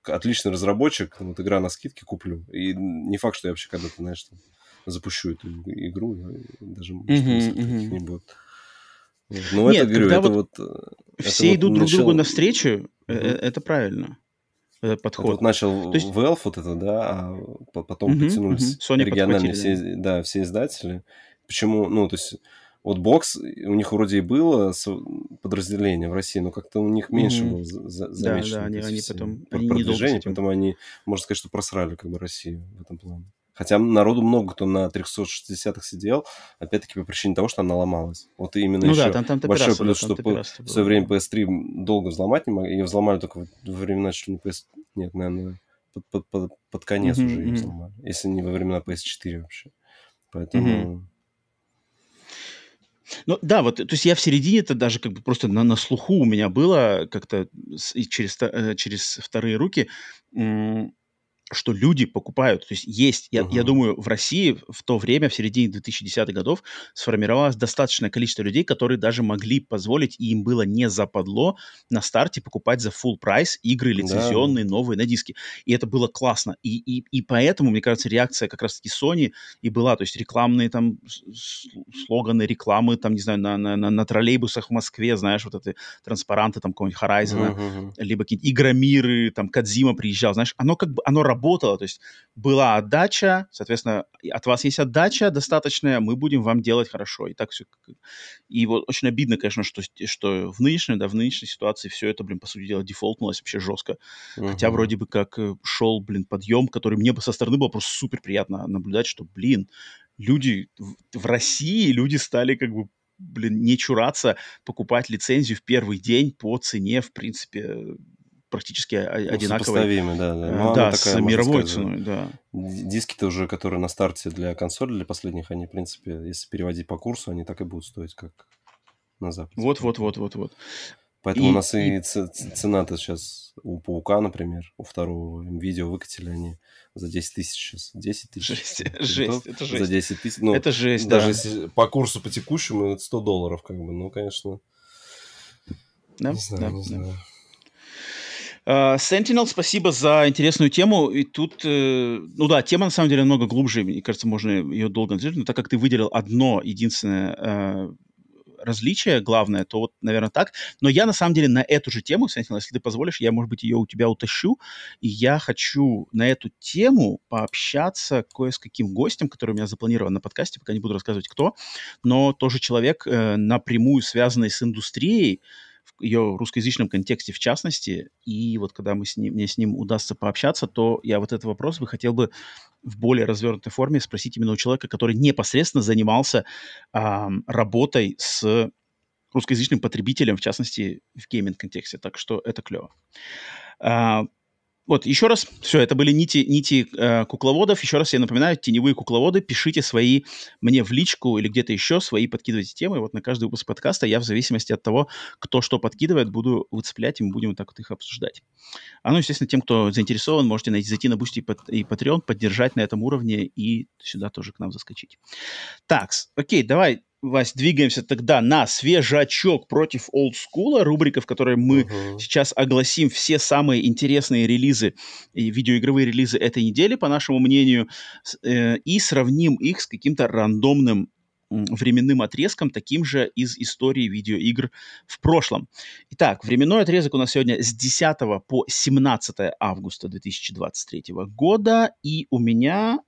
отличный разработчик, вот игра на скидке куплю. И не факт, что я вообще когда-то, знаешь, там, запущу эту игру, и даже, может, мыслей таких не будет. Ну, это, Нет, говорю, когда это вот это все идут друг другу навстречу, Мгм. это правильно, этот Это подход. вот начал То есть, Valve вот это, да, а потом потянулись Sony региональные подхватили, да. все издатели. Почему? Ну, то есть, вот Box, у них вроде и было подразделение в России, но как-то у них меньше Мгм. было Да, замечено вот эти они все потом, они недолго с продвижения, этим. поэтому они, можно сказать, что просрали как бы Россию в этом плане. Хотя народу много кто на 360-х сидел, опять-таки по причине того, что она ломалась. Вот и именно Ну да, еще там большой пиратство, да, плюс, там что пиратство в свое было, время да. PS3 долго взломать не могли. Ее взломали только во времена, чуть ли не PS... Нет, наверное, под конец Мгм, уже ее мгм, взломали. Если не во времена PS4 вообще. мгм. Поэтому... Ну да, вот, то есть я в середине-то даже как бы просто на слуху у меня было как-то и через вторые руки, м, что люди покупают. То есть, я Мгм. думаю, в России в то время, в середине 2010-х годов, сформировалось достаточное количество людей, которые даже могли позволить, и им было не западло на старте покупать за full прайс игры Да, да. лицензионные, новые на диске. И это было классно. И поэтому, мне кажется, реакция как раз-таки Sony и была. То есть рекламные там слоганы, рекламы, там, не знаю, на троллейбусах в Москве, знаешь, вот эти транспаранты там какого-нибудь Мгм, Horizon, мгм. либо какие-то Игромиры, там, Кодзима приезжал, знаешь, оно как бы, оно работало, то есть была отдача, соответственно, от вас есть отдача достаточная, мы будем вам делать хорошо, и так все. И вот очень обидно, конечно, что в нынешней ситуации все это, блин, по сути дела, дефолтнулось вообще жестко, хотя Мгм. вроде бы как шел, блин, подъем, который мне бы со стороны было просто супер приятно наблюдать, что, блин, люди в России, люди стали как бы, блин, не чураться покупать лицензию в первый день по цене, в принципе, практически Ну, одинаковой, сопоставимый, да, да. Ну, она да, с такая, можно мировой сказать, ценой, да. диски-то уже, которые на старте для консоли, для последних, они, в принципе, если переводить по курсу, они так и будут стоить, как на Западе. Вот, вот, Поэтому... вот, вот, вот. Поэтому у И, нас и и цена-то сейчас у Паука, например, у второго видео выкатили они за 10 тысяч сейчас. 10 тысяч. жесть, Ты готов? жесть, это За жесть. 10 тысяч. Ну, Это жесть, даже да. если по курсу по текущему, это $100, как бы. Ну, конечно, Да, не знаю, да, не да. знаю. Sentinel, спасибо за интересную тему. И тут, ну да, тема на самом деле намного глубже. Мне кажется, можно ее долго анализировать. Но так как ты выделил одно единственное различие главное, то вот, наверное, так. Но я, на самом деле, на эту же тему, Sentinel, если ты позволишь, я, может быть, ее у тебя утащу. И я хочу на эту тему пообщаться кое с каким гостем, который у меня запланирован на подкасте, пока не буду рассказывать, кто, но тоже человек, напрямую связанный с индустрией, в ее русскоязычном контексте в частности, и вот когда мне с ним удастся пообщаться, то я вот этот вопрос бы хотел бы в более развернутой форме спросить именно у человека, который непосредственно занимался работой с русскоязычным потребителем, в частности, в гейминг-контексте. Так что это клево. А, вот, еще раз, все, это были нити кукловодов. Еще раз я напоминаю, теневые кукловоды, пишите свои мне в личку или где-то еще, свои подкидывайте темы. Вот на каждый выпуск подкаста я в зависимости от того, кто что подкидывает, буду выцеплять, и мы будем вот так вот их обсуждать. А ну, естественно, тем, кто заинтересован, можете зайти на Boosty и Patreon, поддержать на этом уровне и сюда тоже к нам заскочить. Так, окей, давай, Вась, двигаемся тогда на свежачок против олдскула, рубрика, в которой мы Мгм. сейчас огласим все самые интересные релизы и видеоигровые релизы этой недели, по нашему мнению, и сравним их с каким-то рандомным временным отрезком, таким же из истории видеоигр в прошлом. Итак, временной отрезок у нас сегодня с 10 по 17 августа 2023 года, и у меня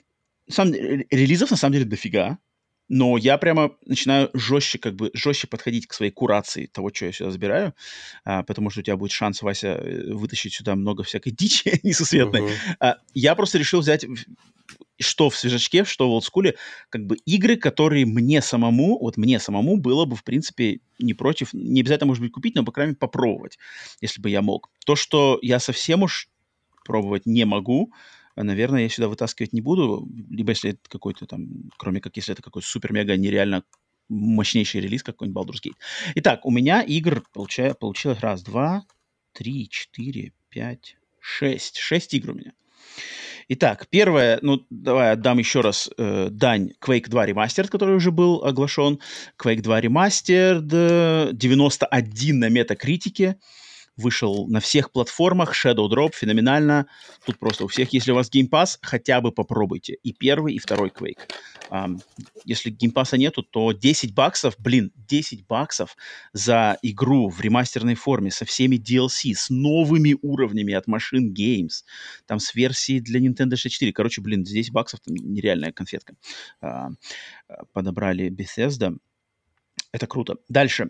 релизов на самом деле дофига, но я прямо начинаю жестче подходить к своей курации того, что я сюда забираю, потому что у тебя будет шанс, Вася, вытащить сюда много всякой дичи несусветной. Мгм. Я просто решил взять что в свежачке, что в олдскуле, как бы игры, которые мне самому было бы, в принципе, не против, не обязательно, может быть, купить, но, по крайней мере, попробовать, если бы я мог. То, что я совсем уж пробовать не могу, наверное, я сюда вытаскивать не буду, либо если это какой-то там, кроме как если это какой-то супер-мега нереально мощнейший релиз, как какой-нибудь Baldur's Gate. Итак, у меня игр получилось раз, два, три, четыре, пять, шесть. Шесть игр у меня. Итак, первое, ну, давай отдам еще раз дань Quake 2 Remastered, который уже был оглашен. Quake 2 Remastered, 91 на метакритике. вышел на всех платформах. Shadow Drop феноменально. Тут просто у всех, если у вас Game Pass, хотя бы попробуйте. И первый, и второй Quake. Если Game Pass'а нету, то $10, $10 за игру в ремастерной форме со всеми DLC, с новыми уровнями от Machine Games, там с версией для Nintendo 64. Короче, $10 там нереальная конфетка. Подобрали Bethesda. Это круто. Дальше.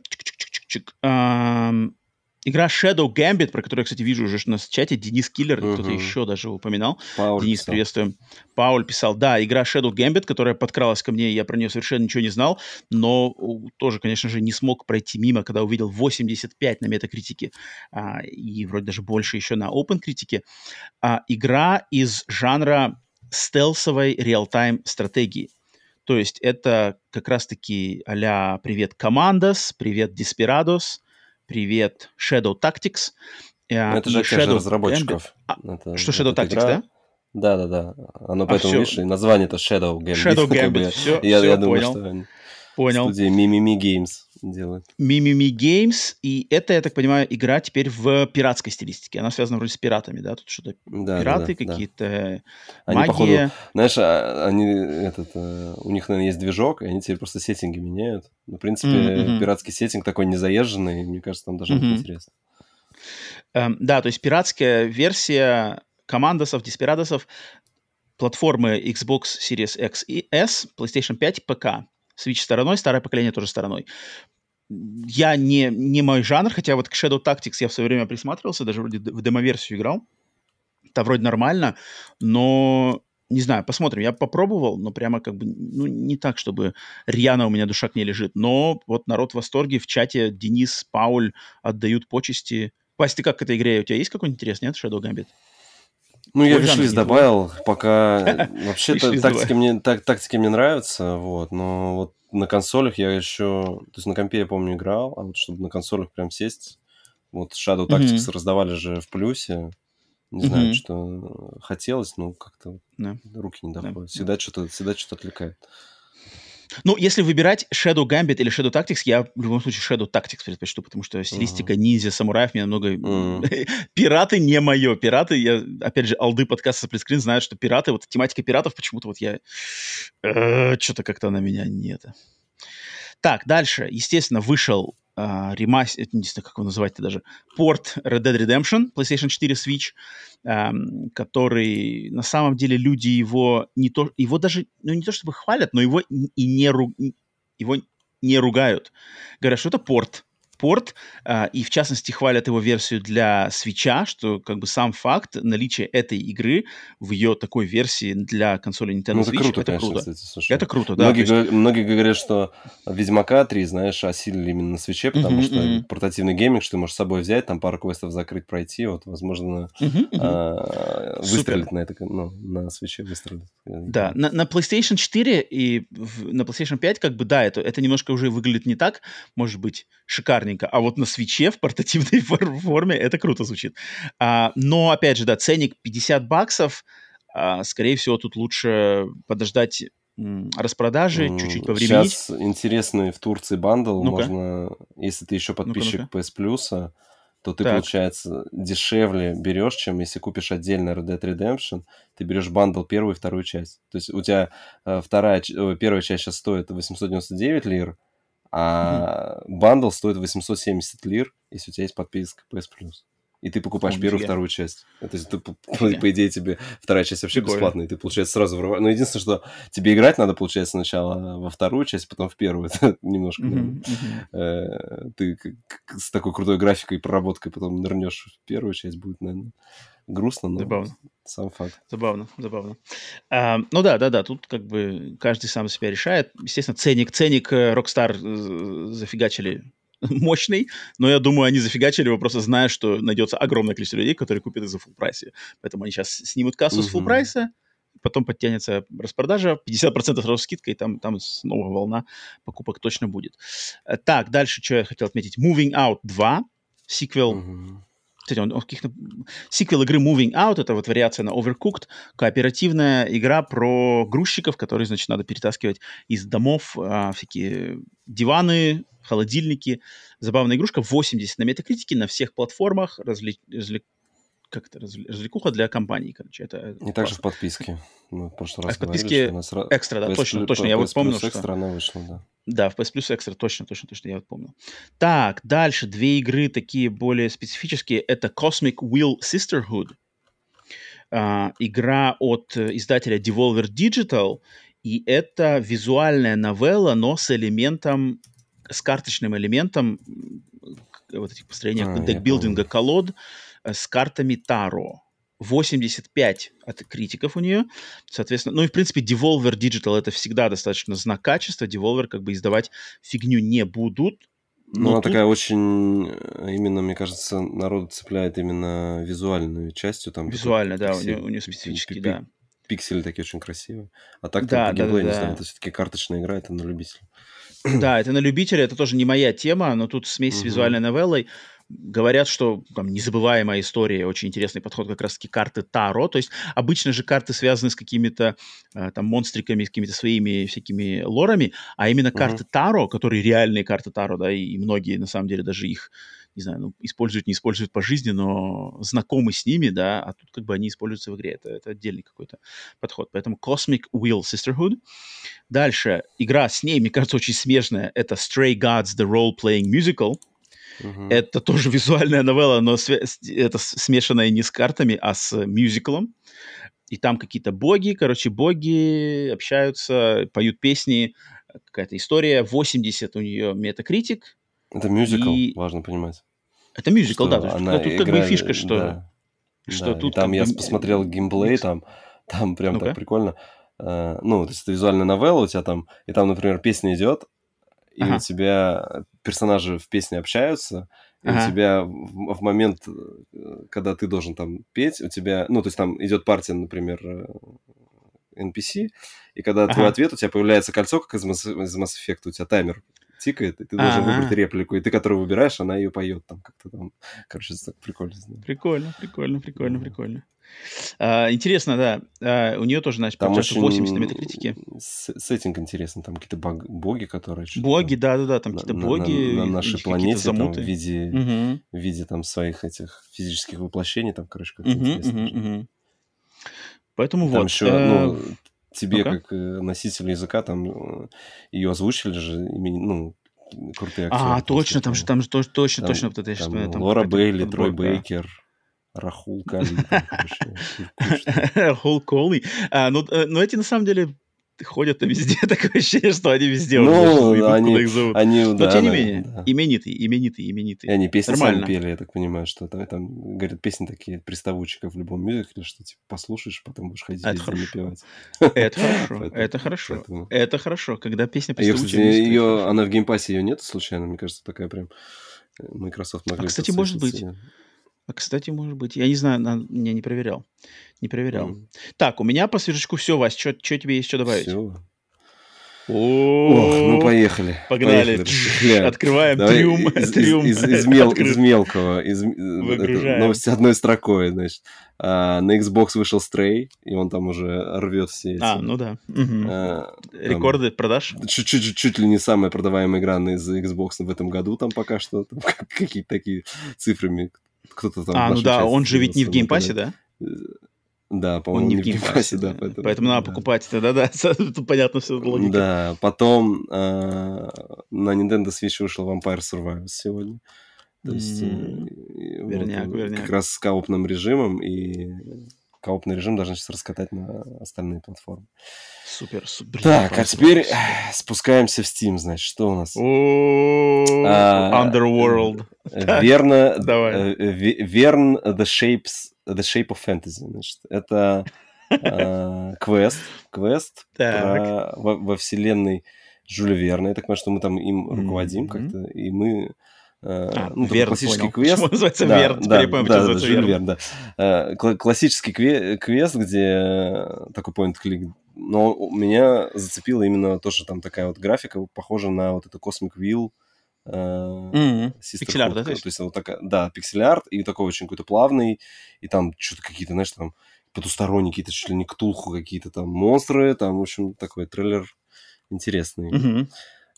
Игра Shadow Gambit, про которую я, кстати, вижу уже на чате. Денис Киллер, и кто-то еще даже упоминал. Пауль Денис, писал. приветствуем. Пауль писал. Да, игра Shadow Gambit, которая подкралась ко мне, я про нее совершенно ничего не знал, но тоже, конечно же, не смог пройти мимо, когда увидел 85 на Метакритике и вроде даже больше еще на OpenCritic. Игра из жанра стелсовой реал-тайм стратегии. То есть это как раз-таки а-ля «Привет, Commandos», «Привет, Desperados», «Привет, Shadow Tactics». Это же от тех же разработчиков. Что Shadow Tactics, игра... да? Да. Оно поэтому, видишь, и название-то Shadow Gambit. Shadow Gambit, все, я думаю, понял. что они Понял. студия Mimimi Games делает. Mimimi Games, и это, я так понимаю, игра теперь в пиратской стилистике. Она связана вроде с пиратами, да? Тут что-то пираты какие-то, они, магия. Походу, знаешь, у них, наверное, есть движок, и они теперь просто сеттинги меняют. В принципе, пиратский сеттинг такой незаезженный, мне кажется, там должно быть интересно. Да, то есть пиратская версия Командосов, Деспирадосов, платформы Xbox Series X и S, PlayStation 5, ПК. Switch стороной, старое поколение тоже стороной. Я не мой жанр, хотя вот к Shadow Tactics я в свое время присматривался, даже вроде в демо-версию играл. Это вроде нормально, но не знаю, посмотрим. Я попробовал, но прямо как бы, не так, чтобы рьяно у меня душа к ней лежит. Но вот народ в восторге, в чате Денис, Пауль отдают почести. Вась, ты как к этой игре? У тебя есть какой-нибудь интерес, нет, Shadow Gambit? Я виш-лист добавил, пока... Вообще-то тактики мне нравятся, вот, но вот на консолях я еще... То есть на компе, я помню, играл, а вот чтобы на консолях прям сесть... Вот Shadow Tactics раздавали же в плюсе. Не знаю, что хотелось, но как-то руки не доходят. Всегда что-то отвлекает. Если выбирать Shadow Gambit или Shadow Tactics, я в любом случае Shadow Tactics предпочту, потому что стилистика ниндзя, самураев мне намного... Пираты не мое. Пираты, я, опять же, алды подкаста Сплитскрин знают, что пираты, вот тематика пиратов почему-то вот я... Что-то как-то на меня нет. Так, дальше. Естественно, вышел ремастер, не знаю, как его называть-то даже, порт Red Dead Redemption, PlayStation 4 Switch, который, на самом деле, люди его даже, не то чтобы хвалят, но его не ругают. Говорят, что это порт, и в частности хвалят его версию для Switch'а, что как бы сам факт наличия этой игры в ее такой версии для консоли Nintendo Switch, это конечно, круто. Кстати, слушай. Это круто, да. Многие говорят, что Ведьмака 3, знаешь, осилили именно на Switch'е, потому что портативный гейминг, что ты можешь с собой взять, там пару квестов закрыть, пройти, вот, возможно, выстрелить на это, на Switch'е выстрелить. Да, на PlayStation 4 и на PlayStation 5, как бы, да, это немножко уже выглядит не так, может быть, шикарненько, а вот на Switch'е в портативной форме это круто звучит. Но, опять же, да, ценник $50, скорее всего, тут лучше подождать распродажи, чуть-чуть повременить. Сейчас интересный в Турции бандл, можно, если ты еще подписчик PS Plus, то ты, получается, дешевле берешь, чем если купишь отдельно Red Dead Redemption, ты берешь бандл первую и вторую часть. То есть у тебя первая часть сейчас стоит 899 лир, а бандл стоит 870 лир, если у тебя есть подписка PS Plus. И ты покупаешь первую и вторую часть. То есть, по идее, тебе вторая часть вообще бесплатная, и ты, получается, сразу врываешь. Но единственное, что тебе играть надо, получается, сначала во вторую часть, потом в первую. Это немножко... Ты с такой крутой графикой и проработкой потом нырнешь в первую часть, будет, наверное, грустно, но забавно. Сам факт. Забавно. Да, тут как бы каждый сам себя решает. Естественно, ценник Rockstar зафигачили мощный, но я думаю, они зафигачили его просто зная, что найдется огромное количество людей, которые купят их за full прайсе. Поэтому они сейчас снимут кассу с full прайса, потом подтянется распродажа, 50% сразу скидка, и там снова волна покупок точно будет. Так, дальше, что я хотел отметить. Moving Out 2, сиквел. Кстати, сиквел игры Moving Out, это вот вариация на Overcooked, кооперативная игра про грузчиков, которые, значит, надо перетаскивать из домов всякие диваны, холодильники. Забавная игрушка. 80 на метакритике на всех платформах. Развлекуха для компаний, короче. Это И также в подписке. Мы в прошлый раз в говорили, что подписке она сразу... экстра, да, точно. Я вот помнил, PS Plus что... экстра она вышла, да. Да, в PS Plus экстра, точно, я вот помнил. Так, дальше 2 игры такие более специфические. Это Cosmic Wheel Sisterhood. Игра от издателя Devolver Digital. И это визуальная новелла, но с карточным элементом вот этих построениях декбилдинга колод с картами Таро. 85 от критиков у нее, соответственно. Ну и, в принципе, Devolver Digital — это всегда достаточно знак качества. Devolver как бы издавать фигню не будут. Но она такая очень, именно, мне кажется, народу цепляет именно визуальную частью. Там визуально, да, у нее специфически, да. Пиксели такие очень красивые. А так-то по геймплею, не знаю, это все-таки карточная игра, это на любителя. Да, это на любителя, это тоже не моя тема, но тут смесь с визуальной новеллой. Говорят, что там незабываемая история, очень интересный подход как раз-таки карты Таро. То есть обычно же карты связаны с какими-то там монстриками, с какими-то своими всякими лорами, а именно карты Таро, которые реальные карты Таро, да, и многие на самом деле даже их, не знаю, ну, используют, не используют по жизни, но знакомы с ними, да, а тут как бы они используются в игре. Это отдельный какой-то подход. Поэтому Cosmic Wheel Sisterhood. Дальше игра с ней, мне кажется, очень смежная. Это Stray Gods The Role-Playing Musical. Это тоже визуальная новелла, но это смешанная не с картами, а с мюзиклом. И там какие-то боги общаются, поют песни, какая-то история. 80 у нее метакритик. Это мюзикл, важно понимать. Это мюзикл, да. Тут как бы фишка, что... Да, тут там я посмотрел геймплей, там прям так прикольно. Ну, то есть это визуальная новелла у тебя там, и там, например, песня идет, и у тебя персонажи в песне общаются, и у тебя в момент, когда ты должен там петь, у тебя, ну, то есть там идет партия, например, NPC, и когда твой ответ, у тебя появляется кольцо, как из Mass Effect, у тебя таймер тикает, и ты должен выбрать реплику, и ты, которую выбираешь, она ее поет там как-то там. Короче, это так прикольно. Прикольно. Интересно, да. У нее тоже, значит, там получается 80 на метакритике. Сеттинг интересный, там какие-то боги, которые... Боги, да, там какие-то боги. На нашей планете, там, в виде там своих этих физических воплощений, там, короче, как-то интересно. Поэтому там вот. еще, тебе, как носителю языка, там ее озвучили же, ну, крутые актеры. Точно. Вот это я сейчас вспоминаю. Лора Бейли, Трой Бейкер, Рахул Кали. Рахул Коли. Но эти, на самом деле, ходят везде. Такое ощущение, что они везде уже они, их зовут. Но, тем не менее, именитые. И они песни сами пели, я так понимаю, что там говорят, песни такие приставучие, как в любом мюзикле, что типа послушаешь, потом будешь ходить везде напевать. Это хорошо, когда песня приставучая. Кстати, она в геймпассе, ее нету случайно? Мне кажется, такая прям Microsoft могли... Кстати, может быть. Я не знаю, я не проверял. Так, у меня по свежачку все, Вась. Что тебе есть что добавить? Все. Ну поехали. Погнали. Открываем трюм. Из мелкого. Новости одной строкой, значит. На Xbox вышел Stray, и он там уже рвет все эти... ну да. Рекорды продаж? Чуть ли не самая продаваемая игра из Xbox в этом году, там пока что. Какие-то такие цифрами. Кто-то там... ну да, он же ведь не в геймпассе, да? Да, по-моему, не в геймпассе, да. Поэтому надо покупать это, да. Тут понятно все логика. Да, потом на Nintendo Switch вышел Vampire Survivors сегодня. То есть верняк. Как раз с коопным режимом, и коопный режим должен сейчас раскатать на остальные платформы. Супер. Так, а теперь спускаемся в Steam, значит, что у нас? Underworld. Верно, The Shape of Fantasy, значит. Это квест во вселенной Жюля Верна. Я так понимаю, что мы там им руководим как-то, и мы... Верн, классический квест. Почему называется Верн? Теперь я понял, почему называется Жюль Верн, да. Классический квест, где такой point-click. Но меня зацепила именно тоже там такая вот графика, похожа на вот эту Cosmic Wheel. Пиксель-арт, да? То есть вот такая, да, пиксель-арт, и такой очень какой-то плавный, и там что-то какие-то, знаешь, там потусторонние какие-то, чуть ли не ктулху какие-то там монстры, там, в общем, такой трейлер интересный.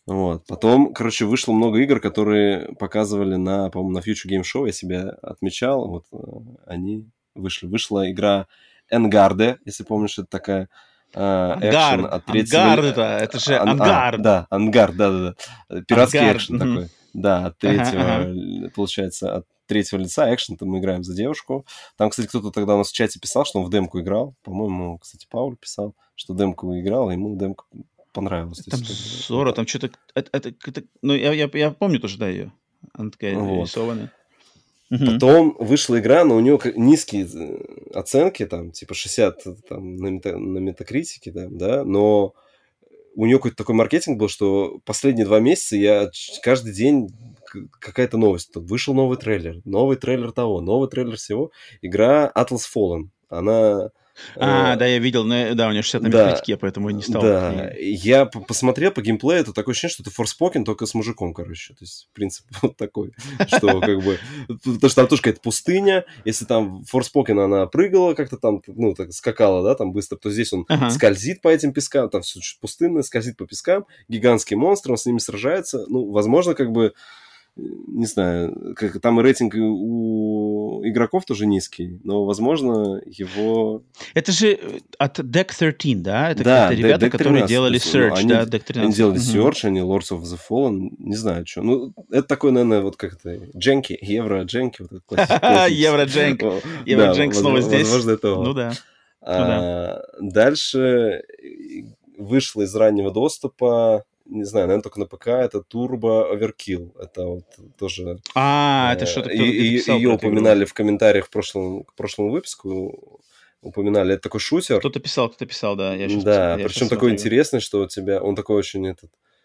Вот. Потом, короче, вышло много игр, которые показывали по-моему, на Future Game Show, я себя отмечал, вот они вышли. Вышла игра Engarde, если помнишь, это такая экшен от третьего... Ангард, это же Ангард. Да, Ангард, да. Пиратский Ангард, экшен такой. Да, от третьего, получается, от третьего лица экшен, там мы играем за девушку. Там, кстати, кто-то тогда у нас в чате писал, что он в демку играл. По-моему, кстати, Пауль писал, что демку играл, и ему демка понравилось. Там здорово, там что-то... Ну, я помню тоже, да, ее. Она такая рисованная. Потом вышла игра, но у нее низкие оценки, там, типа 60 там, на метакритике, да, но у нее какой-то такой маркетинг был, что последние 2 месяца я каждый день какая-то новость. Вышел новый трейлер того, новый трейлер всего. Игра Atlas Fallen. Она... да, я видел, да, у нее 60 на метакритике, я поэтому и не стал. Да, я посмотрел по геймплею, это такое ощущение, что это Forspoken, только с мужиком, короче. То есть, принцип вот такой, что как бы... Потому что там тоже какая-то пустыня. Если там Forspoken, она прыгала как-то там, ну, так скакала, да, там быстро, то здесь он скользит по этим пескам, там все пустынное, скользит по пескам, гигантский монстр, он с ними сражается. Ну, возможно, как бы... Не знаю, там рейтинг у игроков тоже низкий, но, возможно, его... Это же от Deck 13, да? Это ребята, которые делали Search, да? Deck 13. Они делали Search, они Lords of the Fallen, не знаю, что. Ну, это такой, наверное, вот как-то Дженки, Евро-Дженки. Вот Евро-Дженк. Евро-Дженк снова здесь. Возможно, это Ну да. Дальше вышло из раннего доступа, не знаю, наверное, только на ПК, это Turbo Overkill. Это вот тоже... это что-то кто-то писал. Ее упоминали в комментариях к прошлому выпуску. Упоминали. Это такой шутер. Кто-то писал, да. Да, причем такой интересный, что у тебя... Он такой очень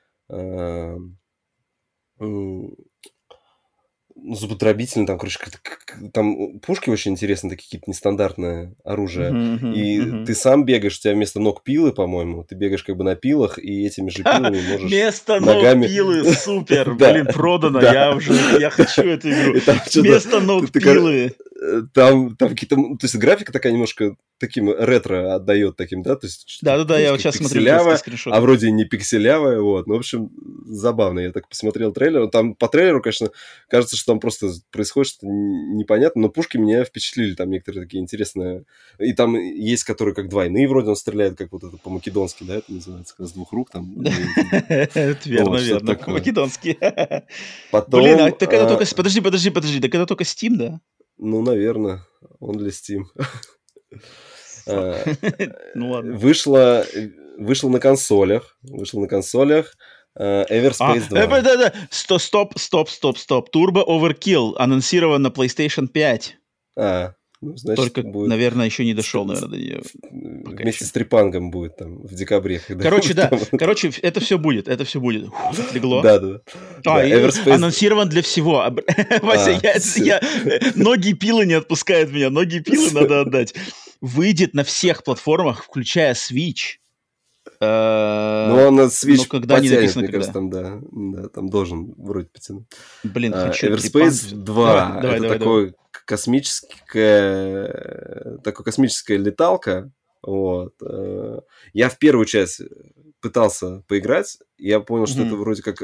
зубодробительный, там, короче, там пушки очень интересные, такие какие-то нестандартные оружия. И ты сам бегаешь, у тебя вместо ног пилы, по-моему, ты бегаешь как бы на пилах, и этими же пилами можешь вместо ногами... ног пилы, супер, блин, продано, я хочу эту игру. Вместо ног пилы. Там какие-то... То есть графика такая немножко таким ретро отдает таким, да? То есть, да, я вот сейчас смотрю. А вроде не пикселявая, вот. Ну, в общем, забавно. Я так посмотрел трейлер. Там по трейлеру, конечно, кажется, что там просто происходит что-то непонятно, но пушки меня впечатлили. Там некоторые такие интересные... И там есть, которые как двойные, вроде он стреляет, как вот это по-македонски, да, это называется, с 2 рук там. Это верно, по-македонски. Потом... Блин, так это только... Подожди, так это только Steam, да? Ну, наверное, он для Steam. Ну ладно. Вышло на консолях. Everspace 2. Да. Стоп. Turbo Overkill анонсирован на PlayStation 5. Ну, значит, только, будет... наверное, еще не дошел, наверное, до нее. Вместе с Трипангом будет там в декабре. Короче, да. Короче, это все будет. Отлегло. Да. Анонсирован для всего. Вася, ноги пилы не отпускают меня. Ноги пилы надо отдать. Выйдет на всех платформах, включая Switch. Ну, он на Switch когда не написано, мне кажется, там, да, там должен вроде потянуть. Блин, хочу. Everspace 2 это такой космическая леталка. Вот. Я в первую часть пытался поиграть, я понял, что это вроде как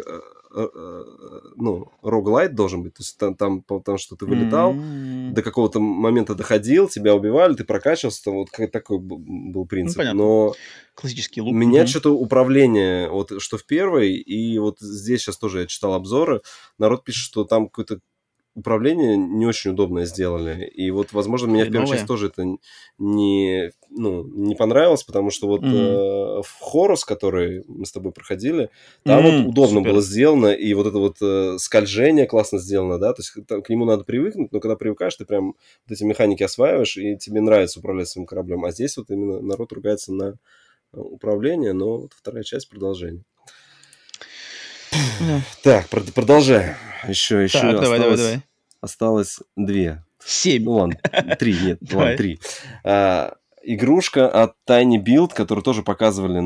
роглайт должен быть. То есть там потому что ты вылетал, до какого-то момента доходил, тебя убивали, ты прокачивался, там вот такой был принцип. Но классический лук. Меня что-то управление, вот что в первой, и вот здесь сейчас тоже я читал обзоры, народ пишет, что там какое-то управление не очень удобное сделали. И вот, возможно, меня в первой части тоже это не понравилось, потому что вот в Хорус, который мы с тобой проходили, там вот удобно было сделано, и вот это вот скольжение классно сделано, да, то есть там, к нему надо привыкнуть, но когда привыкаешь, ты прям вот эти механики осваиваешь, и тебе нравится управлять своим кораблем. А здесь вот именно народ ругается на управление, но вот вторая часть продолжение. Так, продолжаем. Еще давай. Осталось 2. 7. Ну ладно, 3, нет, ладно, 3. Игрушка от Tiny Build, которую тоже показывали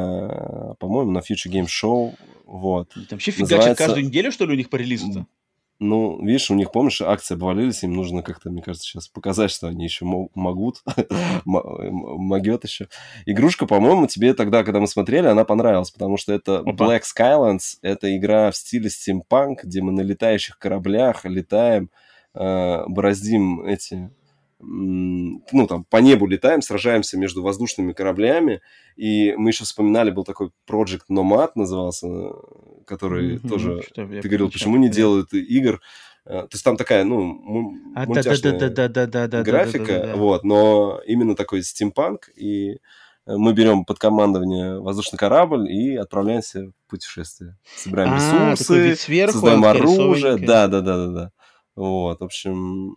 по-моему, на Future Game Show. Вот. Там вообще фигачат каждую неделю, что ли, у них по релизу-то? Ну, видишь, у них, помнишь, акции обвалились, им нужно как-то, мне кажется, сейчас показать, что они еще могут, могет еще. Игрушка, по-моему, тебе тогда, когда мы смотрели, она понравилась, потому что это Опа. Black Skylands, это игра в стиле стимпанк, где мы на летающих кораблях летаем, бороздим эти... ну, там, по небу летаем, сражаемся между воздушными кораблями, и мы еще вспоминали, был такой Project Nomad назывался, который тоже, Что-то я ты говорил, подмечал. почему не делают игр, то есть там такая, ну, мультяшная графика, Да-да-да-да-да-да-да-да-да-да. вот, но именно такой стимпанк, и мы берем под командование воздушный корабль и отправляемся в путешествие. Собираем Такой вид ресурсы, сверху, она создаем такая оружие, рисованненькая. да-да-да-да-да. Вот, в общем,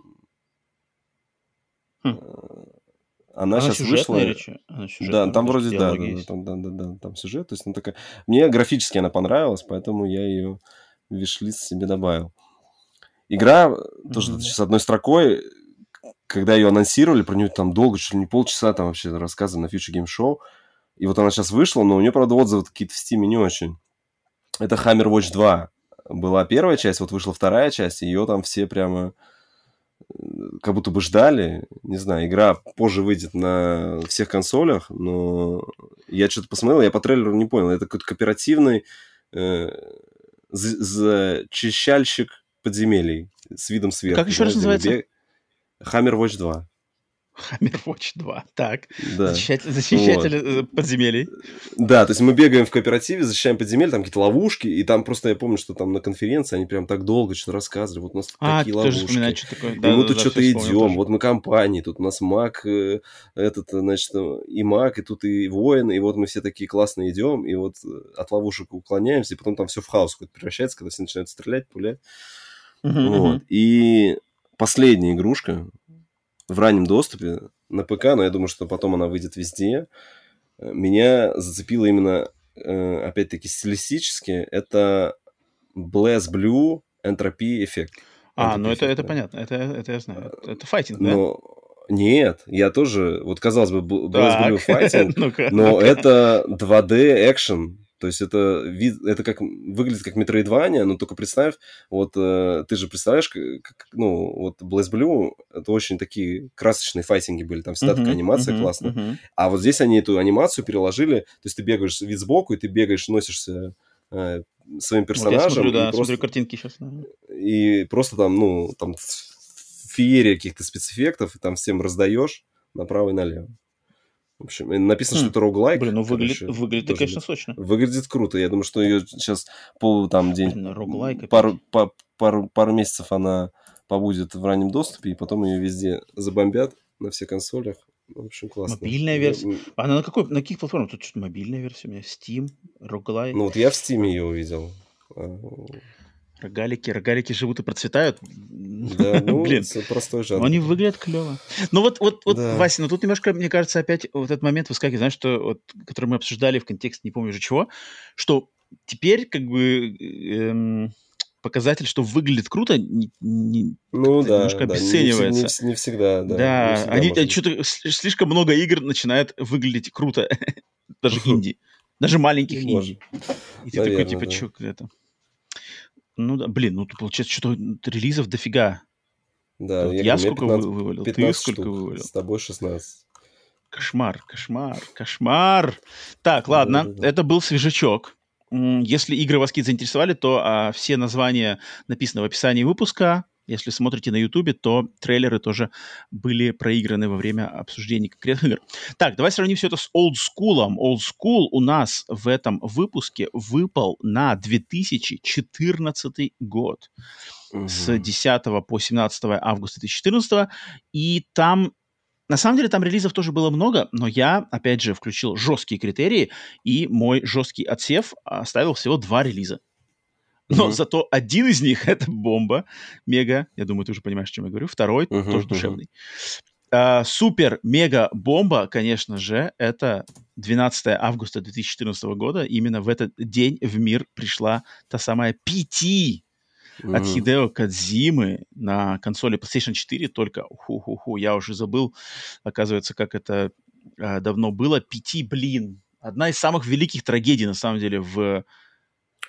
Хм. она Она сейчас сюжетная или вышла, что? Она да, сюжетная, там даже вроде, диалоги да, есть. там, да, там сюжет, то есть, ну, такая... Мне графически она понравилась, поэтому я ее в виш-лист себе добавил. Игра тоже Мгм. с одной строкой, когда ее анонсировали, про нее там долго, чуть ли не полчаса там вообще рассказывали на Future Game Show, и вот она сейчас вышла, но у нее, правда, отзывы какие-то в Steam не очень. Это Hammer Watch 2. Была первая часть, вот вышла вторая часть, и ее там все прямо как будто бы ждали. Не знаю, игра позже выйдет на всех консолях, но я что-то посмотрел, я по трейлеру не понял. Это какой-то кооперативный э, зачищальщик подземелий с видом Как сверху, еще знаешь, раз где мы называется? бегаем. Hammer Watch 2. Hammer Watch 2. Так. Да, вот. Защищатель подземелий. Да, то есть мы бегаем в кооперативе, защищаем подземелье, там какие-то ловушки, и там просто я помню, что там на конференции они прям так долго что-то рассказывали. Вот у нас тут такие Ты тоже вспоминаешь, ловушки, что такое. и мы тут Да-да-да, все что-то вспомнил идем. тоже. Вот мы компании, тут у нас маг, этот, значит, и маг, и тут и воин, и вот мы все такие классно идем, и вот от ловушек уклоняемся, и потом там все в хаос какой-то превращается, когда все начинают стрелять, пулять. Мгм, Вот. мгм. И последняя игрушка в раннем доступе на ПК, но я думаю, что потом она выйдет везде. Меня зацепило именно, опять-таки, стилистически. Это BlazBlue Entropy эффект. Ну Entropy эффект, это да. понятно. Это я знаю. Это файтинг, да? Но нет, я тоже... Вот, казалось бы, BlazBlue Так. Fighting, Ну-ка, но ну-ка. это 2D экшен. То есть это как выглядит как Metroidvania, но только представь, вот ты же представляешь, ну, вот BlazBlue, это очень такие красочные файтинги были, там всегда такая Мгм, анимация мгм, классная. мгм. А вот здесь они эту анимацию переложили, то есть ты бегаешь вид сбоку, и ты бегаешь, носишься своим Вот я смотрю, персонажем, да, смотрю картинки сейчас. и просто там, ну, там феерия каких-то спецэффектов, и там всем раздаешь направо и налево. В общем, и написано, что это Блин, роуглайк, ну короче, выглядит, должен конечно, быть. сочно. Выглядит круто. Я думаю, что ее сейчас там день, Блин, роглайк опять. пару месяцев она побудет в раннем доступе, и потом ее везде забомбят на всех консолях. В общем, классно. Мобильная версия. Она на каких платформах? Тут что-то мобильная версия у меня. Steam, роглайк. Ну, вот я в Стиме ее увидел. Рогалики живут и процветают. Да, ну, Блин, простой но жанр. они выглядят клево. Ну вот, Да. Вася, ну тут немножко, мне кажется, опять вот этот момент выскакивает, знаешь, что вот, который мы обсуждали в контексте, не помню уже чего, что теперь как бы показатель, что выглядит круто, Ну, как-то да, немножко да. обесценивается. Не всегда, да. Не Да, всегда они может быть. что-то слишком много игр начинает выглядеть круто, даже инди, даже Ну, маленьких может. инди. И ты такой, Наверное, типа, да. что это? Ну да, блин, ну получается, что релизов дофига. Да, Это вот я говорю, я у меня сколько 15, вывалил, ты 15 сколько штук, вывалил. с тобой 16. Кошмар, кошмар, кошмар. Так, Да, ладно, да, да. это был свежачок. Если игры вас какие-то заинтересовали, то все названия написаны в описании выпуска. Если смотрите на Ютубе, то трейлеры тоже были проиграны во время обсуждения конкретных игр. Так, давай сравним все это с Old School. Old School у нас в этом выпуске выпал на 2014 год. С Мгм. 10 по 17 августа 2014. И там на самом деле там релизов тоже было много, но я, опять же, включил жесткие критерии, и мой жесткий отсев оставил всего 2 релиза. Но Мгм. зато один из них — это бомба, мега, я думаю, ты уже понимаешь, о чем я говорю, второй Мгм. тоже Мгм. душевный. Супер-мега-бомба, конечно же, это 12 августа 2014 года. Именно в этот день в мир пришла та самая PT от Мгм. Хидео Кодзимы на консоли PlayStation 4, только я уже забыл, оказывается, как это давно было. PT, блин, одна из самых великих трагедий, на самом деле, в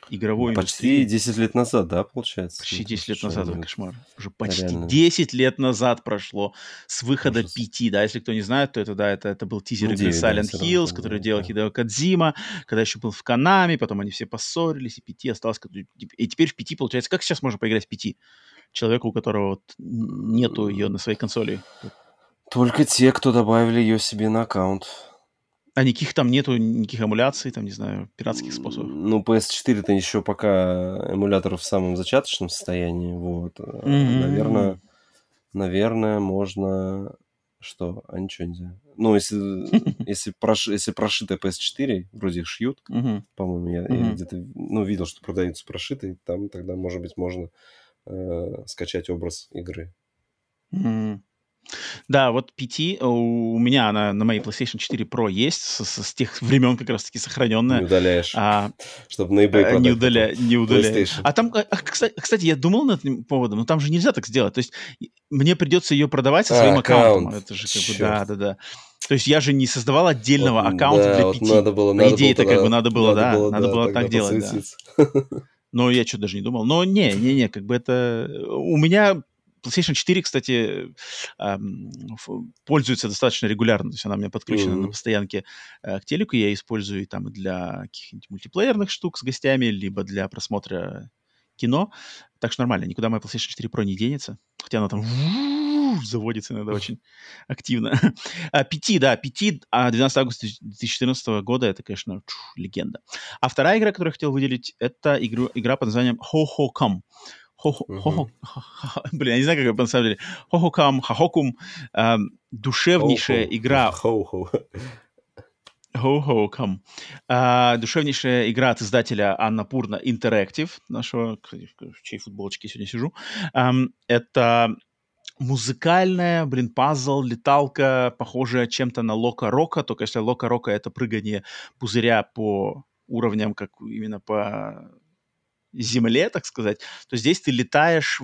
игровой Почти индустрии. 10 лет назад, да, получается? Почти Ну, 10 лет слушай, назад, кошмар. Уже почти реально 10 лет назад прошло с выхода ужас. 5, да, если кто не знает, то это, да, это был тизер Ну, игры 9, да, Silent все равно Hills, там, который делал да. Хидео Кодзима, когда еще был в Konami, потом они все поссорились, и 5 осталось... И теперь в 5, получается, как сейчас можно поиграть в 5? Человеку, у которого вот нету ее на своей консоли. Только те, кто добавили ее себе на аккаунт. А никаких там нету, никаких эмуляций, там, не знаю, пиратских способов. Ну, PS4-то еще пока эмулятор в самом зачаточном состоянии, вот. М. Наверное, можно... Что? А ничего нельзя. Ну, если прошитая PS4, вроде их шьют, Мгм. по-моему, я Мгм. где-то видел, что продаются прошитые, там тогда, может быть, можно скачать образ игры. М. Да, вот PT у меня она на моей PlayStation 4 Pro есть, с тех времен как раз-таки Не сохраненная. удаляешь, А, чтобы на eBay не продать потом. не удаляю. PlayStation. А там, кстати, я думал над этим поводом, но там же нельзя так сделать. То есть мне придется ее продавать со своим аккаунтом. Аккаунт. Это же как бы, Черт. да-да-да. То есть я же не создавал Вот, отдельного аккаунта для да, вот PT. По надо было идее-то как бы тогда, надо было, да, надо да, было тогда так делать, да. подсуетиться. Но я что даже не думал. Но не, как бы это... У меня PlayStation 4, кстати, пользуется достаточно регулярно. То есть она у меня подключена на Мгм. постоянке к телеку. Я ее использую и там и для каких-нибудь мультиплеерных штук с гостями, либо для просмотра кино. Так что нормально. Никуда моя PlayStation 4 Pro не денется. Хотя она там заводится иногда очень активно. PT, да, PT, 12 августа 2014 года, это, конечно, легенда. А вторая игра, которую я хотел выделить, это игра под названием Ho-Ho-Come. Мгм. Блин, я не знаю, как это на самом деле. Ho-Ho-Come, Hahokум. Душевнейшая Хоу-хоу. игра Хоу-хоу. Ho-Ho-Come. Душевнейшая игра от издателя Annapurna Interactive, нашего, кстати, в чьей футболочке сегодня сижу. Это музыкальная, блин, пазл, леталка, похожая чем-то на Лока Рока, только если Лока Рока — это прыгание пузыря по уровням, как именно по земле, так сказать, то здесь ты летаешь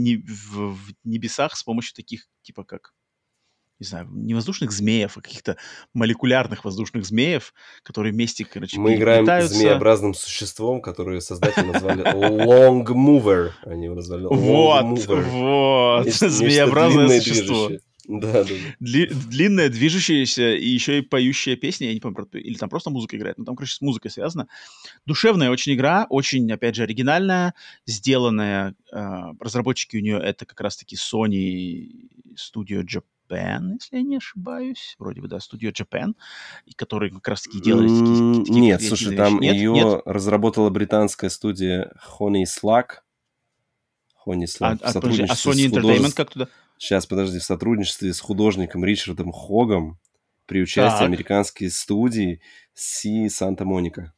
в небесах с помощью таких, типа как, не знаю, не воздушных змеев, а каких-то молекулярных воздушных змеев, которые вместе, короче, Мы играем переплетаются. змеобразным существом, которое создатели назвали Long Mover. Они его назвали Long Mover. Вот, Нечто змееобразное длинное и существо. движущее. Да, да, да. Длинная, движущаяся и еще и поющая песня, я не помню, или там просто музыка играет, но там, короче, с музыкой связано. Душевная очень игра, очень, опять же, оригинальная, сделанная. Разработчики у нее это как раз-таки Sony Studio Japan, если я не ошибаюсь. Вроде бы, да, Studio Japan, и которые как раз-таки делали такие Нет, слушай, креативные вещи. там Нет? Нет? ее разработала британская студия Honey Slack. Honey Slack в Подожди, а сотрудничестве с Sony Entertainment художеством... как туда? Сейчас, подожди, в сотрудничестве с художником Ричардом Хогом при участии Так. американской студии Си Санта-Моника.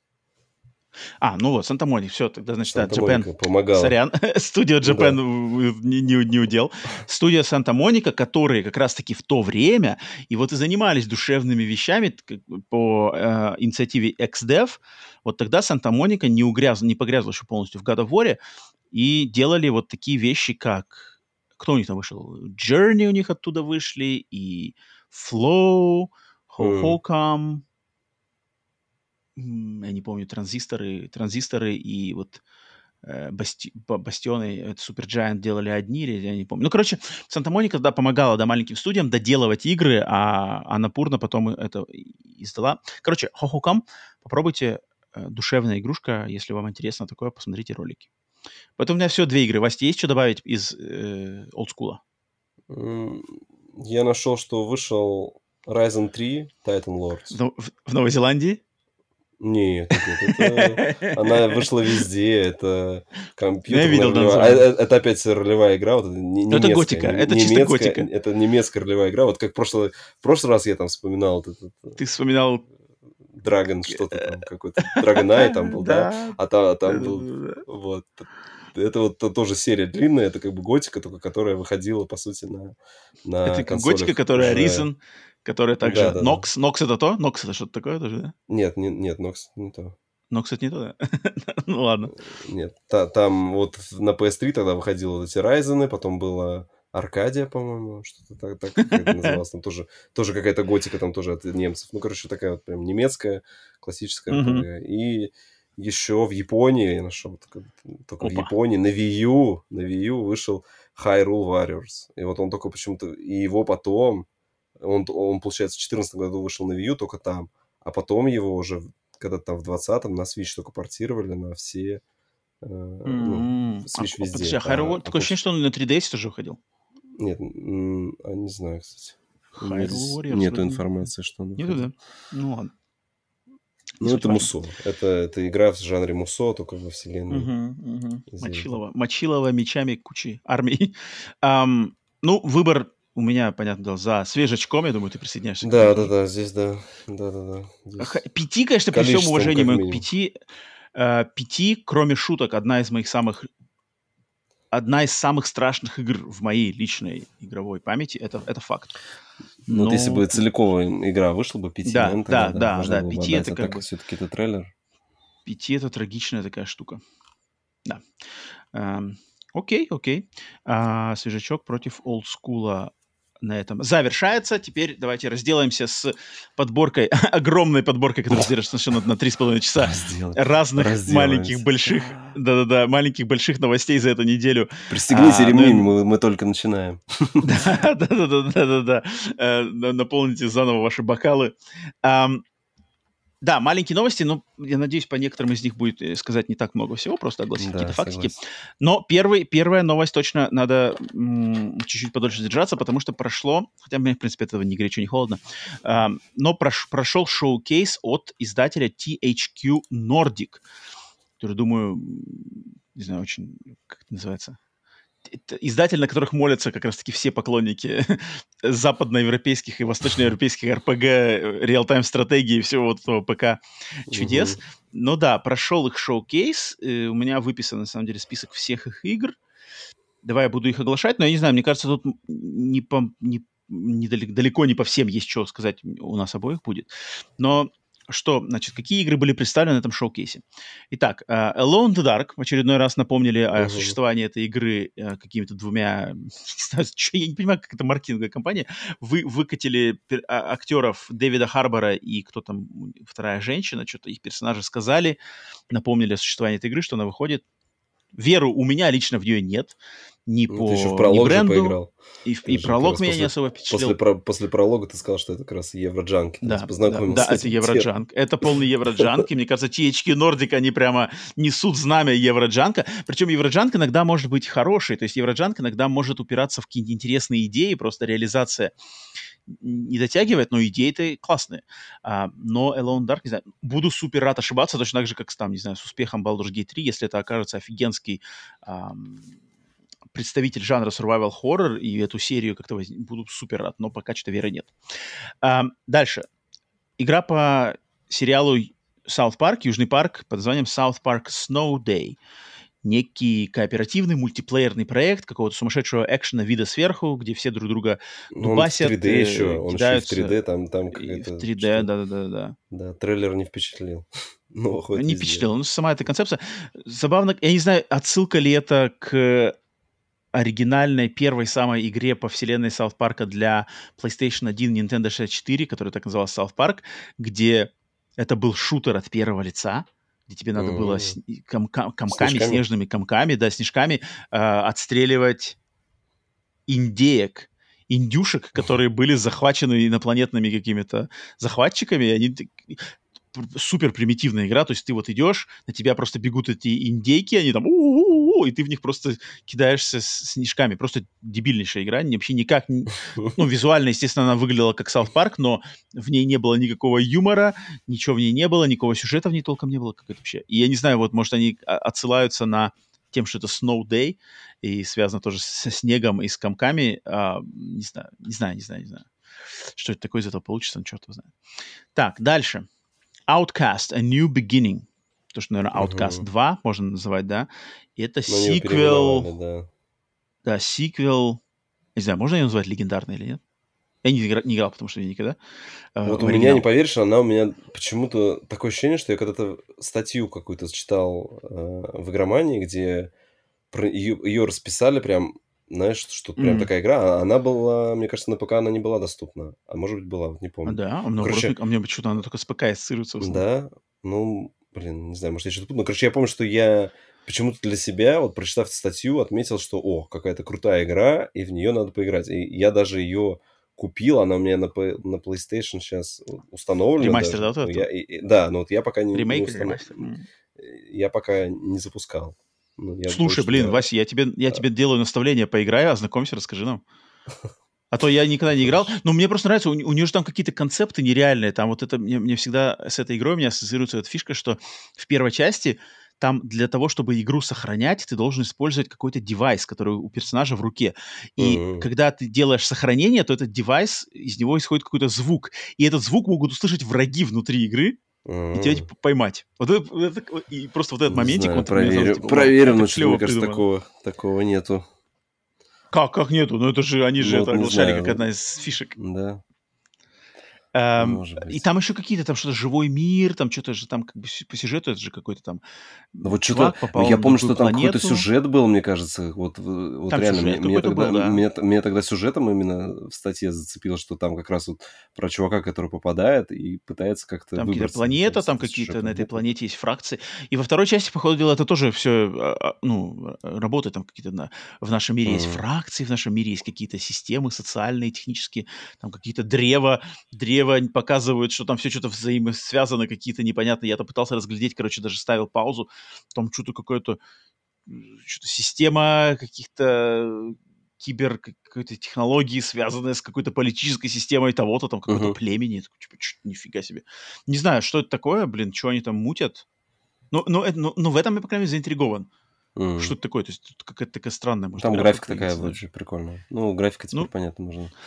Ну вот, Санта-Моника, все, тогда, значит, да, Japan, Санта-Моника помогала. сорян, студия Japan Да. не удел. Студия Санта-Моника, которые как раз-таки в то время и вот и занимались душевными вещами по инициативе XDev, вот тогда Санта-Моника не погрязла еще полностью в God of War, и делали вот такие вещи, как... Кто у них там вышел? Journey у них оттуда вышли, и Flow, М. Ho-Ho-Come, я не помню, транзисторы и вот Бастионы, это Supergiant делали одни, или я не помню. Ну, короче, Санта-Моника, да, помогала, да, маленьким студиям доделывать игры, а Анапурна потом это издала. Короче, Хохукам, попробуйте, душевная игрушка, если вам интересно такое, посмотрите ролики. Поэтому у меня все, 2 игры. Вася, есть что добавить из олдскула? Я нашел, что вышел Ryzen 3 Titan Lords. В Новой Зеландии? Нет, это... Она вышла везде, это Я компьютерная видел ролевая... название. Это опять ролевая игра, вот это Но это немецкая. готика, это чисто Немецкая, готика. это немецкая ролевая игра. Вот как в прошлый раз я там вспоминал вот этот Ты вспоминал... Dragon, что-то там, какой-то Dragon Eye там был, да? Да. А там был... Вот. Это вот тоже серия длинная, это как бы готика, только которая выходила, по сути, на Это готика, консолях которая уже... Risen, которая также... Да. Nox. Nox это то? Nox это что-то такое тоже, да? Нет, Nox не то. Nox это не то, да? Ну ладно. Нет, там вот на PS3 тогда выходило вот эти Ryzen, потом была Аркадия, по-моему, что-то так какая-то называлась. Там тоже какая-то готика, там тоже от немцев. Ну, короче, такая вот прям немецкая классическая Мгм. RPG. И еще в Японии я нашел, только в Опа. Японии на Wii U вышел Hyrule Warriors. И вот он только почему-то... И его потом... Он, получается, в 2014 году вышел на Wii U только там. А потом его уже, когда-то там в 2020-м на Switch только портировали на все... Switch везде. Подожди, Hyrule... Такое ощущение, что он на 3DS тоже выходил. Нет, не знаю, кстати. Hyrule Warriors. Нету информации, что он выходил. Нету, да? Ну ладно. Ну, это мусо. Это игра в жанре мусо, только во вселенной. Мочилова мечами кучи армии. Ну, выбор у меня, понятно, дело, за свежачком, я думаю, ты присоединяешься. Да, здесь, да. Пяти, конечно, при всем уважении моему к пяти, кроме шуток, одна из самых страшных игр в моей личной игровой памяти, это факт. Ну, вот если бы целиковая игра вышла бы, 5, да, можно было 5 бы это как бы... все-таки это трейлер. 5 это трагичная такая штука. Да. Окей. Свежачок против олдскула на этом завершается. Теперь давайте разделаемся с подборкой, огромной подборкой, которая держится на 3,5 часа разных маленьких, больших, маленьких, больших новостей за эту неделю. Пристегните ремень, мы только начинаем. Да. Наполните заново ваши бокалы. Да, маленькие новости, но я надеюсь, по некоторым из них будет сказать не так много всего, просто огласить какие-то фактики. Но первая новость точно надо чуть-чуть подольше задержаться, потому что прошло, хотя мне, в принципе, этого ни горячо, ни холодно, но прошел шоу-кейс от издателя THQ Nordic, который, думаю, не знаю, очень, как это называется... Это издатель, на которых молятся как раз-таки все поклонники западноевропейских и восточноевропейских RPG, реал-тайм-стратегии и всего вот этого ПК чудес. Но да, прошел их шоу-кейс. У меня выписан, на самом деле, список всех их игр. Давай я буду их оглашать, но я не знаю, мне кажется, тут далеко не по всем есть что сказать у нас обоих будет. Но значит, какие игры были представлены на этом шоу-кейсе? Итак, Alone in the Dark в очередной раз напомнили о существовании этой игры какими-то двумя... Я не понимаю, как это маркетинговая компания. Выкатили актеров Дэвида Харбора и кто там, вторая женщина, что-то их персонажи сказали, напомнили о существовании этой игры, что она выходит. Веру у меня лично в нее нет. Ни бренду. Поиграл. И пролог меня не особо впечатлил. После пролога ты сказал, что это как раз Евроджанк. Да, это Евроджанк. Это полный Евроджанк. И мне кажется, THQ Nordic, они прямо несут знамя Евроджанка. Причем Евроджанк иногда может быть хороший. То есть Евроджанк иногда может упираться в какие-то интересные идеи, просто реализация не дотягивает, но идеи-то классные. Но Alone in the Dark, не знаю, буду супер рад ошибаться, точно так же, как там, не знаю, с успехом Baldur's Gate 3, если это окажется офигенский представитель жанра survival horror, и эту серию как-то буду супер рад, но пока что веры нет. Дальше. Игра по сериалу South Park, Южный парк, под названием South Park Snow Day. Некий кооперативный мультиплеерный проект какого-то сумасшедшего экшена вида сверху, где все друг друга дубасят, он в 3D еще, он кидаются. Еще и в 3D, там какая-то... В 3D, да. Да, трейлер не впечатлил. Не впечатлил, но сама эта концепция. Забавно, я не знаю, отсылка ли это к оригинальной первой самой игре по вселенной South Park для PlayStation 1, Nintendo 64, которая так называлась South Park, где это был шутер от первого лица, где тебе надо было комками, снежными комками, да, снежками отстреливать индюшек, которые были захвачены инопланетными какими-то захватчиками, и они... Супер примитивная игра, то есть ты вот идешь, на тебя просто бегут эти индейки, они там и ты в них просто кидаешься с снежками. Просто дебильнейшая игра, вообще никак... Ну, визуально, естественно, она выглядела как South Park, но в ней не было никакого юмора, ничего в ней не было, никакого сюжета в ней толком не было, как это вообще. И я не знаю, вот, может, они отсылаются на тем, что это Snow Day, и связано тоже со снегом и с комками. Не знаю. Что это такое из этого получится, черт его знает. Так, дальше. Outcast, A New Beginning. То, что, наверное, Outcast 2 можно называть, да? И это сиквел... Да, сиквел... Не знаю, можно ее назвать легендарной или нет? Я не играл, потому что я никогда... Вот у меня, не поверишь, она у меня почему-то такое ощущение, что я когда-то статью какую-то читал в Игромании, где ее расписали прям, знаешь, что прям такая игра. Она была, мне кажется, на ПК она не была доступна. А может быть, была, вот не помню. Да? Мне почему-то она только с ПК ассоциируется. Да? Ну, Блин, не знаю, может, я что-то путаю. Но, короче, я помню, что я почему-то для себя, вот прочитав статью, отметил, что, какая-то крутая игра, и в нее надо поиграть. И я даже ее купил, она у меня на PlayStation сейчас установлена Ремастер, да, даже. вот Но это? да, но вот я пока не Ремейк или установил. ремастер? Я пока не запускал. Ну, я думаю, Слушай, что блин, я... Вася, я тебе делаю наставление, поиграй, ознакомься, расскажи нам. А то я никогда не играл. Хорошо. Но мне просто нравится, у нее же там какие-то концепты нереальные. Там вот это, мне всегда с этой игрой у меня ассоциируется эта фишка, что в первой части там для того, чтобы игру сохранять, ты должен использовать какой-то девайс, который у персонажа в руке. И Мгм. когда ты делаешь сохранение, то этот девайс, из него исходит какой-то звук. И этот звук могут услышать враги внутри игры, и тебя Мгм. типа поймать. И просто вот этот Не моментик, знаю, он мне сразу типа, вау, проверим, это но что-то, мне клево кажется, придумано. такого нету. Как нету? Ну это же, они же Ну, это вот не оглашали как знаю, одна из фишек. да, может И быть. там еще какие-то, там что-то живой мир, там что-то же там как бы по сюжету это же какой-то там Ну вот что-то, чувак попал я на помню, другую что там какой-то планету. сюжет был, мне кажется, вот Там реально, сюжет какой-то был, да. меня тогда сюжетом именно в статье зацепило, что там как раз вот про чувака, который попадает и пытается как-то Там какие-то выбраться там планета, с там этой какие-то на сюжетной этой буквы. планете есть фракции. И во второй части, по ходу дела, это тоже все, работает там какие-то в нашем мире есть Мгм. фракции, в нашем мире есть какие-то системы социальные, технические, там какие-то древа показывают, что там все что-то взаимосвязано, какие-то непонятные. Я-то пытался разглядеть, короче, даже ставил паузу, там что-то какое-то что-то система каких-то какой-то технологии, связанная с какой-то политической системой того-то, там, какой-то Мгм. племени. Я такой, типа, нифига себе. Не знаю, что это такое, блин, что они там мутят. Ну, в этом я, по крайней мере, заинтригован. Что Мгм. это такое? То есть тут какая-то такая странная, может, Там игра графика будет такая появиться будет дальше. же прикольная. Ну, графика теперь Ну, понятно,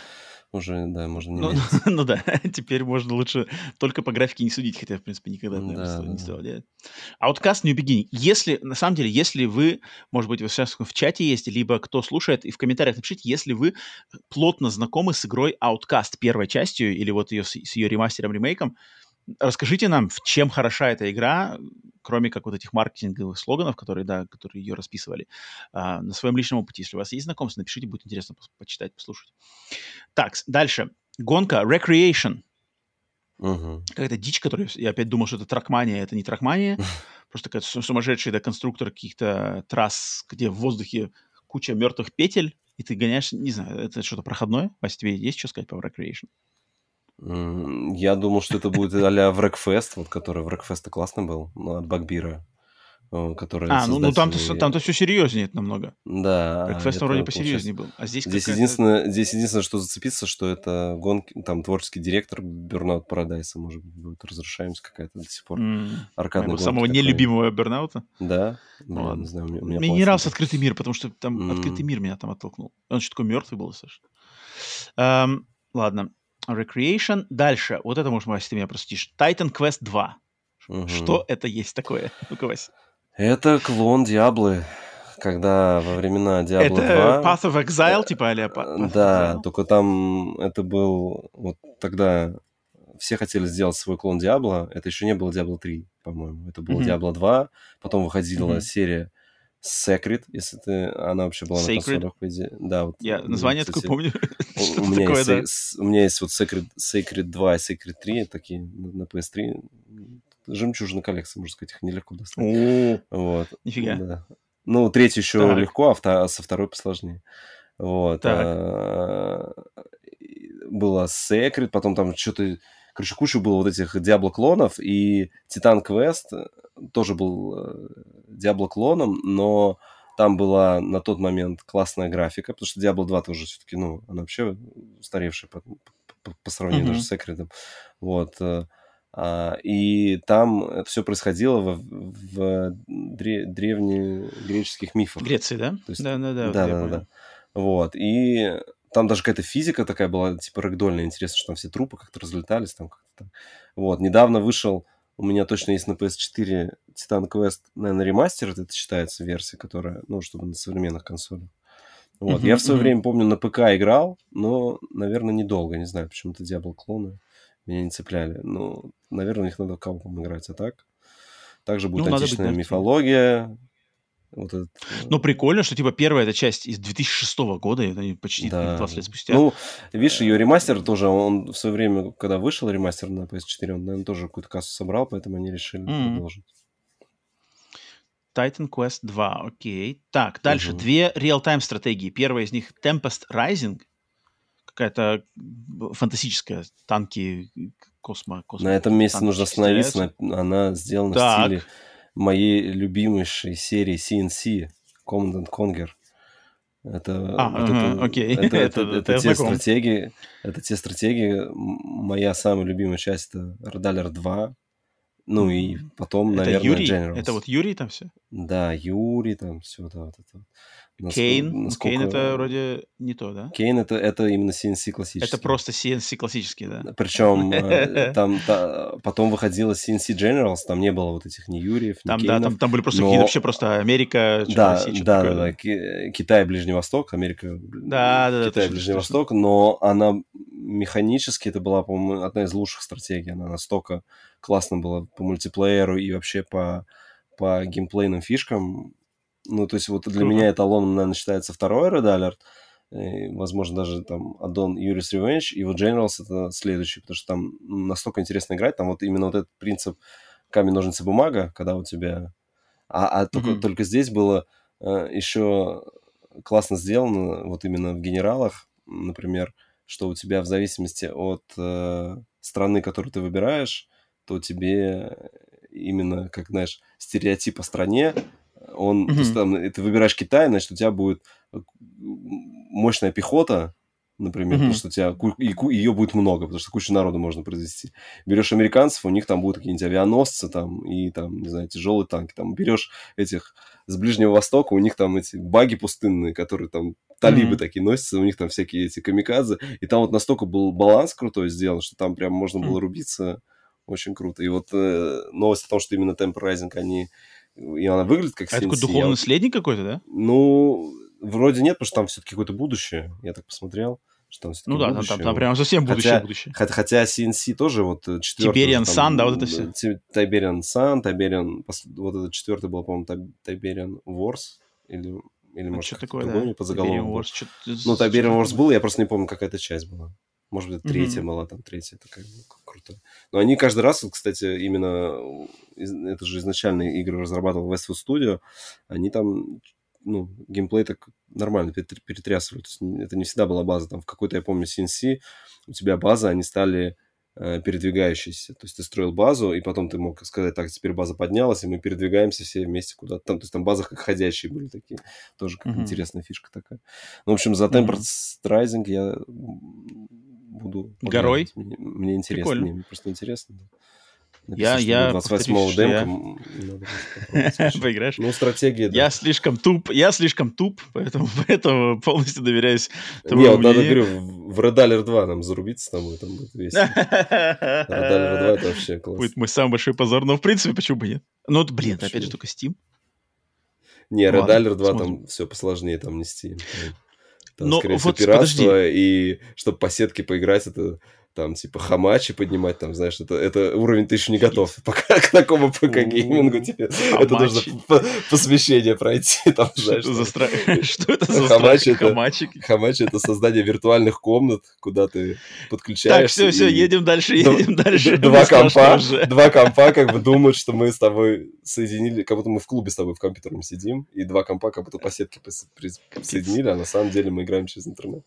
можно не ну, мериться. ну да, теперь можно лучше только по графике не судить, хотя, в принципе, никогда, наверное, Да, не да. стоило делать. Outcast New Beginning. Если, на самом деле, если вы, может быть, вы сейчас в чате есть, либо кто слушает, и в комментариях напишите, если вы плотно знакомы с игрой Outcast первой частью, или вот ее с ее ремастером-ремейком, расскажите нам, в чем хороша эта игра, кроме как вот этих маркетинговых слоганов, которые, да, которые ее расписывали, на своем личном опыте. Если у вас есть знакомство, напишите, будет интересно почитать, послушать. Так, дальше. Гонка Recreation. Мгм. Какая-то дичь, которую я опять думал, что это тракмания, это не тракмания, просто какая-то сумасшедший, да, конструктор каких-то трасс, где в воздухе куча мертвых петель, и ты гоняешь, не знаю, это что-то проходное? Вася, тебе есть что сказать по Recreation? Я думал, что это будет а-ля Wreckfest, вот который Wreckfest классно был, ну, от Багбира, которые Ну создатели. там-то все серьезнее намного. Да, Breakfast вроде это получается. посерьезнее был, а здесь Здесь какая-то... единственное, здесь единственное, что зацепиться, что это гонки, там творческий директор Burnout Paradise, может быть, будет разрушаемость какая-то до сих пор. Аркадной Моего гонки самого такой. нелюбимого Бернаута. Да? Ну Блин, не ладно. знаю, у меня Мне не платина нравился только. открытый мир, потому что там открытый М, мир меня там оттолкнул. Он что такой мертвый был, Саша. Ладно. Recreation. Дальше. Вот это, может, Вася, ты меня простишь. Titan Quest 2. мгм. Что это есть такое? Ну-ка, Вася. Это клон Диаблы, когда во времена Диабло Это 2, Path of э, Exile, типа а-ля Path of да, Exile? только там это был, вот тогда все хотели сделать свой клон Диабло, это еще не было Диабло 3, по-моему, это было Мгм. Диабло 2, потом выходила Мгм. серия Secret, если она вообще была на Sacred. консолях, по идее. Да, вот Я у меня, название такое кстати, помню. у Что-то меня такое, есть, да. у меня есть вот Secret 2 и Secret 3, такие на PS3, жемчужина коллекции, можно сказать, их нелегко достать. О, Вот, нифига. да. Ну, третий еще Так, легко, со второй посложнее. Вот. так. Было Secret, потом там что-то... Короче, куча было вот этих Диабло-клонов, и Titan Quest тоже был Диабло-клоном, но там была на тот момент классная графика, потому что Diablo 2 тоже все-таки, ну, она вообще устаревшая по сравнению даже Мгм. с Secret. Вот. И там все происходило в древнегреческих мифах. Греции, да? То есть, Да-да-да, вот это я да-да-да. понял. Вот. И там даже какая-то физика такая была, типа рэгдольная. Интересно, что там все трупы как-то разлетались. Там как-то так. Вот. Недавно вышел, у меня точно есть на PS4 Titan Quest, наверное, ремастер, это считается версия, которая, ну, чтобы на современных консолях. Вот. Я Мгм, в свое мгм. время, помню, на ПК играл, но, наверное, недолго. Не знаю, почему-то Diablo клоны меня не цепляли. Ну, наверное, у них надо каупом играть. А так, также будет Ну, надо быть, античная да, таким. мифология, Вот этот, Ну, прикольно, что, типа, первая эта часть из 2006 года, это почти да. 20 лет спустя. Ну, видишь, ее ремастер тоже, он в свое время, когда вышел ремастер на PS4, он, наверное, тоже какую-то кассу собрал, поэтому они решили продолжить. Titan Quest 2, окей. Так, дальше. Мгм. Две реал-тайм стратегии. Первая из них Tempest Rising. Какая-то фантастическая. Танки, На этом месте танки нужно остановиться. Она сделана в стиле Так. моей любимейшей серии CNC, Command and Conquer. Это вот окей. это Это я те знаком. стратегии. Моя самая любимая часть это Red Alert 2. Ну и потом, Это наверное, Юрий? Generals. Это вот Юрий там все? Да, Юрий там все, да, вот это. Кейн? Кейн это Насколько вроде не то, да? Кейн это именно CNC классический. Это просто CNC классический, да? Причем там потом выходила CNC Generals, там не было вот этих ни Юриев, ни Там, да, Кейнов. там были просто какие-то вообще просто Америка, что-то Да, Россия, что-то такое. да. Китай, Ближний Восток, Америка, Да, Китай, точно, Ближний точно. Восток, но она механически, это была, по-моему, одна из лучших стратегий. Она настолько классно была по мультиплееру и вообще по геймплейным фишкам. Ну, то есть вот для Круто. меня эталоном, наверное, считается второй Red Alert. И, возможно, даже там Add-on Yuri's Revenge, и вот Generals это следующий, потому что там настолько интересно играть, там вот именно вот этот принцип камень, ножницы, бумага, когда у тебя... только здесь было еще классно сделано, вот именно в генералах, например, что у тебя в зависимости от страны, которую ты выбираешь, то тебе именно, как, знаешь, стереотип о стране, он, то есть там, ты выбираешь Китай, значит, у тебя будет мощная пехота, например, потому что у тебя ее будет много, потому что кучу народу можно произвести. Берешь американцев, у них там будут какие-нибудь авианосцы там и там, не знаю, тяжелые танки. Там берешь этих с Ближнего Востока, у них там эти баги пустынные, которые там талибы такие носятся, у них там всякие эти камикадзе. И там вот настолько был баланс крутой сделан, что там прям можно было рубиться очень круто. И вот новость о том, что именно Temper Rising, и она выглядит как CNC. Это такой духовный наследник какой-то, да? Ну, вроде нет, потому что там все-таки какое-то будущее. Я так посмотрел, что там все-таки будущее. Там прям совсем будущее. Хотя CNC тоже вот четвертый. Tiberian Sun, да, вот это все. Tiberian Sun, вот этот четвертый был, по-моему, Tiberian Wars, или может, что как-то такое, по-другому да? по заголовку был. Wars, Ну, Tiberian Wars был, я просто не помню, какая это часть была. Может быть, третья была, там третья такая крутая. Но они каждый раз, вот, кстати, именно это же изначально игры разрабатывал Westwood Studio, они там, ну, геймплей так нормально перетрясывали. То есть это не всегда была база. Там в какой-то, я помню, CNC, у тебя база, они стали передвигающиеся. То есть ты строил базу, и потом ты мог сказать, так, теперь база поднялась, и мы передвигаемся все вместе куда-то там. То есть там базы как ходячие были такие. Тоже как интересная фишка такая. Ну, в общем, за Tempered Rising я буду Горой? Мне интересно. Прикольно. Мне просто интересно. Да. Я 28-го демка. Поиграешь? Ну, стратегия, да. Я слишком туп, поэтому полностью доверяюсь Не, вот надо, говорю, в Red Alert 2 нам зарубиться с тобой, там будет весело. Red Alert 2 это вообще классно. Будет мой самый большой позор, но в принципе, почему бы нет? Ну, блин, это опять же только Steam. Не, Red Alert 2 там все посложнее, там не Steam. Там, скорее всего, пиратство, и чтобы по сетке поиграть, это там, типа, хамачи поднимать, там, знаешь, это уровень ты еще не готов. Пока к такому ПК-геймингу тебе это нужно посвящение пройти, там, знаешь. Что это за хамачи? Хамачи — это создание виртуальных комнат, куда ты подключаешься. Так, все, едем дальше. Два компа как бы думают, что мы с тобой соединили, как будто мы в клубе с тобой в компьютерном сидим, и два компа как будто по сетке соединили, а на самом деле мы играем через интернет.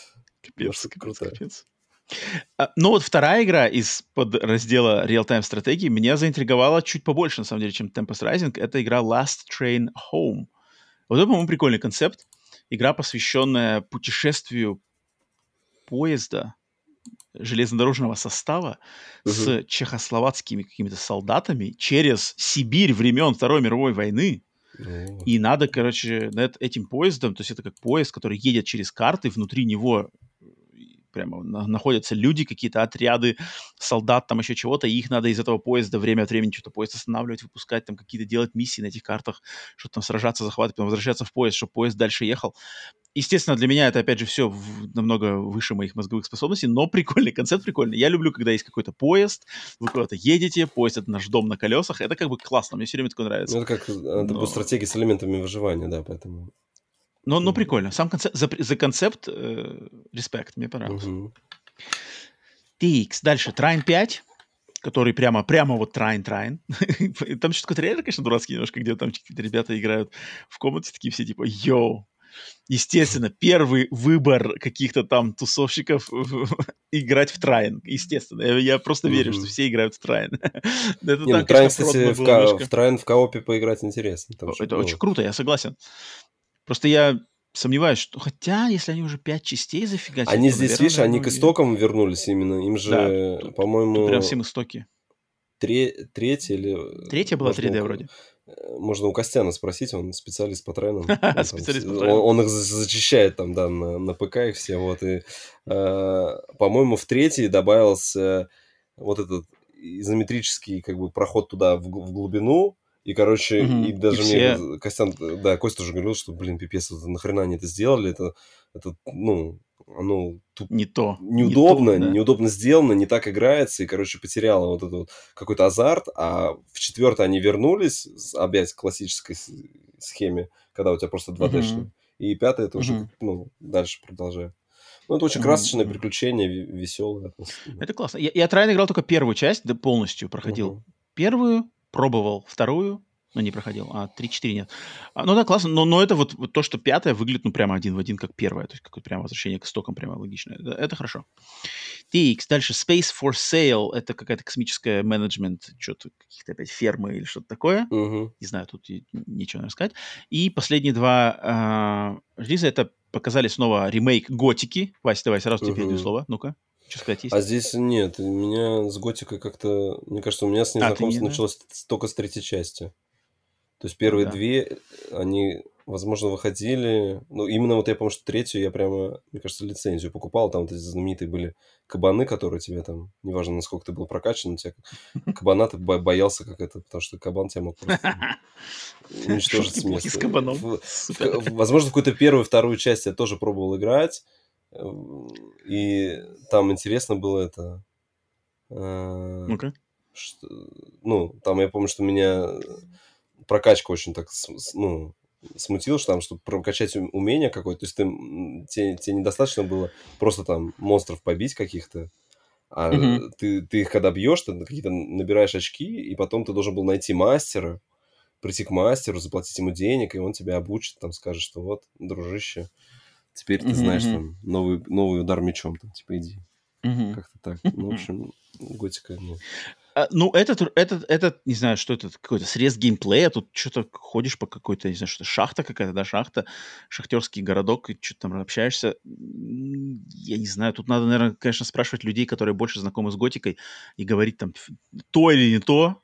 Капец. Ну вот вторая игра из подраздела Real-Time стратегии меня заинтриговала чуть побольше, на самом деле, чем Tempest Rising. Это игра Last Train Home. Вот это, по-моему, прикольный концепт. Игра, посвященная путешествию поезда железнодорожного состава с чехословацкими какими-то солдатами через Сибирь времен Второй мировой войны. И надо, короче, этим поездом, то есть это как поезд, который едет через карты, внутри него прямо находятся люди, какие-то отряды солдат, там еще чего-то, и их надо из этого поезда время от времени что-то поезд останавливать, выпускать, там какие-то делать миссии на этих картах, что-то там сражаться, захватывать, потом возвращаться в поезд, чтобы поезд дальше ехал. Естественно, для меня это, опять же, все намного выше моих мозговых способностей, но прикольный концепт, прикольный. Я люблю, когда есть какой-то поезд, вы куда-то едете, поезд — это наш дом на колесах, это как бы классно, мне все время такое Ну, нравится. это как это будет Но, стратегия с элементами выживания, да, поэтому. но прикольно. Сам концепт, за концепт респект, мне понравился. Мгм. TX. Дальше, Trine 5, который прямо вот Trine. Там еще такой трейлер, конечно, дурацкий немножко, где там какие-то ребята играют в комнате, такие все типа «Йоу». Естественно, первый выбор каких-то там тусовщиков играть в Трайн. Естественно. Я просто верю, что Мгм. все играют в Трайн. Это Не, ну там, Трайн, конечно, продано кстати, было в немножко. Трайн в коопе поиграть интересно. Там же, Это очень ну, круто, я согласен. Просто я сомневаюсь, что... Хотя, если они уже 5 частей зафигачили, они то, здесь, наверное, видишь, они к многие... истокам вернулись именно. Им Да, же, тут прям по-моему, всем истоки. третий или Третья была 3D вроде. можно у Костяна спросить, он специалист по тренам. Он, там, Специалист по Трайну. он их зачищает там, да, на ПК их все. Вот, и, по-моему, в третий добавился вот этот изометрический как бы проход туда в глубину. И, короче, и И даже все мне Костян, да, Костя тоже говорил, что, блин, пипец, нахрена они это сделали? Это ну, оно не то, да. неудобно сделано, не так играется, и, короче, потеряло вот этот вот какой-то азарт, а в четвертый они вернулись опять к классической схеме, когда у тебя просто 2D-шный, и пятый это уже, ну, дальше продолжает. Ну, это очень красочное приключение, веселое. Это классно. Я Трайн играл только первую часть, да, полностью проходил. Первую, пробовал вторую, но не проходил, а 3-4 нет. Ну да, классно, но это вот то, что пятая выглядит, ну, прямо один в один, как первая. То есть какое-то прямо возвращение к истокам прямо логичное. Это хорошо. TX. Дальше Space for Sale. Это какая-то космическая менеджмент, что-то, каких-то опять фермы или что-то такое. Не знаю, тут нечего рассказать. И последние два релиза, это показали снова ремейк Готики. Вася, давай сразу тебе передаю слово. Ну-ка, что сказать есть? А здесь нет, у меня с Готикой как-то, мне кажется, у меня с ней знакомство началось только с третьей части. То есть первые две, они, возможно, выходили... Ну, именно вот я помню, что третью я прямо, мне кажется, лицензию покупал. Там вот эти знаменитые были кабаны, которые тебе там... Неважно, насколько ты был прокачан, у тебя кабана ты боялся как это, потому что кабан тебя мог просто уничтожить с места. С кабаном. Возможно, какую-то первую, вторую часть я тоже пробовал играть. И там интересно было это... Ну-ка. Ну, там я помню, что меня... прокачка очень так, ну, смутила, что там, чтобы прокачать умение какое-то, то есть тебе недостаточно было просто там монстров побить каких-то, а ты их когда бьешь, ты какие-то набираешь очки, и потом ты должен был найти мастера, прийти к мастеру, заплатить ему денег, и он тебя обучит, там скажет, что вот, дружище, теперь ты знаешь там новый удар мечом, там, типа, иди. Как-то так. Ну, в общем, Готика нет. Ну, этот, не знаю, что это, какой-то срез геймплея, тут что-то ходишь по какой-то, не знаю, что-то шахта какая-то, да, шахта, шахтерский городок, и что-то там общаешься. Я не знаю, тут надо, наверное, конечно, спрашивать людей, которые больше знакомы с Готикой, и говорить там то или не то,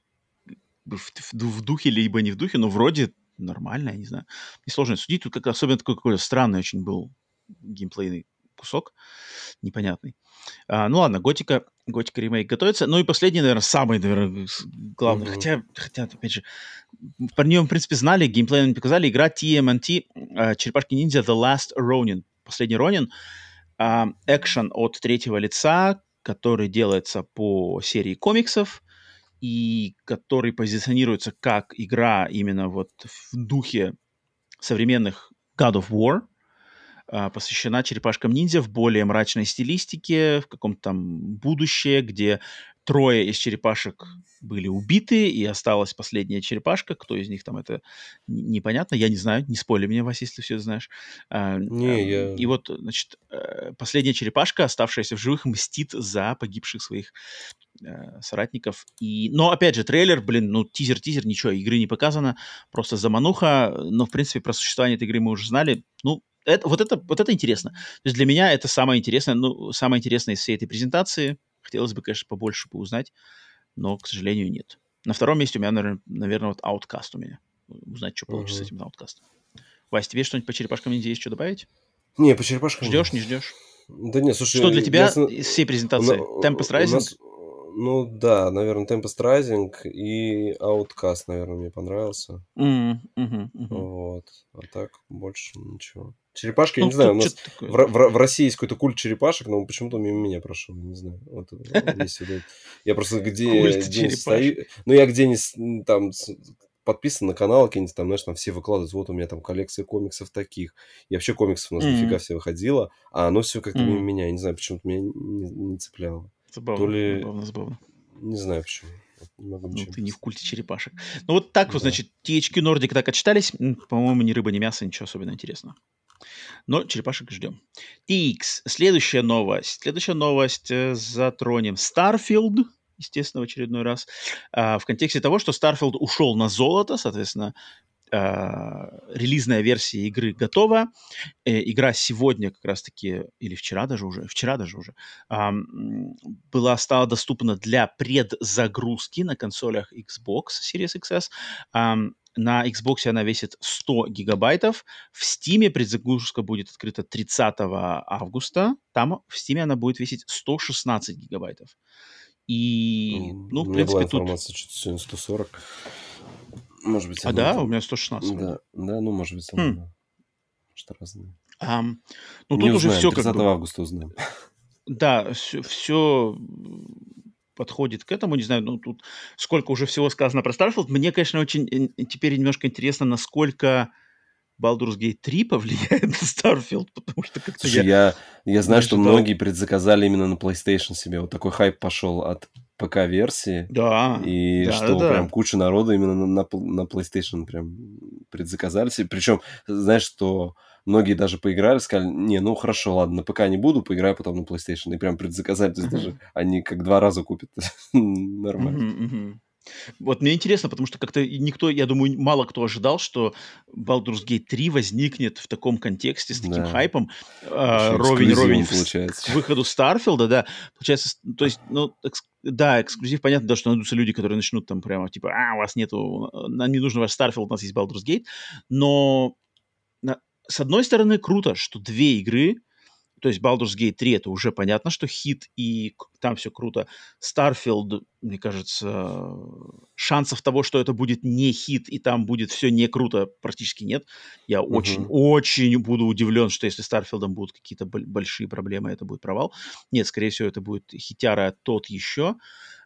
в духе, либо не в духе, но вроде нормально, я не знаю. Несложно судить, тут как особенно такой какой-то странный очень был геймплейный кусок, непонятный. Ну ладно, Готика ремейк готовится. Ну и последний, наверное, самый, наверное, главный. Хотя, опять же, про нее, в принципе, знали, геймплей нам показали. Игра TMNT, Черепашки-ниндзя The Last Ronin. Последний Ронин. Экшен от третьего лица, который делается по серии комиксов и который позиционируется как игра именно вот в духе современных God of War, посвящена черепашкам-ниндзя в более мрачной стилистике, в каком-то там будущее, где трое из черепашек были убиты, и осталась последняя черепашка. Кто из них там, это непонятно. Я не знаю. Не спойли меня, Вася, если ты все это знаешь. И вот, значит, последняя черепашка, оставшаяся в живых, мстит за погибших своих соратников. Но, опять же, трейлер, блин, ну, тизер, ничего, игры не показано, просто замануха, но, в принципе, про существование этой игры мы уже знали. Ну, вот это интересно. То есть для меня это самое интересное, ну, самое интересное из всей этой презентации. Хотелось бы, конечно, побольше узнать, но, к сожалению, нет. На втором месте у меня, наверное, вот Outcast у меня. Узнать, что получится с этим Outcast. Вась, тебе что-нибудь по черепашкам ниндзя есть что добавить? Не, по черепашкам... Ждешь, не ждешь? Да нет, слушай... Что для тебя из всей презентации? Tempest Rising? Ну да, наверное, Tempest Rising и Outcast, наверное, мне понравился. Вот. А так больше ничего. Черепашки, я Ну, не знаю, у тут нас что-то такое. в России есть какой-то культ черепашек, но он почему-то мимо меня прошел, не знаю. Вот, если вот, я просто Культ где-нибудь черепашек. стою, ну, я где-нибудь там подписан на канал какие-нибудь, там, знаешь, там все выкладывают, вот у меня там коллекция комиксов таких. И вообще комиксов у нас дофига Мгм. все выходило, а оно все как-то мимо Мгм. меня, я не знаю, почему-то меня не цепляло. То Забавно, ли, забавно, забавно. не знаю почему, вот не могу Ну, ничем ты не в объяснить. культе черепашек. Ну, вот так вот, Да. значит, THQ Nordic так отчитались. По-моему, ни рыба, ни мясо, ничего особенно интересного. Но черепашек ждем. TX. Следующая новость. Следующая новость. Затронем Starfield, естественно, в очередной раз. В контексте того, что Starfield ушел на золото, соответственно, релизная версия игры готова. Игра сегодня как раз-таки, или вчера даже уже, стала доступна для предзагрузки на консолях Xbox Series XS. На Xbox она весит 100 гигабайтов. В Steam предзагрузка будет открыта 30 августа. Там в Steam она будет весить 116 гигабайтов. И, ну, У в меня была принципе, тут... информация, что сегодня 140. Может быть, А, оно да, у там... меня 116 вроде. Да, да, ну, может быть, оно, Хм. да. Что разное. Ну, Не тут уже узнаем, все как 30 бы... августа узнаем. Да, все подходит к этому. Не знаю, ну, тут сколько уже всего сказано про Starfield. Мне, конечно, очень теперь немножко интересно, насколько Baldur's Gate 3 повлияет на Starfield, потому что как-то Слушай, я я не знаю, что ожидал. многие предзаказали именно на PlayStation себе. Вот такой хайп пошел от ПК-версии. Да, И да, да, что прям да. куча народу именно на PlayStation прям предзаказали себе. Причем, знаешь, что многие даже поиграли, сказали, не, ну хорошо, ладно, на ПК не буду, поиграю потом на PlayStation. И прям предзаказали. То есть даже Мгм. они как 2 раза купят. Нормально. Мгм, мгм. Вот мне интересно, потому что как-то никто, я думаю, мало кто ожидал, что Baldur's Gate 3 возникнет в таком контексте, с таким Да. хайпом, Еще ровень-ровень эксклюзивом получается. к выходу Старфилда, да. Получается, то есть, ну, да, эксклюзив, понятно, да, что найдутся люди, которые начнут там прямо, типа, у вас нету, нам не нужен ваш Старфилд, у нас есть Baldur's Gate, но на- с одной стороны, круто, что две игры, то есть Baldur's Gate 3 это уже понятно, что хит, и там все круто. Starfield, мне кажется, шансов того, что это будет не хит, и там будет все не круто, практически нет. Я Мгм. очень-очень буду удивлен, что если с Starfield будут какие-то большие проблемы, это будет провал. Нет, скорее всего, это будет хитяра тот еще.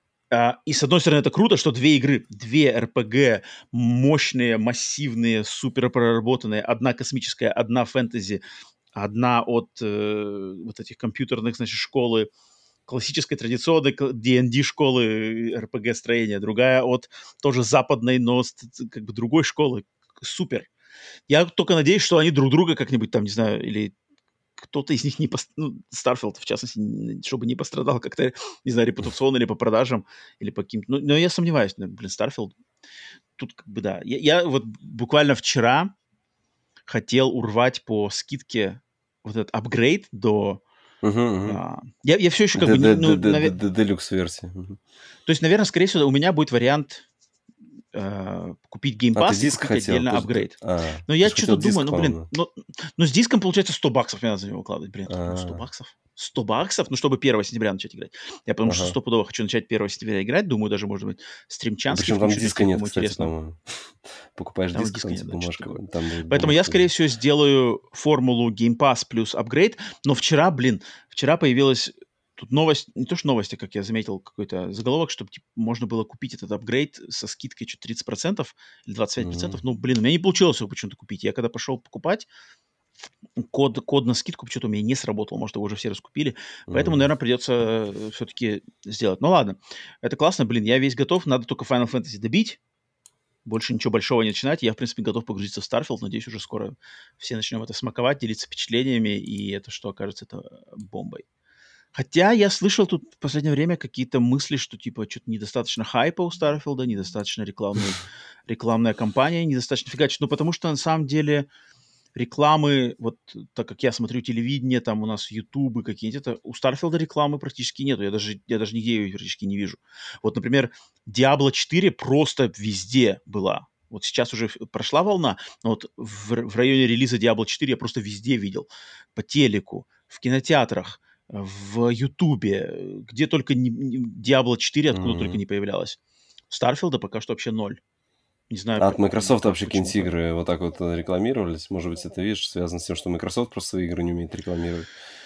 И с одной стороны, это круто, что две игры, две РПГ, мощные, массивные, супер проработанные, одна космическая, одна фэнтези, одна от вот этих компьютерных, значит, школы, классической традиционной D&D школы РПГ-строения, другая от тоже западной, но как бы другой школы. Супер. Я только надеюсь, что они друг друга как-нибудь там, не знаю, или кто-то из них не... Ну, Starfield, в частности, чтобы не пострадал как-то, не знаю, репутационно или по продажам, или по каким-то... Но я сомневаюсь, блин, Starfield тут как бы, да. Я вот буквально вчера хотел урвать по скидке вот этот апгрейд до... Мгм, мгм. Я все еще как бы не... Ну, Делюкс версия. Мгм. то есть, наверное, скорее всего, у меня будет вариант купить Game А ты Pass и диск купить хотел? отдельно апгрейд. Но Ты я же что-то хотел думаю, диск, ну, блин, по-моему. ну, с диском, получается, $100 мне надо за него выкладывать. Блин, ну, 100 А, баксов? 100 баксов? Ну, чтобы 1 сентября начать играть. Я потому что ага. стопудово хочу начать 1 сентября играть. Думаю, даже, может быть, стримчанский Причем там включу для диска тех, нет, кому кстати, интересно. по-моему. Покупаешь Там вот диск, диска там нет, типа да, что-то бумажка, такое. там будет Поэтому я, бумажка скорее лежать. всего, сделаю формулу Game Pass плюс апгрейд. Но вчера, блин, вчера появилась тут новость, не то что новости, как я заметил, какой-то заголовок, чтобы типа, можно было купить этот апгрейд со скидкой что-то 30% или 25%. Мгм. Ну, блин, у меня не получилось его почему-то купить. Я когда пошел покупать, код на скидку почему-то у меня не сработал. Может, его уже все раскупили. Поэтому, Мгм. наверное, придется все-таки сделать. Ну, ладно. Это классно, блин, я весь готов. Надо только Final Fantasy добить. Больше ничего большого не начинать. Я, в принципе, готов погрузиться в Starfield. Надеюсь, уже скоро все начнем это смаковать, делиться впечатлениями, и это что окажется это бомбой. Хотя я слышал тут в последнее время какие-то мысли, что типа что-то недостаточно хайпа у Старфилда, недостаточно рекламная кампания, недостаточно фигачит. Ну, потому что на самом деле рекламы, вот так как я смотрю телевидение, там у нас ютубы какие-нибудь, это у Старфилда рекламы практически нету. Я даже нигде ее практически не вижу. Вот, например, Diablo 4 просто везде была. Вот сейчас уже прошла волна, но вот в районе релиза Diablo 4 я просто везде видел. По телеку, в кинотеатрах, в Ютубе, где только Diablo 4, откуда только Мгм. не появлялась. Старфилда пока что вообще ноль. Не знаю, от Microsoft вообще почему какие-нибудь так. игры вот так вот рекламировались? Может быть, это, видишь, связано с тем, что Microsoft просто свои игры не умеет рекламировать?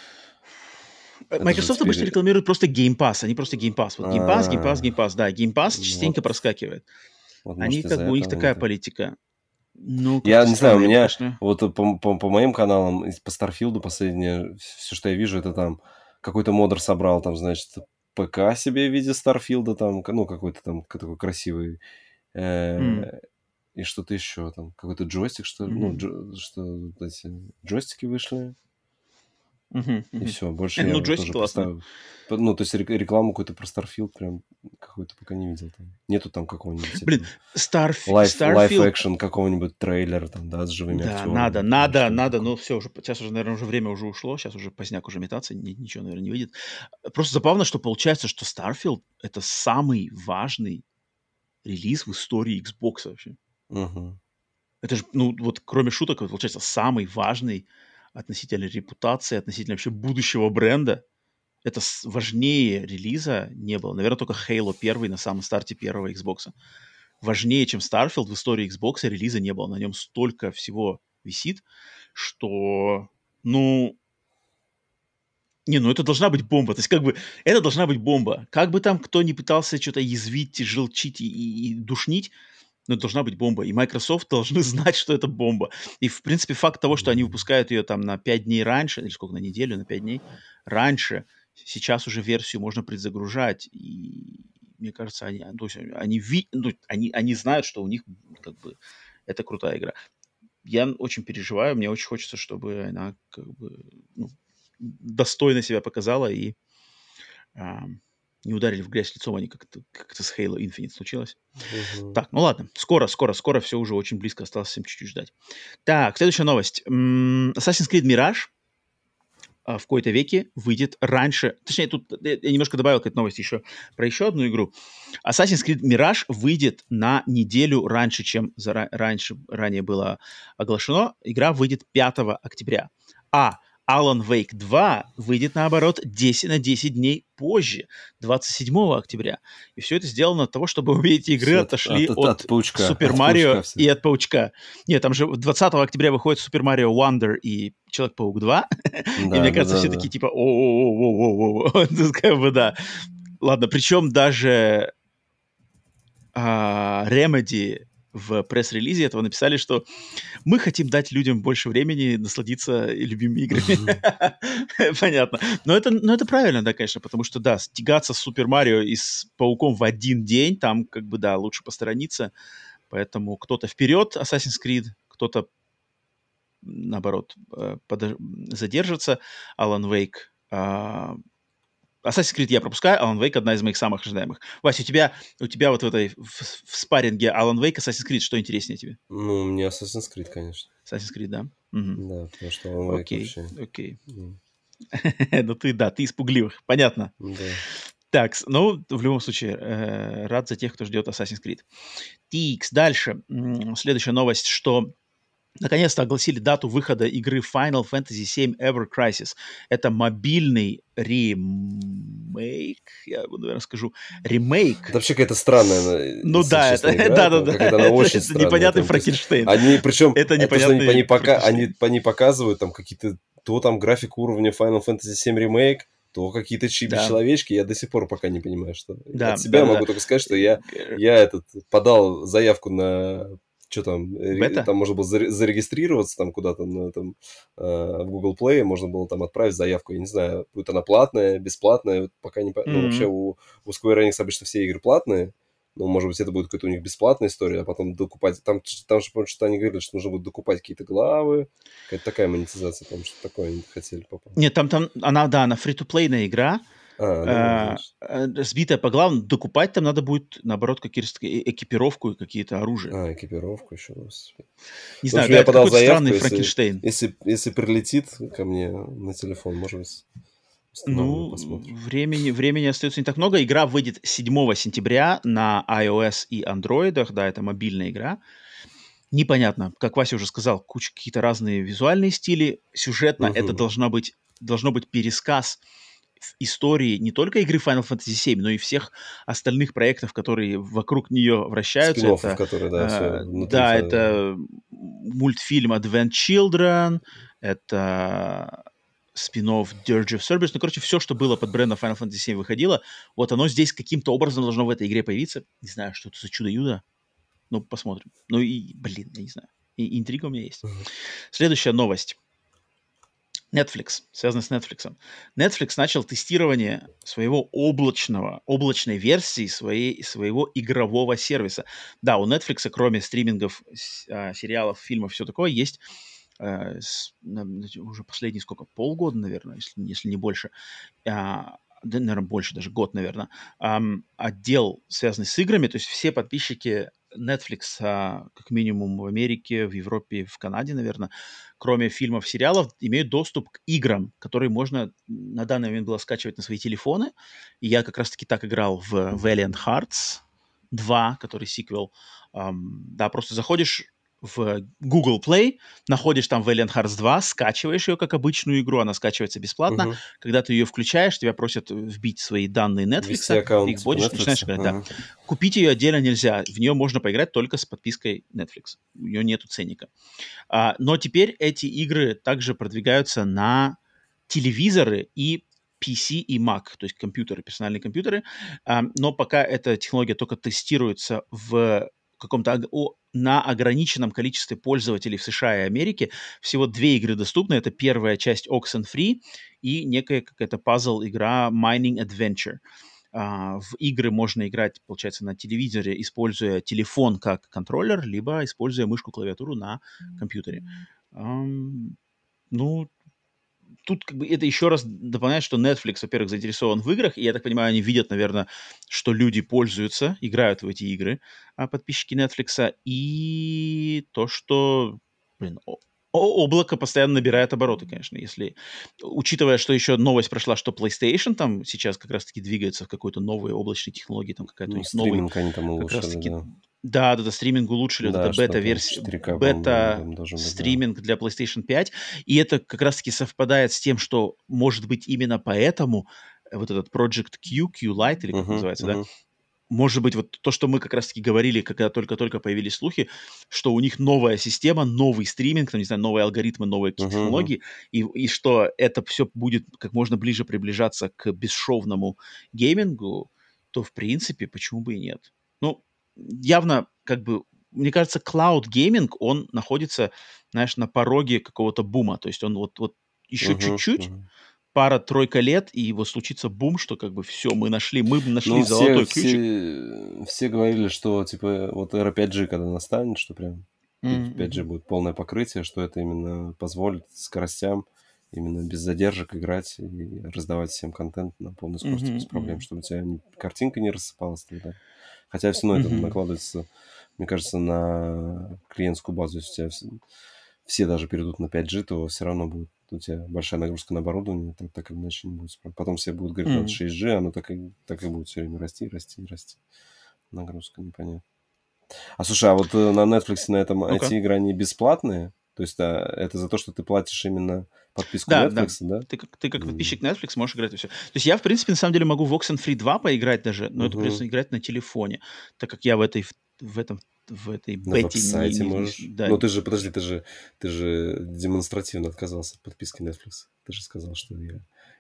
Это же Microsoft обычно теперь... рекламирует просто Game Pass. Они просто Game Pass. Вот Game Pass, Game Pass, Game Pass. Да, Game Pass Ну частенько вот, проскакивает. вот, Они может, из-за как бы, у них этого они такая так... политика. Ну, Я как-то не знаю, у странно. Я бы, меня конечно... вот по моим каналам, по Старфилду последнее, все, что я вижу, это там какой-то модер собрал, там, значит, ПК себе в виде Старфилда, там, ну, какой-то там такой красивый, М, и что-то еще, там, какой-то джойстик, что ли, ну, мгм, что вот эти джойстики вышли, мгм, и мгм. все, больше я Ну, вот джойстик тоже классный. представил, ну, то есть рекламу какую-то про Старфилд прям какую-то пока не видел там. Нету там какого-нибудь Блин, этого лайф Starfield. экшен какого-нибудь трейлера там, да, с живыми Да, актерами, надо, например, надо, что-нибудь надо. такое. Ну, все, уже, сейчас уже, наверное, уже время уже ушло. Сейчас уже поздняк уже метаться. Ничего, наверное, не выйдет. Просто забавно, что получается, что Starfield — это самый важный релиз в истории Xbox вообще. Мгм. Это же, ну, вот кроме шуток, это, получается, самый важный относительно репутации, относительно вообще будущего бренда. Это важнее релиза не было. Наверное, только Halo 1 на самом старте первого Xbox. Важнее, чем Starfield в истории Xbox релиза не было. На нем столько всего висит, что, ну, не, ну это должна быть бомба. То есть как бы это должна быть бомба. Как бы там кто ни пытался что-то язвить, желчить и душнить, но это должна быть бомба. И Microsoft должны знать, что это бомба. И, в принципе, факт того, что они М. выпускают ее там на 5 дней раньше, или сколько, на неделю, на 5 дней раньше, сейчас уже версию можно предзагружать. И мне кажется, они, то есть они знают, что у них как бы это крутая игра. Я очень переживаю, мне очень хочется, чтобы она как бы ну, достойно себя показала и а, не ударили в грязь лицом они, как это с Halo Infinite случилось. Мгм. Так, ну ладно, скоро, все уже очень близко, осталось всем чуть-чуть ждать. Так, следующая новость. Assassin's Creed Mirage в какой-то веке выйдет раньше. Точнее, тут я немножко добавил к этой новости про еще одну игру. Assassin's Creed Mirage выйдет на неделю раньше, чем ранее было оглашено. Игра выйдет 5 октября. А Alan Wake 2 выйдет, наоборот, 10 дней позже, 27 октября. И все это сделано от того, чтобы обе эти игры Все отошли от от паучка, Супер от паучка Марио все. и от Паучка. Нет, там же 20 октября выходит Супер Марио Wonder и Человек-паук 2. И Да, мне да, кажется, да, все да. такие типа, о тут как бы да. Ладно, причем даже Remedy в пресс-релизе этого написали, что мы хотим дать людям больше времени насладиться любимыми играми. Понятно. Но это правильно, да, конечно, потому что, да, стягаться с Супер Марио и с Пауком в один день, там, как бы, да, лучше посторониться. Поэтому кто-то вперед Assassin's Creed, кто-то, наоборот, задержится. Alan Wake Assassin's Creed я пропускаю, Alan Wake одна из моих самых ожидаемых. Вася, у тебя вот в спарринге Alan Wake, Assassin's Creed, что интереснее тебе? Ну, мне Assassin's Creed, конечно. Assassin's Creed, да? Мгм. Да, потому что Alan Wake Окей, вообще... окей. м, Ну ты, да, ты из пугливых, понятно. Да. Так, ну, в любом случае, рад за тех, кто ждет Assassin's Creed. Тикс, дальше. Следующая новость, что наконец-то огласили дату выхода игры Final Fantasy VII Ever Crisis. Это мобильный ремейк, я, наверное, скажу, Это ремейк. вообще какая-то странная, Ну если да, честно, игра. да-да-да, Какая-то она очень это странная. непонятный Там, то есть, Франкенштейн. они, причем, Это то, что непонятный Франкенштейн. они показывают там какие-то, то там график уровня Final Fantasy VII Remake, то какие-то Да, чиби-человечки, я до сих пор пока не понимаю, что. От да, себя да-да-да. могу только сказать, что Г- я подал заявку на что там, Бета? там можно было зарегистрироваться там куда-то в Google Play, можно было там отправить заявку, я не знаю, будет она платная, бесплатная, вот пока не... Ну, вообще М. у Square Enix обычно все игры платные, ну, может быть, это будет какая-то у них бесплатная история, а потом докупать. Там же, помню, что они говорили, что нужно будет докупать какие-то главы, какая-то такая монетизация, по-моему, что такое они хотели попасть. Нет, она фри-то-плейная игра, Ну, значит. сбитая по главному. Докупать там надо будет, наоборот, экипировку и какие-то оружие. Экипировку еще. Господи. Не В знаю, общем, да, я это подал какой-то заявку, странный Франкенштейн. если прилетит ко мне на телефон, может быть, установлю, Ну, посмотрим. времени остается не так много. Игра выйдет 7 сентября на iOS и Android. Да, это мобильная игра. Непонятно, как Вася уже сказал, куча какие-то разные визуальные стили. Сюжетно это Мгм. должно быть пересказ истории не только игры Final Fantasy VII, но и всех остальных проектов, которые вокруг нее вращаются. Спин-оффов, которые, да, все внутри. Да, это мультфильм Advent Children, это спин-офф Dirge of Cerberus. Ну, короче, все, что было под брендом Final Fantasy VII выходило, вот оно здесь каким-то образом должно в этой игре появиться. Не знаю, что это за чудо-юдо. Ну, посмотрим. Ну и, блин, я не знаю. И интрига у меня есть. Следующая новость. Netflix, связано с Netflix. Netflix начал тестирование своего облачной версии своего игрового сервиса. Да, у Netflix, кроме стримингов, сериалов, фильмов, все такое, есть уже последние полгода, наверное, если не больше, да, наверное, больше, даже год, наверное, отдел, связанный с играми, то есть все подписчики Netflix, как минимум в Америке, в Европе, в Канаде, наверное, кроме фильмов, сериалов, имеют доступ к играм, которые можно на данный момент было скачивать на свои телефоны. И я как раз-таки так играл в Valiant Hearts 2, который сиквел. Да, просто заходишь в Google Play, находишь там Valiant Hearts 2, скачиваешь ее как обычную игру, она скачивается бесплатно. Когда ты ее включаешь, тебя просят вбить свои данные Netflix, ты их вводишь, начинаешь играть. Да. Купить ее отдельно нельзя, в нее можно поиграть только с подпиской Netflix, у нее нету ценника. Но теперь эти игры также продвигаются на телевизоры и PC и Mac, то есть компьютеры, персональные компьютеры, но пока эта технология только тестируется в на ограниченном количестве пользователей в США и Америке. Всего 2 игры доступны. Это первая часть Oxenfree и некая какая-то пазл-игра Mining Adventure. В игры можно играть, получается, на телевизоре, используя телефон как контроллер, либо используя мышку, клавиатуру на компьютере. Ну, тут как бы это еще раз дополняет, что Netflix, во-первых, заинтересован в играх, и я так понимаю, они видят, наверное, что люди пользуются, играют в эти игры, подписчики Netflix, и то, что, облако постоянно набирает обороты, конечно, если, учитывая, что еще новость прошла, что PlayStation там сейчас как раз-таки двигается в какой-то новой облачной технологии, там какая-то у них новый... Стриминг они там улучшили, да. Да, стриминг улучшили, да, вот это бета-версия, бета-стриминг для PlayStation 5, и это как раз-таки совпадает с тем, что, может быть, именно поэтому вот этот Project Q, Q-Lite, или как называется, да, может быть, вот то, что мы как раз-таки говорили, когда только-только появились слухи, что у них новая система, новый стриминг, там, не знаю, новые алгоритмы, новые какие-то технологии, и что это все будет как можно ближе приближаться к бесшовному геймингу, то, в принципе, почему бы и нет? Ну, явно, как бы, мне кажется, cloud gaming, он находится, знаешь, на пороге какого-то бума, то есть он вот еще чуть-чуть, пара-тройка лет, и вот случится бум, что как бы все, мы нашли золотой ключик. Все говорили, что типа вот эра 5G, когда настанет, что прям 5G будет полное покрытие, что это именно позволит скоростям именно без задержек играть и раздавать всем контент на полной скорости без проблем, чтобы у тебя картинка не рассыпалась тогда. Хотя все равно это накладывается, мне кажется, на клиентскую базу. Если у тебя все даже перейдут на 5G, то все равно будет у тебя большая нагрузка на оборудование, так или иначе не будет справиться. Потом все будут говорить, надо 6G, оно так и будет все время расти. Нагрузка непонятна. Слушай, а вот на Netflix на этом эти игры, они бесплатные? То есть это за то, что ты платишь именно подписку Netflix, да? Ты как подписчик Netflix можешь играть во все. То есть я, в принципе, на самом деле могу в Oxenfree 2 поиграть даже, но это придется играть на телефоне, так как я в этой бете не можешь. Да. Ну, ты же демонстративно отказался от подписки Netflix. Ты же сказал, что я...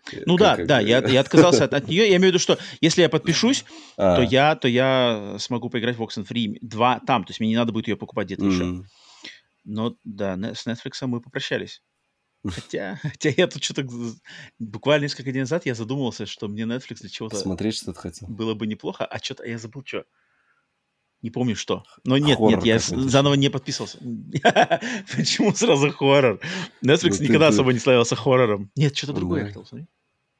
Я отказался от нее. Я имею в виду, что если я подпишусь, то я смогу поиграть в Oxenfree 2 там. То есть мне не надо будет ее покупать где-то еще. Но да, с Netflix мы попрощались. Хотя я тут что-то... Буквально несколько дней назад я задумался, что мне Netflix для чего-то... Смотреть что-то хотел. Было бы неплохо, а что-то я забыл, что. Не помню, что. Но нет, я заново не подписывался. Почему сразу хоррор? Netflix никогда особо не славился хоррором. Нет, что-то другое я хотел смотреть.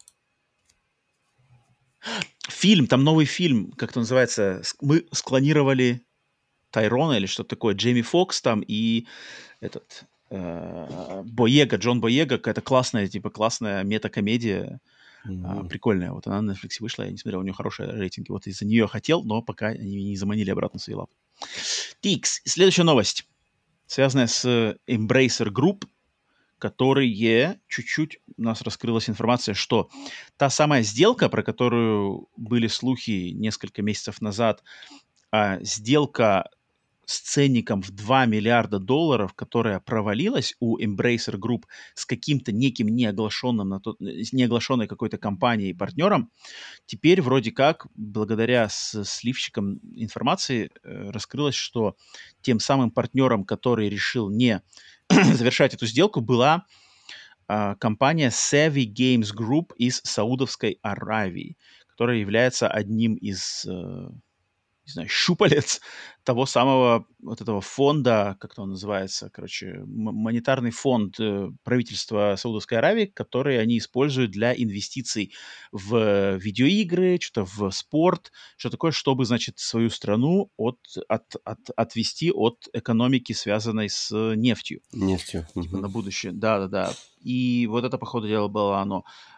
Фильм, там новый фильм, как-то называется. Мы склонировали Тайрона или что-то такое. Джейми Фокс там и этот... Джон Боега, какая-то классная метакомедия, прикольная. Вот она на Netflix вышла, я не смотрел, у нее хорошие рейтинги. Вот из-за нее хотел, но пока они не заманили обратно в свои лапы. Тикс. Следующая новость, связанная с Embracer Group, которые чуть-чуть у нас раскрылась информация, что та самая сделка, про которую были слухи несколько месяцев назад, сделка с ценником в $2 миллиарда, которая провалилась у Embracer Group с каким-то неким неоглашенной какой-то компанией, партнером, теперь вроде как, благодаря сливщикам информации, раскрылось, что тем самым партнером, который решил не завершать эту сделку, была компания Savvy Games Group из Саудовской Аравии, которая является одним из не знаю, щупалец того самого вот этого фонда, как-то он называется, короче, монетарный фонд правительства Саудовской Аравии, который они используют для инвестиций в видеоигры, что-то в спорт, что такое, чтобы, значит, свою страну отвести от экономики, связанной с нефтью. Нефтью. Типа на будущее. Да-да-да. И вот это, по ходу дела, было оно.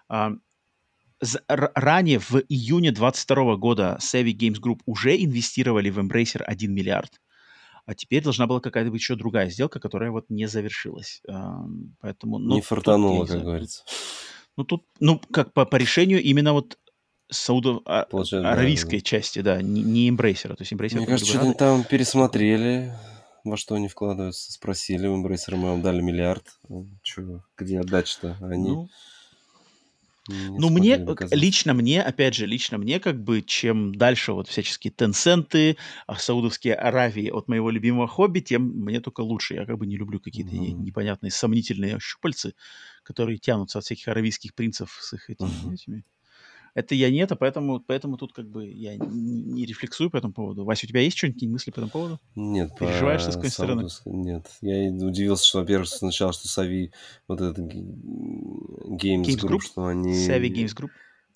Ранее, в июне 2022 года, Savvy Games Group уже инвестировали в Embracer 1 миллиард. А теперь должна была какая-то быть еще другая сделка, которая вот не завершилась. Поэтому, не фартануло, как говорится. Как по решению именно вот саудо-аравийской части, да, не Embracer. То есть Embracer, мне кажется, что-то там пересмотрели, во что они вкладываются, спросили у Embracer, мы вам дали миллиард. Где отдача-то? Они... лично мне, как бы, чем дальше вот всяческие Tencent'ы, Саудовские Аравии от моего любимого хобби, тем мне только лучше. Я как бы не люблю какие-то непонятные сомнительные щупальцы, которые тянутся от всяких аравийских принцев с их этими. Это я нет, а поэтому тут как бы я не рефлексую по этому поводу. Вася, у тебя есть что-нибудь, какие мысли по этому поводу? Нет, переживаешь с какой стороны? Нет. Я удивился, что, во-первых, сначала, что Savvy, вот этот Games Group, что они... Savvy Games Group.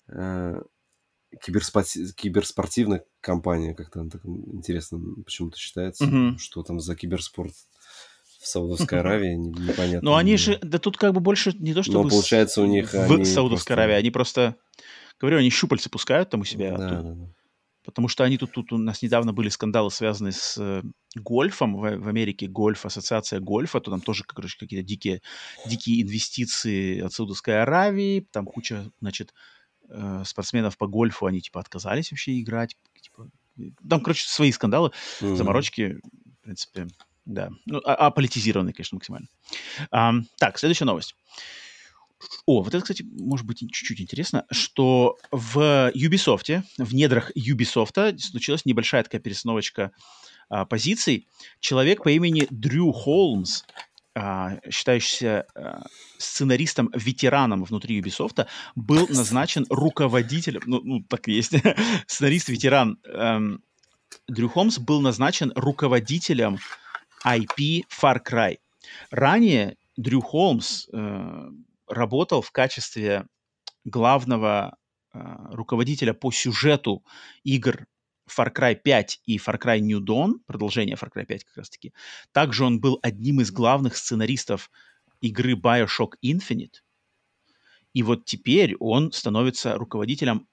Киберспортивная компания, как-то так интересно почему-то считается, что там за киберспорт в Саудовской Аравии, непонятно. Но они же, да тут как бы больше не то, чтобы... Но получается у них... В Саудовской Аравии, они просто... Говорю, они щупальцы пускают там у себя. Да. Потому что они тут у нас недавно были скандалы, связанные с гольфом. В Америке ассоциация гольфа, то там тоже, короче, какие-то дикие инвестиции от Саудовской Аравии. Там куча, значит, спортсменов по гольфу, они, типа, отказались вообще играть. Типа, там, короче, свои скандалы, заморочки, в принципе, да. Аполитизированные, конечно, максимально. Так, следующая новость. Вот это, кстати, может быть чуть-чуть интересно, что в Ubisoft, в недрах Ubisoft случилась небольшая такая перестановочка позиций. Человек по имени Дрю Холмс, считающийся сценаристом-ветераном внутри Ubisoft, был назначен руководителем, так и есть, сценарист-ветеран Дрю Холмс был назначен руководителем IP Far Cry. Ранее Дрю Холмс работал в качестве главного руководителя по сюжету игр Far Cry 5 и Far Cry New Dawn, продолжение Far Cry 5 как раз-таки. Также он был одним из главных сценаристов игры BioShock Infinite. И вот теперь он становится руководителем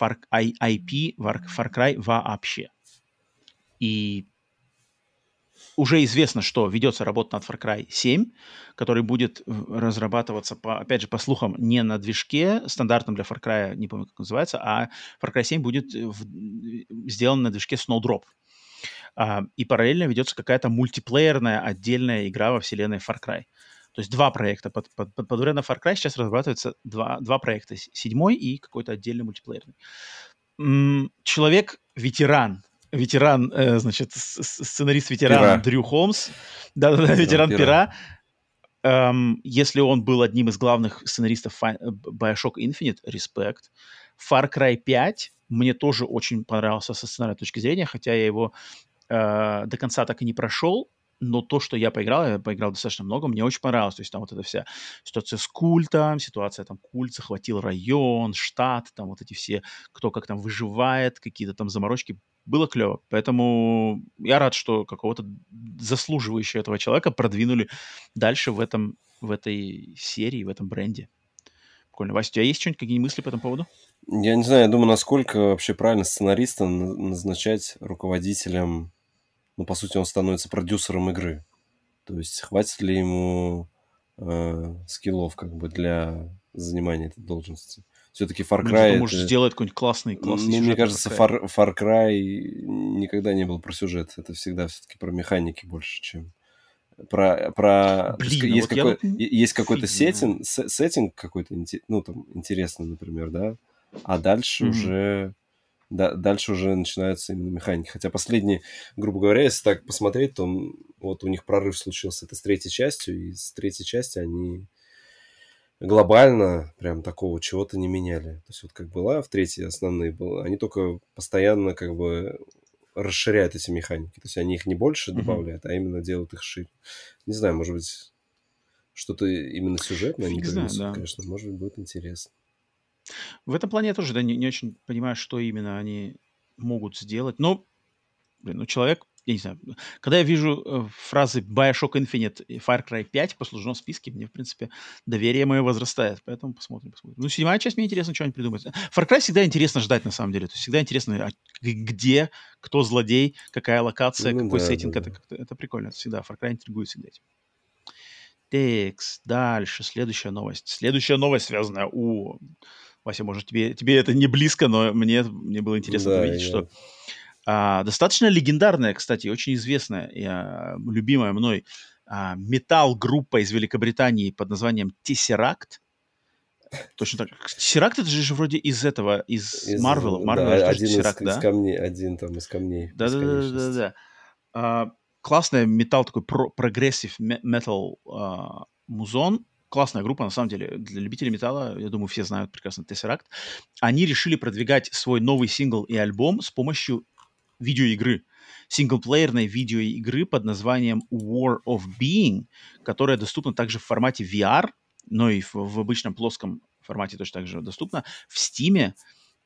IP Far Cry вообще. И уже известно, что ведется работа над Far Cry 7, который будет разрабатываться, опять же, по слухам, не на движке стандартном для Far Cry, не помню, как называется, а Far Cry 7 будет сделан на движке Snowdrop. И параллельно ведется какая-то мультиплеерная отдельная игра во вселенной Far Cry. То есть два проекта. Под брендом Far Cry сейчас разрабатываются два проекта. 7 и какой-то отдельный мультиплеерный. Человек-ветеран, значит, сценарист-ветеран Дрю Холмс, ветеран Пера. Если он был одним из главных сценаристов BioShock Infinite, респект. Far Cry 5 мне тоже очень понравился со сценарной точки зрения, хотя я его до конца так и не прошел, но то, что я поиграл достаточно много, мне очень понравилось. То есть там вот эта вся ситуация с культом, ситуация там культ захватил район, штат, там вот эти все, кто как там выживает, какие-то там заморочки. Было клево. Поэтому я рад, что какого-то заслуживающего этого человека продвинули дальше в этой серии, в этом бренде. Прикольно. Вася, у тебя есть что-нибудь, какие мысли по этому поводу? Я не знаю, я думаю, насколько вообще правильно сценариста назначать руководителем. Ну, по сути, он становится продюсером игры. То есть хватит ли ему скиллов как бы для занимания этой должности. Все-таки Far Блин, зато Cry можешь это... сделать какой-нибудь классный Ну, мне сюжет на Far кажется, Cry. Far Cry никогда не был про сюжет. Это всегда все-таки про механики больше, чем то есть Блин, а вот я тут есть какой-то фиг знаю. сеттинг какой-то, ну, там, интересный, например, да, а дальше Мгм. уже... дальше уже начинаются именно механики. Хотя последние, грубо говоря, если так посмотреть, то вот у них прорыв случился это с третьей частью, и с третьей части они глобально прям такого чего-то не меняли. То есть вот как была в третьей основные, они только постоянно как бы расширяют эти механики. То есть они их не больше Мгм. добавляют, а именно делают их шире. Не знаю, может быть, что-то именно сюжетное они Фиг знает, привнесут, да. конечно, может быть, будет интересно. В этом плане я тоже, да, не очень понимаю, что именно они могут сделать. Но, блин, ну человек, я не знаю, когда я вижу фразы BioShock Infinite и Far Cry 5 в послужном списке, мне, в принципе, доверие мое возрастает. Поэтому посмотрим. Ну, седьмая часть, мне интересно, что они придумают. Far Cry всегда интересно ждать, на самом деле. То есть всегда интересно, где, кто злодей, какая локация, Ну какой да, да, сеттинг. да. Это прикольно. Это всегда. Far Cry интригует всегда этим. Текс, дальше, следующая новость. Следующая новость, связанная... Вася, может, тебе это не близко, но мне было интересно это Да, увидеть, что достаточно легендарная, кстати, очень известная и любимая мной метал-группа из Великобритании под названием Tesseract. Точно так. Tesseract это же вроде из этого, из Марвела. В Марвеле же да, тоже один Tesseract, из да? камней, один там из камней бесконечности. Да-да-да-да-да. Классный металл, такой прогрессив метал музон. Классная группа, на самом деле. Для любителей металла, я думаю, все знают прекрасно Tesseract. Они решили продвигать свой новый сингл и альбом с помощью видеоигры. Синглплеерной видеоигры под названием War of Being, которая доступна также в формате VR, но и в обычном плоском формате точно так же доступна. В Steam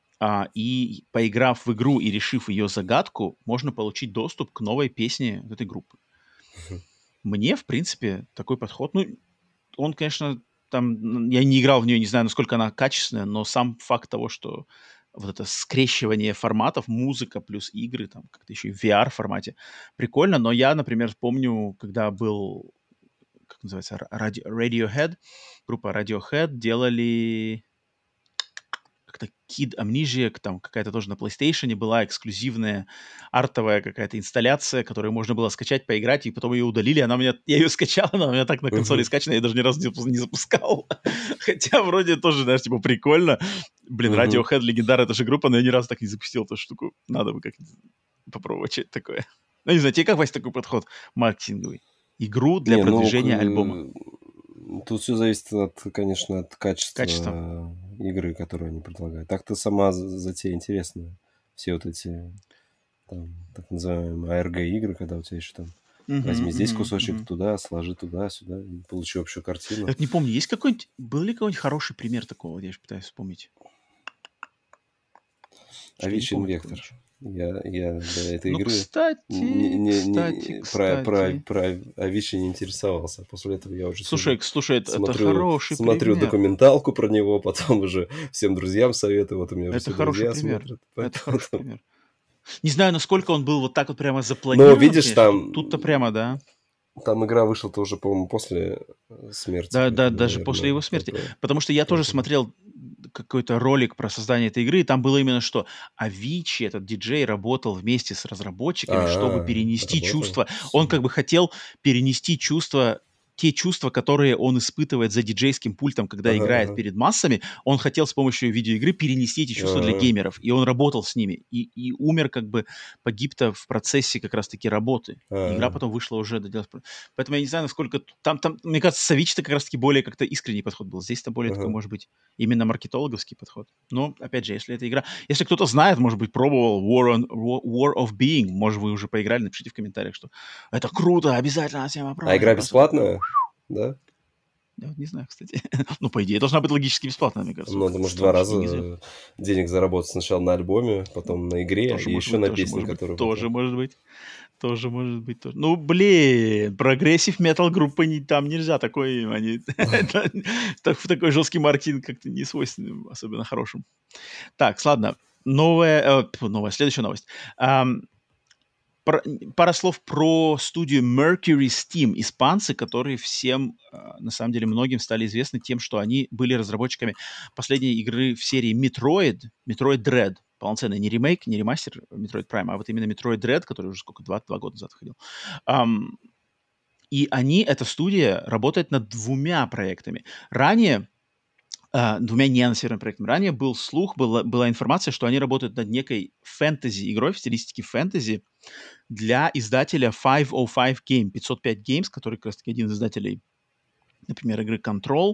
и поиграв в игру и решив ее загадку, можно получить доступ к новой песне этой группы. Мне, в принципе, такой подход, ну, он, конечно, там, я не играл в нее, не знаю, насколько она качественная, но сам факт того, что вот это скрещивание форматов, музыка плюс игры, там, как-то еще и в VR-формате, прикольно, но я, например, помню, когда был, как называется, Radiohead, группа Radiohead делали как-то Kid Amnesia, там какая-то тоже на PlayStation была эксклюзивная артовая какая-то инсталляция, которую можно было скачать, поиграть, и потом ее удалили. Я ее скачал, она у меня так на консоли скачана, я даже ни разу не запускал. Хотя вроде тоже, знаешь, типа прикольно. Блин, Radiohead легендарная эта же группа, но я ни разу так не запустил эту штуку. Надо бы как-нибудь попробовать что-то такое. Ну, не знаю, тебе как, Вась, такой подход маркетинговый? Игру для Не, ну, продвижения альбома. тут все зависит, конечно, от Качество. качества игры, которую они предлагают. Так-то сама затея интересная. Все вот эти, там, так называемые ARG-игры, когда у тебя еще там возьми здесь кусочек, туда, сложи туда, сюда, и получи общую картину. Я вот не помню, есть какой-нибудь, был ли какой-нибудь хороший пример такого? Я же пытаюсь вспомнить. Что я не Avicii помню такого Invector. ничего. Я до этой Ну, игры про кстати. Avicii не интересовался. После этого я уже сижу, Слушай, это хороший смотрю пример. документалку про него, потом уже всем друзьям советую. Вот у меня уже Это все хороший друзья пример. смотрят. Это Поэтому хороший пример. Не знаю, насколько он был вот так вот прямо но запланирован, видишь, конечно. Тут-то прямо, да. там игра вышла тоже, по-моему, после смерти, Да, поэтому, даже после его наверное, смерти. Потому что я тоже смотрел какой-то ролик про создание этой игры, и там было именно что Авичи, этот диджей, работал вместе с разработчиками, чтобы перенести работал. чувства. Он как бы хотел перенести чувства, те чувства, которые он испытывает за диджейским пультом, когда Ага, играет ага. перед массами, он хотел с помощью видеоигры перенести эти чувства для Ага. геймеров. И он работал с ними. И умер, как бы погиб-то в процессе как раз-таки работы. Игра Ага. потом вышла уже доделать. Поэтому я не знаю, насколько... Там, мне кажется, с Авичи-то как раз-таки более как-то искренний подход был. Здесь-то более такой, Ага. может быть, именно маркетологовский подход. Но, опять же, если эта игра... Если кто-то знает, может быть, пробовал War of Being, может, вы уже поиграли, напишите в комментариях, что это круто, обязательно всем А попробуем. игра Просто такой... бесплатная? Да? Я вот не знаю, кстати. Ну, по идее, должна быть логически бесплатная, мне кажется. Ну, ты можешь два Странно, что не раза денег заработать. Сначала на альбоме, потом на игре, Тоже и может еще быть, на тоже песне, может быть, которую тоже потом. может быть. Тоже может быть. Тоже. Ну, блин, прогрессив метал группы там нельзя. Такой жесткий маркетинг как-то не свойственен, особенно хорошим. Так, ладно. Следующая новость. Пара слов про студию Mercury Steam, испанцы, которые всем, на самом деле, многим стали известны тем, что они были разработчиками последней игры в серии Metroid Dread. Полноценный не ремейк, не ремастер Metroid Prime, а вот именно Metroid Dread, который уже сколько, два года назад выходил. И эта студия, работает над двумя проектами. Ранее двумя неанонсированными проектами. Ранее был слух, была информация, что они работают над некой фэнтези-игрой в стилистике фэнтези для издателя 505 Game, 505 Games, который как раз-таки один из издателей, например, игры Control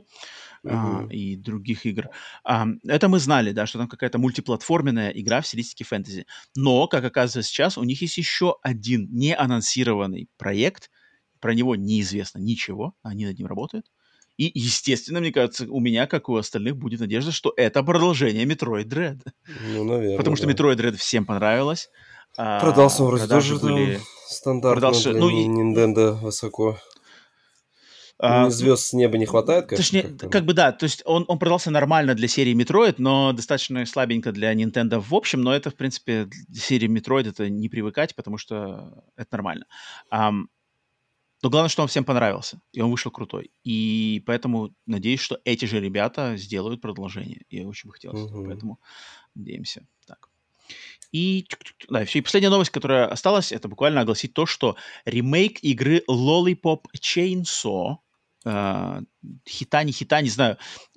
и других игр. Это мы знали, да, что там какая-то мультиплатформенная игра в стилистике фэнтези. Но, как оказывается сейчас, у них есть еще один неанонсированный проект, про него неизвестно ничего, они над ним работают. И, естественно, мне кажется, у меня, как у остальных, будет надежда, что это продолжение Metroid Dread. Ну, наверное, потому что Metroid Dread всем понравилось. Продался вроде Продажи тоже были... стандартно для Nintendo высоко. Звезд с неба не хватает, конечно. Точнее, как бы да, то есть он продался нормально для серии Metroid, но достаточно слабенько для Nintendo в общем, но это, в принципе, для серии Metroid это не привыкать, потому что это нормально. Но главное, что он всем понравился, и он вышел крутой. И поэтому надеюсь, что эти же ребята сделают продолжение. Я очень бы хотелось, поэтому надеемся. Так. И, да, все. И последняя новость, которая осталась, это буквально огласить то, что ремейк игры Lollipop Chainsaw, хита, не знаю,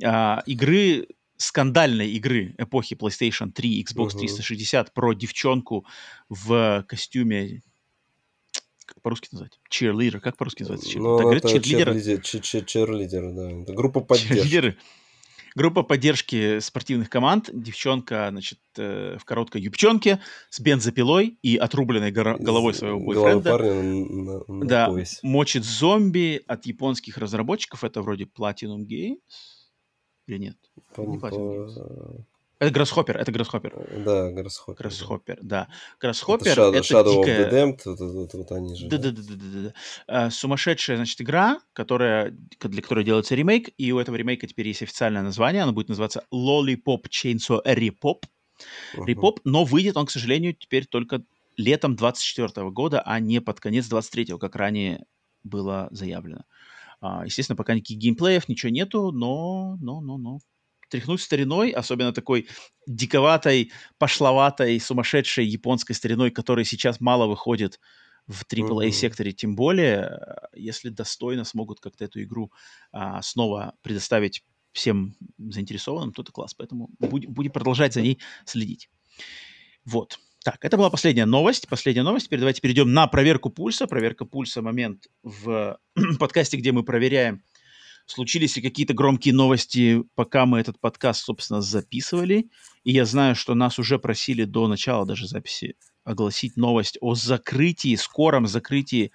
скандальной игры эпохи PlayStation 3, Xbox 360 про девчонку в костюме... Как по-русски назвать? Cheerleader. Как по-русски называется? Ну, это cheerleader, да. Это группа поддержки. Группа поддержки спортивных команд. Девчонка, значит, в короткой юбчонке с бензопилой и отрубленной головой своего бойфренда. Головой парня на поясе. Мочит зомби от японских разработчиков. Это вроде Platinum Games? Или нет? Не Platinum Games. Это Grasshopper. Да, Grasshopper. Да. Grasshopper — это Shadow дикая... of the Damned, вот они же. Да. Сумасшедшая, значит, игра, для которой делается ремейк, и у этого ремейка теперь есть официальное название, оно будет называться Lollipop Chainsaw Repop. Repop, но выйдет он, к сожалению, теперь только летом 2024 года, а не под конец 2023, как ранее было заявлено. Естественно, пока никаких геймплеев, ничего нету, но тряхнуть стариной, особенно такой диковатой, пошловатой, сумасшедшей японской стариной, которая сейчас мало выходит в AAA-секторе, тем более, если достойно смогут как-то эту игру снова предоставить всем заинтересованным, то это класс. Поэтому будем продолжать за ней следить. Вот. Так, это была последняя новость. Теперь давайте перейдем на проверку пульса. Проверка пульса — момент в подкасте, где мы проверяем, случились ли какие-то громкие новости, пока мы этот подкаст, собственно, записывали. И я знаю, что нас уже просили до начала даже записи огласить новость о скором закрытии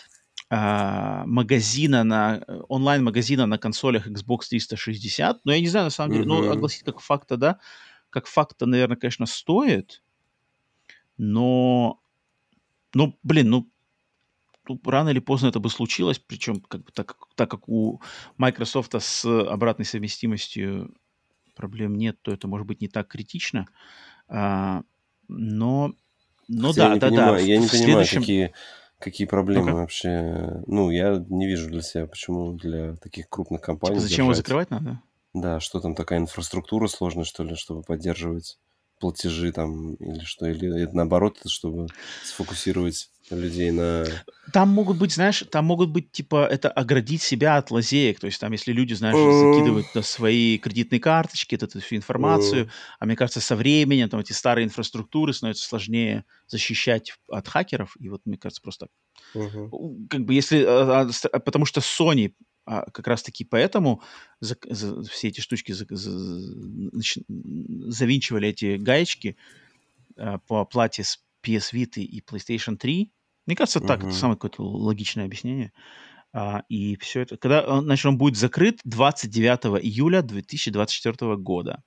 онлайн-магазина на консолях Xbox 360. Но я не знаю, на самом деле, огласить как факта, да, как факта, наверное, конечно, стоит. Но, рано или поздно это бы случилось, причем так как у Microsoft с обратной совместимостью проблем нет, то это может быть не так критично. Но да. Я не понимаю, какие проблемы вообще. Ну, я не вижу для себя, почему для таких крупных компаний зачем его закрывать надо? Да, что там такая инфраструктура сложная, что ли, чтобы поддерживать платежи там, или что, или это наоборот, чтобы сфокусировать людей на... Там могут быть, типа, это оградить себя от лазеек, то есть там, если люди, закидывают на свои кредитные карточки, эту всю информацию, а мне кажется, со временем там эти старые инфраструктуры становятся сложнее защищать от хакеров, и вот, мне кажется, просто как бы если... потому что Sony как раз-таки поэтому все эти штучки завинчивали эти гаечки по оплате с PS Vita и PlayStation 3. Мне кажется, так, это самое какое-то логичное объяснение. И все это... Когда он будет закрыт 29 июля 2024 года.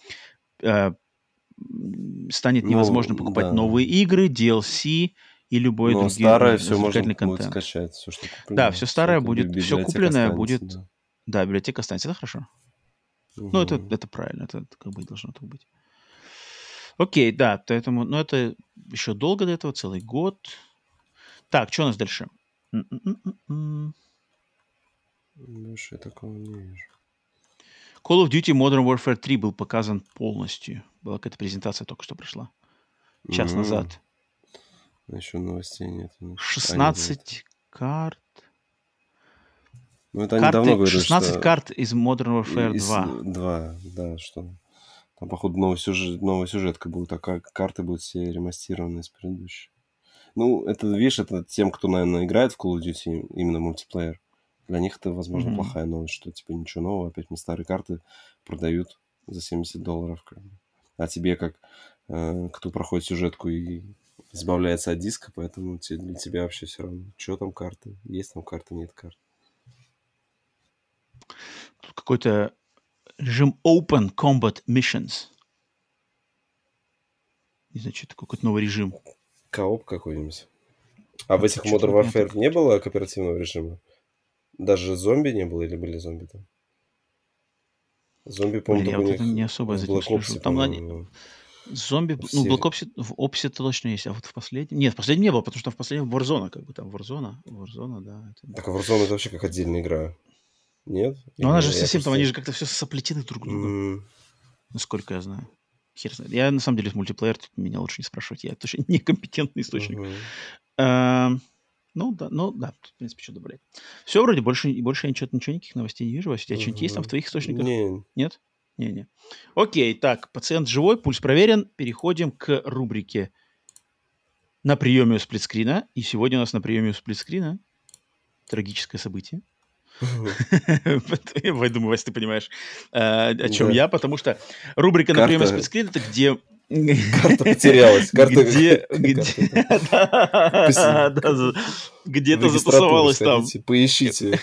Станет невозможно покупать новые игры, DLC и любой другой старое все можно будет скачать, все, что купленное. Да, все старое будет, все купленное будет... Да, библиотека останется, это хорошо. Ну, это правильно, это как бы и должно так быть. Окей, да, поэтому, это еще долго до этого, целый год. Так, что у нас дальше? Больше я такого не вижу. Call of Duty Modern Warfare 3 был показан полностью. Была какая-то презентация только что прошла. Час назад. Еще новостей нет. 16 карт. Ну, это они давно говорили, 16 что... карт из Modern Warfare 2. 2, да, что... Там, походу, новая сюжетка будет, а карты будут все ремастированы из предыдущих. Ну, это, видишь, это тем, кто, наверное, играет в Call of Duty, именно мультиплеер. Для них это, возможно, плохая новость, что, типа, ничего нового, опять мне старые карты продают за $70. Как бы. А тебе, как кто проходит сюжетку и избавляется от диска, поэтому для тебя вообще все равно. Что там карты? Есть там карты, нет карт. Тут какой-то режим Open Combat Missions. Не знаю, что это какой-то новый режим. Кооп какой-нибудь. А в этих Modern Warfare не было кооперативного режима? Даже зомби не было или были зомби там? Зомби, по-моему, я только вот у это них не особо в за этим Black Ops, слежу. Там зомби... Ну, в Black Ops, в Ops точно есть, а вот в последнем... Нет, в последнем не было, потому что в последнем Warzone, как бы там Warzone, да. Это... Так, а Warzone это вообще как отдельная игра? Нет? Но она же совсем там, они же как-то все соплетены друг к другу, насколько я знаю. Хер знает. Я, на самом деле, в мультиплеер тут меня лучше не спрашивать, я точно некомпетентный источник. Ну, да, тут, в принципе, что добавлять. Все, вроде, больше я ничего никаких новостей не вижу. Вася, у тебя что-нибудь есть там в твоих источниках? Нет? Не. Окей, так, пациент живой, пульс проверен. Переходим к рубрике «На приеме у сплитскрина». И сегодня у нас на приеме у сплитскрина трагическое событие. Я думаю, Вася, ты понимаешь, о чем я, потому что рубрика «На приеме у сплитскрина» — это где... Карта потерялась. Где-то затусовалась там. Поищите.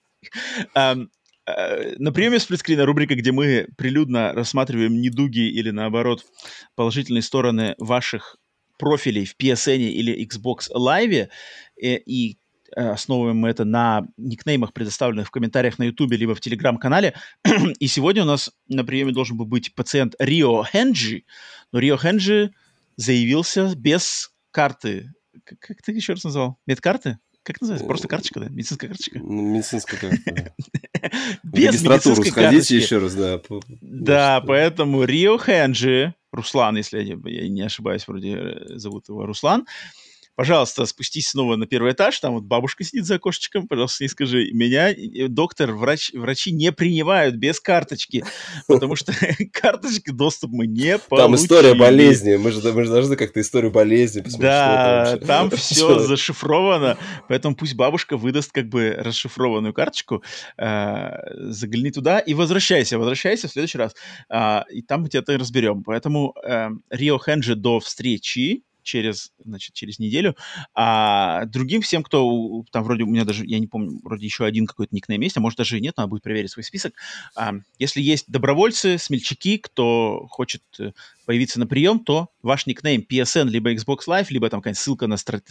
На приеме сплитскрина рубрика, где мы прилюдно рассматриваем недуги или, наоборот, положительные стороны ваших профилей в PSN или Xbox Live, и основываем мы это на никнеймах, предоставленных в комментариях на YouTube либо в Telegram-канале. И сегодня у нас на приеме должен был быть пациент Рио Хенджи, но Рио Хенджи заявился без карты. Как ты еще раз назвал? Медкарты? Как называется? Просто карточка, да? Медицинская карточка? Медицинская карточка, да. Без медицинской карточки. еще раз, да. Да, поэтому Рио Хенджи, Руслан, если я не ошибаюсь, вроде зовут его Руслан, пожалуйста, спустись снова на первый этаж, там вот бабушка сидит за окошечком, пожалуйста, ей скажи, меня врачи не принимают без карточки, потому что карточки доступ мы не получили. Там история болезни, мы же должны как-то историю болезни посмотреть. Да, там все зашифровано, поэтому пусть бабушка выдаст как бы расшифрованную карточку, загляни туда и возвращайся в следующий раз, и там мы тебя разберем. Поэтому Рио Хенджи, до встречи через неделю. А другим всем, кто там вроде у меня даже, я не помню, вроде еще один какой-то никнейм есть, а может даже и нет, надо будет проверить свой список. Если есть добровольцы, смельчаки, кто хочет появиться на прием, то ваш никнейм PSN, либо Xbox Live, либо там какая-нибудь ссылка на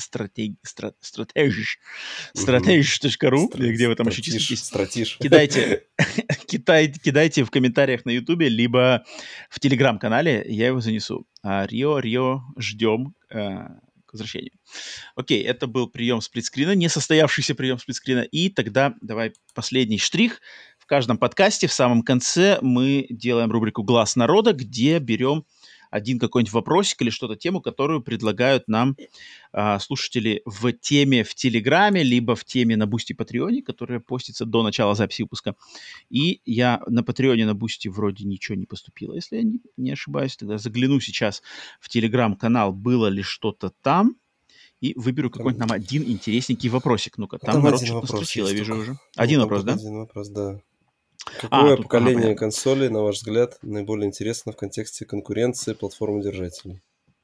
strategish.ru, где вы там еще числитесь. Кидайте в комментариях на YouTube, либо в Telegram-канале, я его занесу. Рио, ждем к возвращению. Окей, это был прием сплитскрина, несостоявшийся прием сплитскрина. И тогда давай последний штрих. В каждом подкасте в самом конце мы делаем рубрику «Глаз народа», где берем один какой-нибудь вопросик или что-то, тему, которую предлагают нам слушатели в теме в Телеграме, либо в теме на Бусти Патреоне, которая постится до начала записи выпуска. И я на Патреоне, на Бусти вроде ничего не поступило, если я не ошибаюсь. Тогда загляну сейчас в Телеграм-канал, было ли что-то там, и выберу какой-нибудь нам один интересненький вопросик. Ну-ка, там народ что-то настрочил, я вижу уже. Один вопрос, да? Один вопрос, да. Какое поколение консолей, на ваш взгляд, наиболее интересно в контексте конкуренции платформодержателей?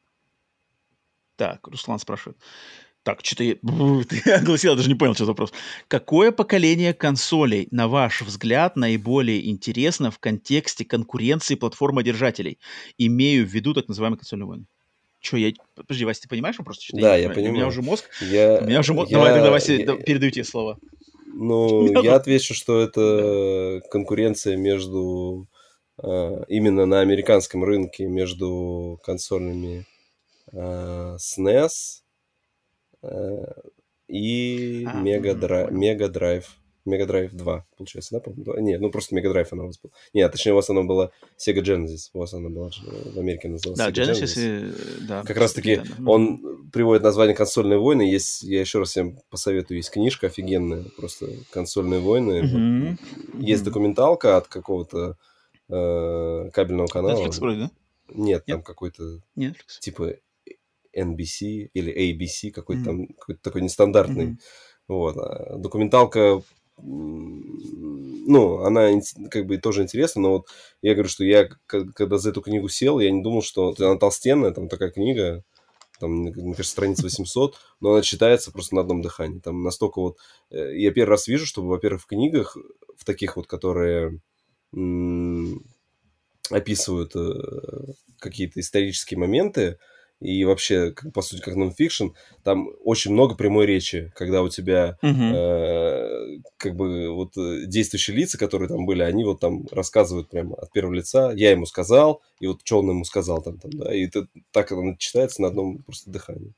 Так, Руслан спрашивает. Так, что-то ты огласил, я даже не понял, что за вопрос. Какое поколение консолей, на ваш взгляд, наиболее интересно в контексте конкуренции платформодержателей? Имею в виду так называемые консольные войны. Подожди, Вася, ты понимаешь вопрос? Да, я понимаю. У меня уже мозг. Давай тогда, Вася, передаю тебе слово. Ну, я отвечу, что это конкуренция между именно на американском рынке между консолями SNES, и понял. Mega Drive 2, получается, да, по-моему? Не, ну просто Mega Drive она у вас была. Нет, точнее, у вас она была Sega Genesis. У вас она была в Америке называлась Да, Sega Genesis Genesis. да, Как Super раз-таки Nintendo. он приводит название «Консольные войны». Есть, я еще раз всем посоветую, есть книжка офигенная, просто «Консольные войны». Вот. Есть документалка от какого-то кабельного канала. Netflix вроде, да? Нет, там Нет? какой-то Netflix. типа NBC или ABC, какой-то там какой-то такой нестандартный. Вот. А документалка, ну, она как бы тоже интересна, но вот я говорю, что я, когда за эту книгу сел, я не думал, что она толстенная, там такая книга, там, мне кажется, страниц 800, но она читается просто на одном дыхании. Там настолько вот... Я первый раз вижу, чтобы, во-первых, в книгах, в таких вот, которые описывают какие-то исторические моменты, и вообще, по сути, как нонфикшн, там очень много прямой речи, когда у тебя как бы вот действующие лица, которые там были, они вот там рассказывают прямо от первого лица, я ему сказал, и вот что он ему сказал там, да, и это, так оно читается на одном просто дыхании.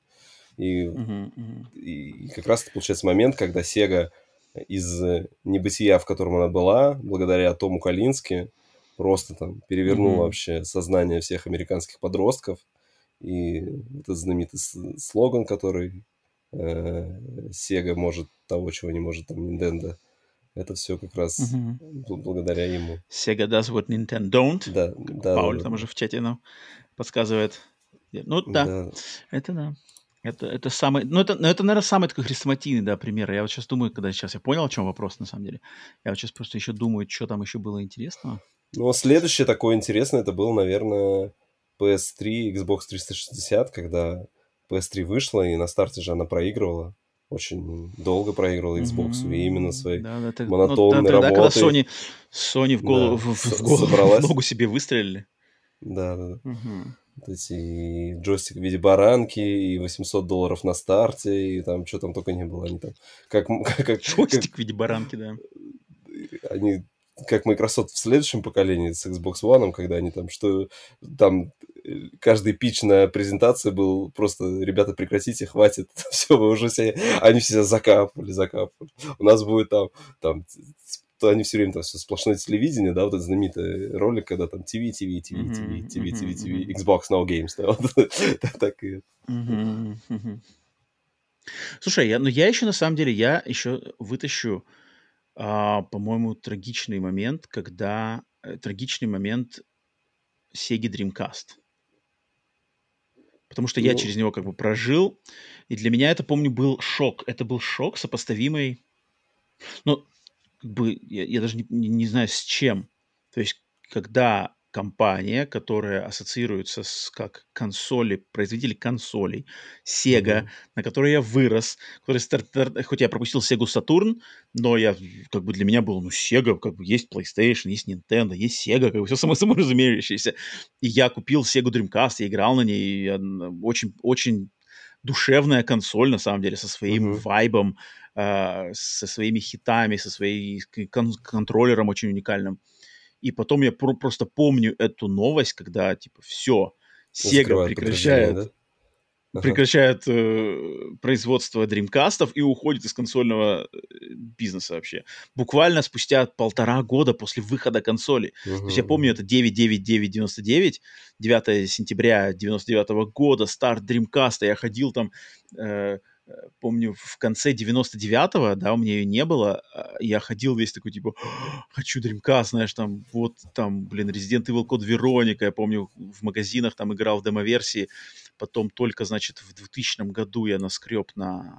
И как раз это получается момент, когда Sega из небытия, в котором она была, благодаря Тому Коллински, просто там перевернула вообще сознание всех американских подростков. И этот знаменитый слоган, который Sega может того, чего не может там Nintendo, это все как раз благодаря ему. Sega does what Nintendo don't. Да, как да, Пауль да, там да. уже в чате нам подсказывает. Ну да, это да. Это самый, ну это, наверное, самый такой хрестоматийный, да, пример. Я вот сейчас думаю, когда сейчас я понял, о чем вопрос, на самом деле. Я вот сейчас просто еще думаю, что там еще было интересного. Ну, следующее такое интересное, это был, наверное, PS3, Xbox 360, когда PS3 вышла, и на старте же она проигрывала. Очень долго проигрывала Xbox, и именно своей монотонной тогда, когда работой. Sony Да, в ногу себе выстрелили. Да. Вот эти джойстик в виде баранки, и $800 на старте, и там что там только не было. Они там Джойстик в виде баранки, да. Они как Microsoft в следующем поколении с Xbox One, когда они там, что там каждый пич на презентации был просто, ребята, прекратите, хватит, все, вы уже все, они все закапывали. У нас будет там то они все время там все сплошное телевидение, да, вот этот знаменитый ролик, когда там TV, Xbox No Games, да, вот так и... Слушай, я еще на самом деле, я еще вытащу, по-моему, трагичный момент Sega Dreamcast. Потому что я через него как бы прожил, и для меня это, помню, был шок. Это был шок, сопоставимый, ну, как бы, я даже не знаю, с чем. То есть, когда компания, которая ассоциируется как производитель консолей, Sega, на которой я вырос, хоть я пропустил Sega Saturn, но как бы для меня был, Sega, как бы есть PlayStation, есть Nintendo, есть Sega, как бы все само собой разумеющееся. И я купил Sega Dreamcast, я играл на ней, очень, очень душевная консоль, на самом деле, со своим вайбом, со своими хитами, со своим контроллером очень уникальным. И потом я просто помню эту новость, когда, типа, все, Sega прекращает производство дримкастов и уходит из консольного бизнеса вообще. Буквально спустя 1,5 года после выхода консоли. То есть я помню, это 9/9/99, 9 сентября 99 года, старт дримкаста. Я ходил там... помню, в конце 99-го, да, у меня ее не было, я ходил весь такой, типа, хочу Dreamcast, знаешь, там, вот, там, блин, Resident Evil Code Veronica, я помню, в магазинах там играл в демо-версии, потом только, значит, в 2000 году я наскреб на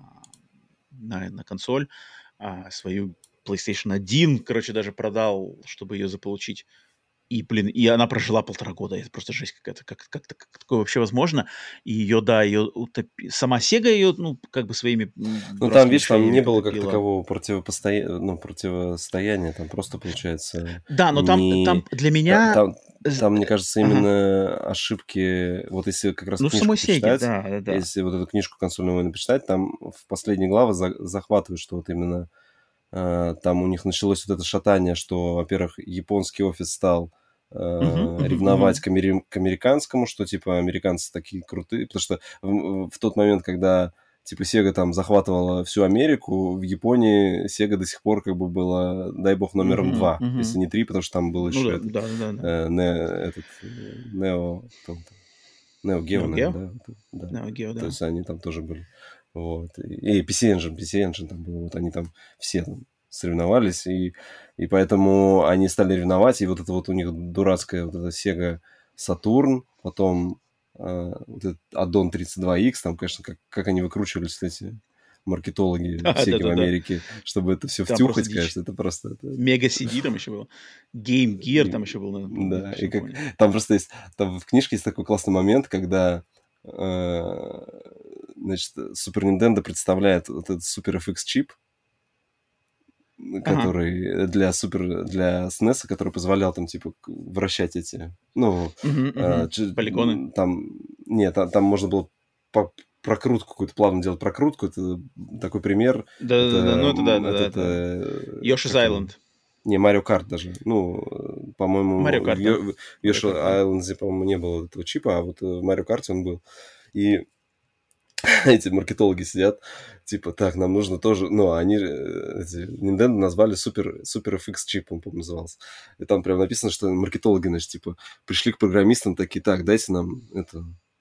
консоль свою PlayStation 1, короче, даже продал, чтобы ее заполучить. И, блин, и она прожила 1,5 года. Это просто жесть какая-то. Как такое вообще возможно? И ее, да, сама Sega ее, как бы своими Ну, там, видишь, там не было потопила. как такового противостояния. Там просто, получается... Да, но там для меня... Там, мне кажется, именно ошибки... Вот если как раз книжку самой почитать, Sega, да. если вот эту книжку «Консольную войну» почитать, там в последней главе захватывает, что вот именно там у них началось вот это шатание, что, во-первых, японский офис стал ревновать к американскому, что, типа, американцы такие крутые, потому что в тот момент, когда типа Sega там захватывала всю Америку, в Японии Sega до сих пор как бы была, дай бог, номером 2, если не 3, потому что там был Ну еще да. Neo, Neo Geo, Neo Geo? наверное, да. Neo Geo, То да. есть они там тоже были. Вот. И PC Engine там был, вот они там все там соревновались, и поэтому они стали ревновать, и вот это вот у них дурацкая вот эта Sega Saturn, потом вот этот Addon 32X, там, конечно, как они выкручивались, кстати, маркетологи Sega в Америке, чтобы это все втюхать, конечно, это просто... Мега CD там еще был. Game Gear там еще был. Да, и как... Там просто есть... Там в книжке есть такой классный момент, когда значит, Super Nintendo представляет вот этот Super FX чип, который для SNES, который позволял там, типа, вращать эти, ну... полигоны. Там... Нет, там можно было прокрутку какую-то, плавно делать прокрутку. Это такой пример. Да. Yoshi's Island. Не, Mario Kart даже. Ну, по-моему, Mario Kart, в Yoshi Island, по-моему, не было этого чипа, а вот в Mario Kart он был. И эти маркетологи сидят, типа, так, нам нужно тоже... Ну, они, Nintendo назвали Super FX чип, он, по-моему, назывался. И там прям написано, что маркетологи, значит, типа, пришли к программистам такие, так, дайте нам это...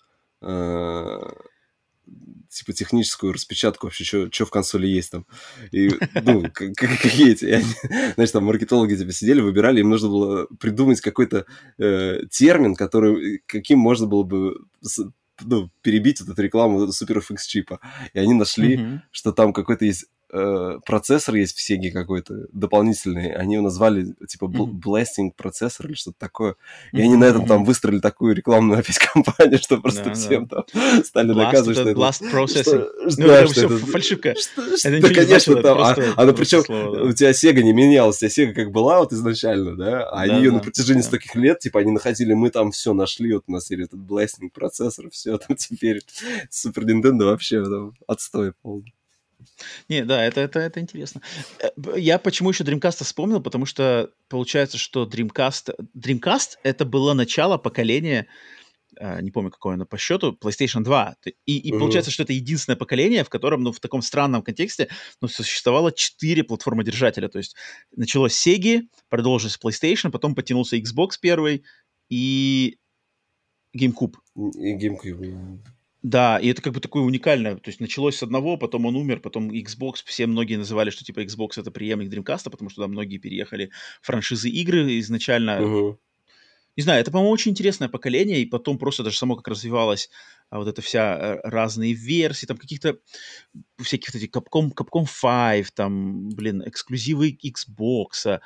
типа техническую распечатку вообще, что в консоли есть там. И, ну, какие эти... Значит, там маркетологи типа сидели, выбирали, им нужно было придумать какой-то термин, каким можно было бы перебить эту рекламу вот Super FX чипа. И они нашли, что там какой-то есть процессор есть в Сеге какой-то дополнительный. Они его назвали типа Blasting процессор или что-то такое. И они на этом там выстроили такую рекламную опять кампанию, что просто всем там стали доказывать, что это... Blast Processing. Да, что это... Фальшивка. Да, конечно, там... Причем у тебя Сега не менялась. У тебя Сега как была вот изначально, да? А они ее на протяжении стольких лет, типа, они находили, мы там все нашли, вот у нас этот Blasting процессор, все там теперь Супер Nintendo вообще там отстой полный. Не, да, это интересно. Я почему еще Dreamcast вспомнил, потому что получается, что Dreamcast это было начало поколения, не помню, какое оно по счету, PlayStation 2. И получается, что это единственное поколение, в котором, ну, в таком странном контексте, ну, существовало 4 платформодержателя. То есть началось с Sega, продолжилось PlayStation, потом потянулся Xbox первый и GameCube. И GameCube. Да, и это как бы такое уникальное. То есть началось с одного, потом он умер, потом Xbox. Все многие называли, что типа Xbox это преемник Dreamcast, потому что там многие переехали франшизы игры изначально. Не знаю, это, по-моему, очень интересное поколение, и потом просто даже само как развивалась вот эта вся разные версии, там каких-то всяких этих Capcom 5, там, эксклюзивы Xbox.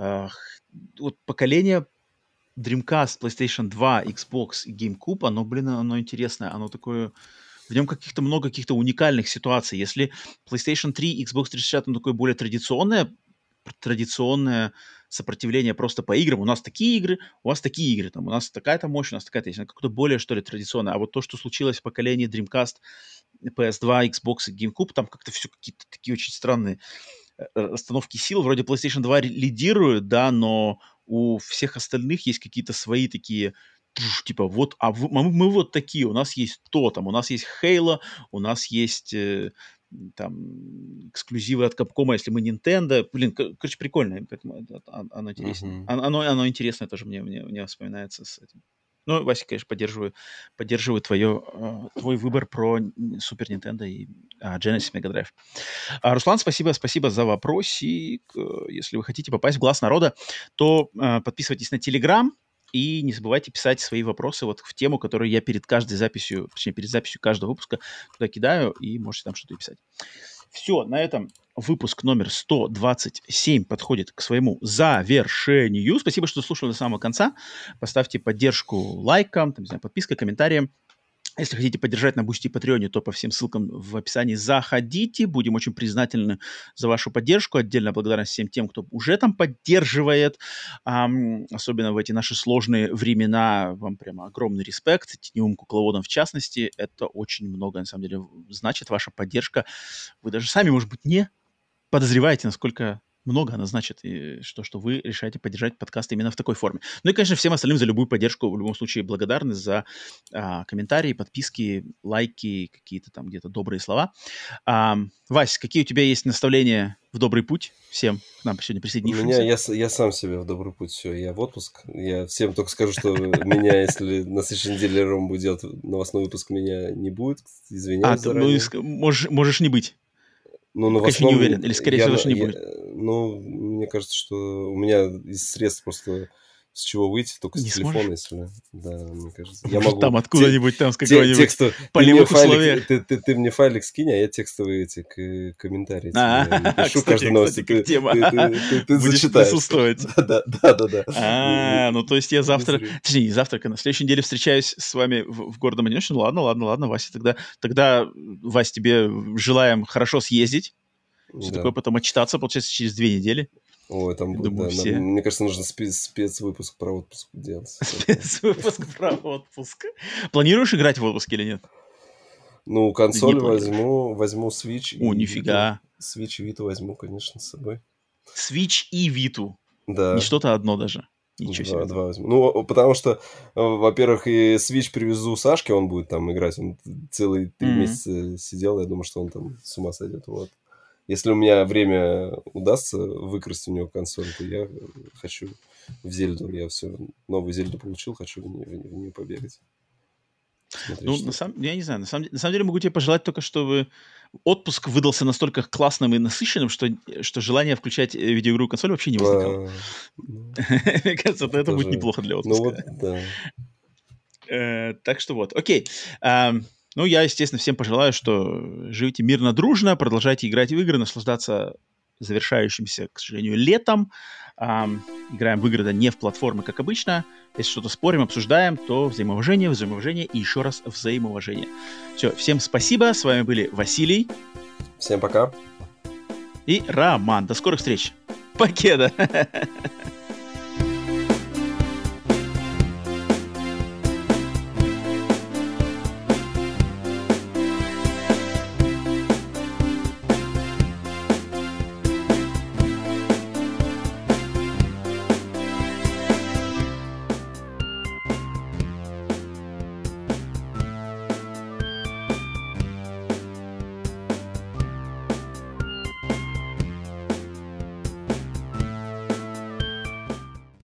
Вот поколение Dreamcast, PlayStation 2, Xbox и GameCube, оно интересное, оно такое... В нем много каких-то уникальных ситуаций. Если PlayStation 3, Xbox 360, оно такое более традиционное сопротивление просто по играм. У нас такие игры, у вас такие игры, там, у нас такая-то мощь, у нас такая-то есть. Какое-то более, что ли, традиционное. А вот то, что случилось в поколении Dreamcast, PS2, Xbox и GameCube, там как-то все какие-то такие очень странные расстановки сил. Вроде PlayStation 2 лидирует, да, но у всех остальных есть какие-то свои такие, типа, вот, мы вот такие, у нас есть то, там, у нас есть Halo, у нас есть там эксклюзивы от Capcom, если мы Nintendo. Короче, прикольно, поэтому оно интересно. Оно интересное тоже мне вспоминается с этим. Ну, Вася, конечно, поддерживаю твой выбор про Super Nintendo и Genesis Mega Drive. Руслан, спасибо за вопросик. Если вы хотите попасть в глаз народа, то подписывайтесь на Telegram и не забывайте писать свои вопросы вот в тему, которую я перед каждой записью, точнее, перед записью каждого выпуска туда кидаю, и можете там что-то писать. Все, на этом выпуск номер 127 подходит к своему завершению. Спасибо, что слушали до самого конца. Поставьте поддержку лайком, там, не знаю, подпиской, комментарием. Если хотите поддержать на Boosty и Patreon, то по всем ссылкам в описании заходите. Будем очень признательны за вашу поддержку. Отдельная благодарность всем тем, кто уже там поддерживает. Особенно в эти наши сложные времена. Вам прямо огромный респект. Теневым кукловодам в частности. Это очень много, на самом деле, значит ваша поддержка. Вы даже сами, может быть, не подозреваете, насколько много она значит, и что вы решаете поддержать подкаст именно в такой форме. Ну и, конечно, всем остальным за любую поддержку, в любом случае, благодарны за комментарии, подписки, лайки, какие-то там где-то добрые слова. Вась, какие у тебя есть наставления в добрый путь всем к нам сегодня присоединившимся? Я сам себе в добрый путь, все, я в отпуск. Я всем только скажу, что меня, если на следующей неделе Рома будет делать новостной выпуск, меня не будет, извиняюсь заранее. Можешь не быть. Ну, Пока еще не уверен, или, скорее всего, даже не будет. Ну, мне кажется, что у меня из средств просто с чего выйти, только не с телефона, сможешь? если... Да, мне кажется. Я могу... Там откуда-нибудь, там с какого-нибудь полевых условиях. Ты мне файлик скинь, а я текстовые эти комментарии напишу каждую новость. Ты зачитаешь. Да. Ну, то есть я завтра... Точнее, не завтра, на следующей неделе встречаюсь с вами в городом Одиночном. Ладно, Вася, тогда, Вась, тебе желаем хорошо съездить. Все такое, потом отчитаться, получается, через 2 недели. Ой, там будет, думаю, да. Мне кажется, нужно спецвыпуск про отпуск делать. Спецвыпуск про отпуск. Планируешь играть в отпуске или нет? Ну, консоль возьму Switch. О, нифига. Switch и Vita возьму, конечно, с собой. Switch и Vita. Да. Не что-то одно даже. Ничего себе. Два возьму. Ну, потому что, во-первых, и Switch привезу Сашке, он будет там играть. Он целые 3 месяца сидел, я думаю, что он там с ума сойдет. Вот. Если у меня время удастся выкрасть у него консоль, то я хочу в Зельду. Я все новую Зельду получил, хочу в нее побегать. Смотреть, я не знаю. На самом деле могу тебе пожелать только, чтобы отпуск выдался настолько классным и насыщенным, что желание включать видеоигру и консоль вообще не возникало. Мне кажется, это будет неплохо для отпуска. Ну вот, да. Так что вот, окей. Ну, я, естественно, всем пожелаю, что живите мирно, дружно, продолжайте играть в игры, наслаждаться завершающимся, к сожалению, летом. Играем в игры, да, не в платформы, как обычно. Если что-то спорим, обсуждаем, то взаимоуважение и еще раз взаимоуважение. Все, всем спасибо. С вами были Василий. Всем пока. И Роман. До скорых встреч. Покеда.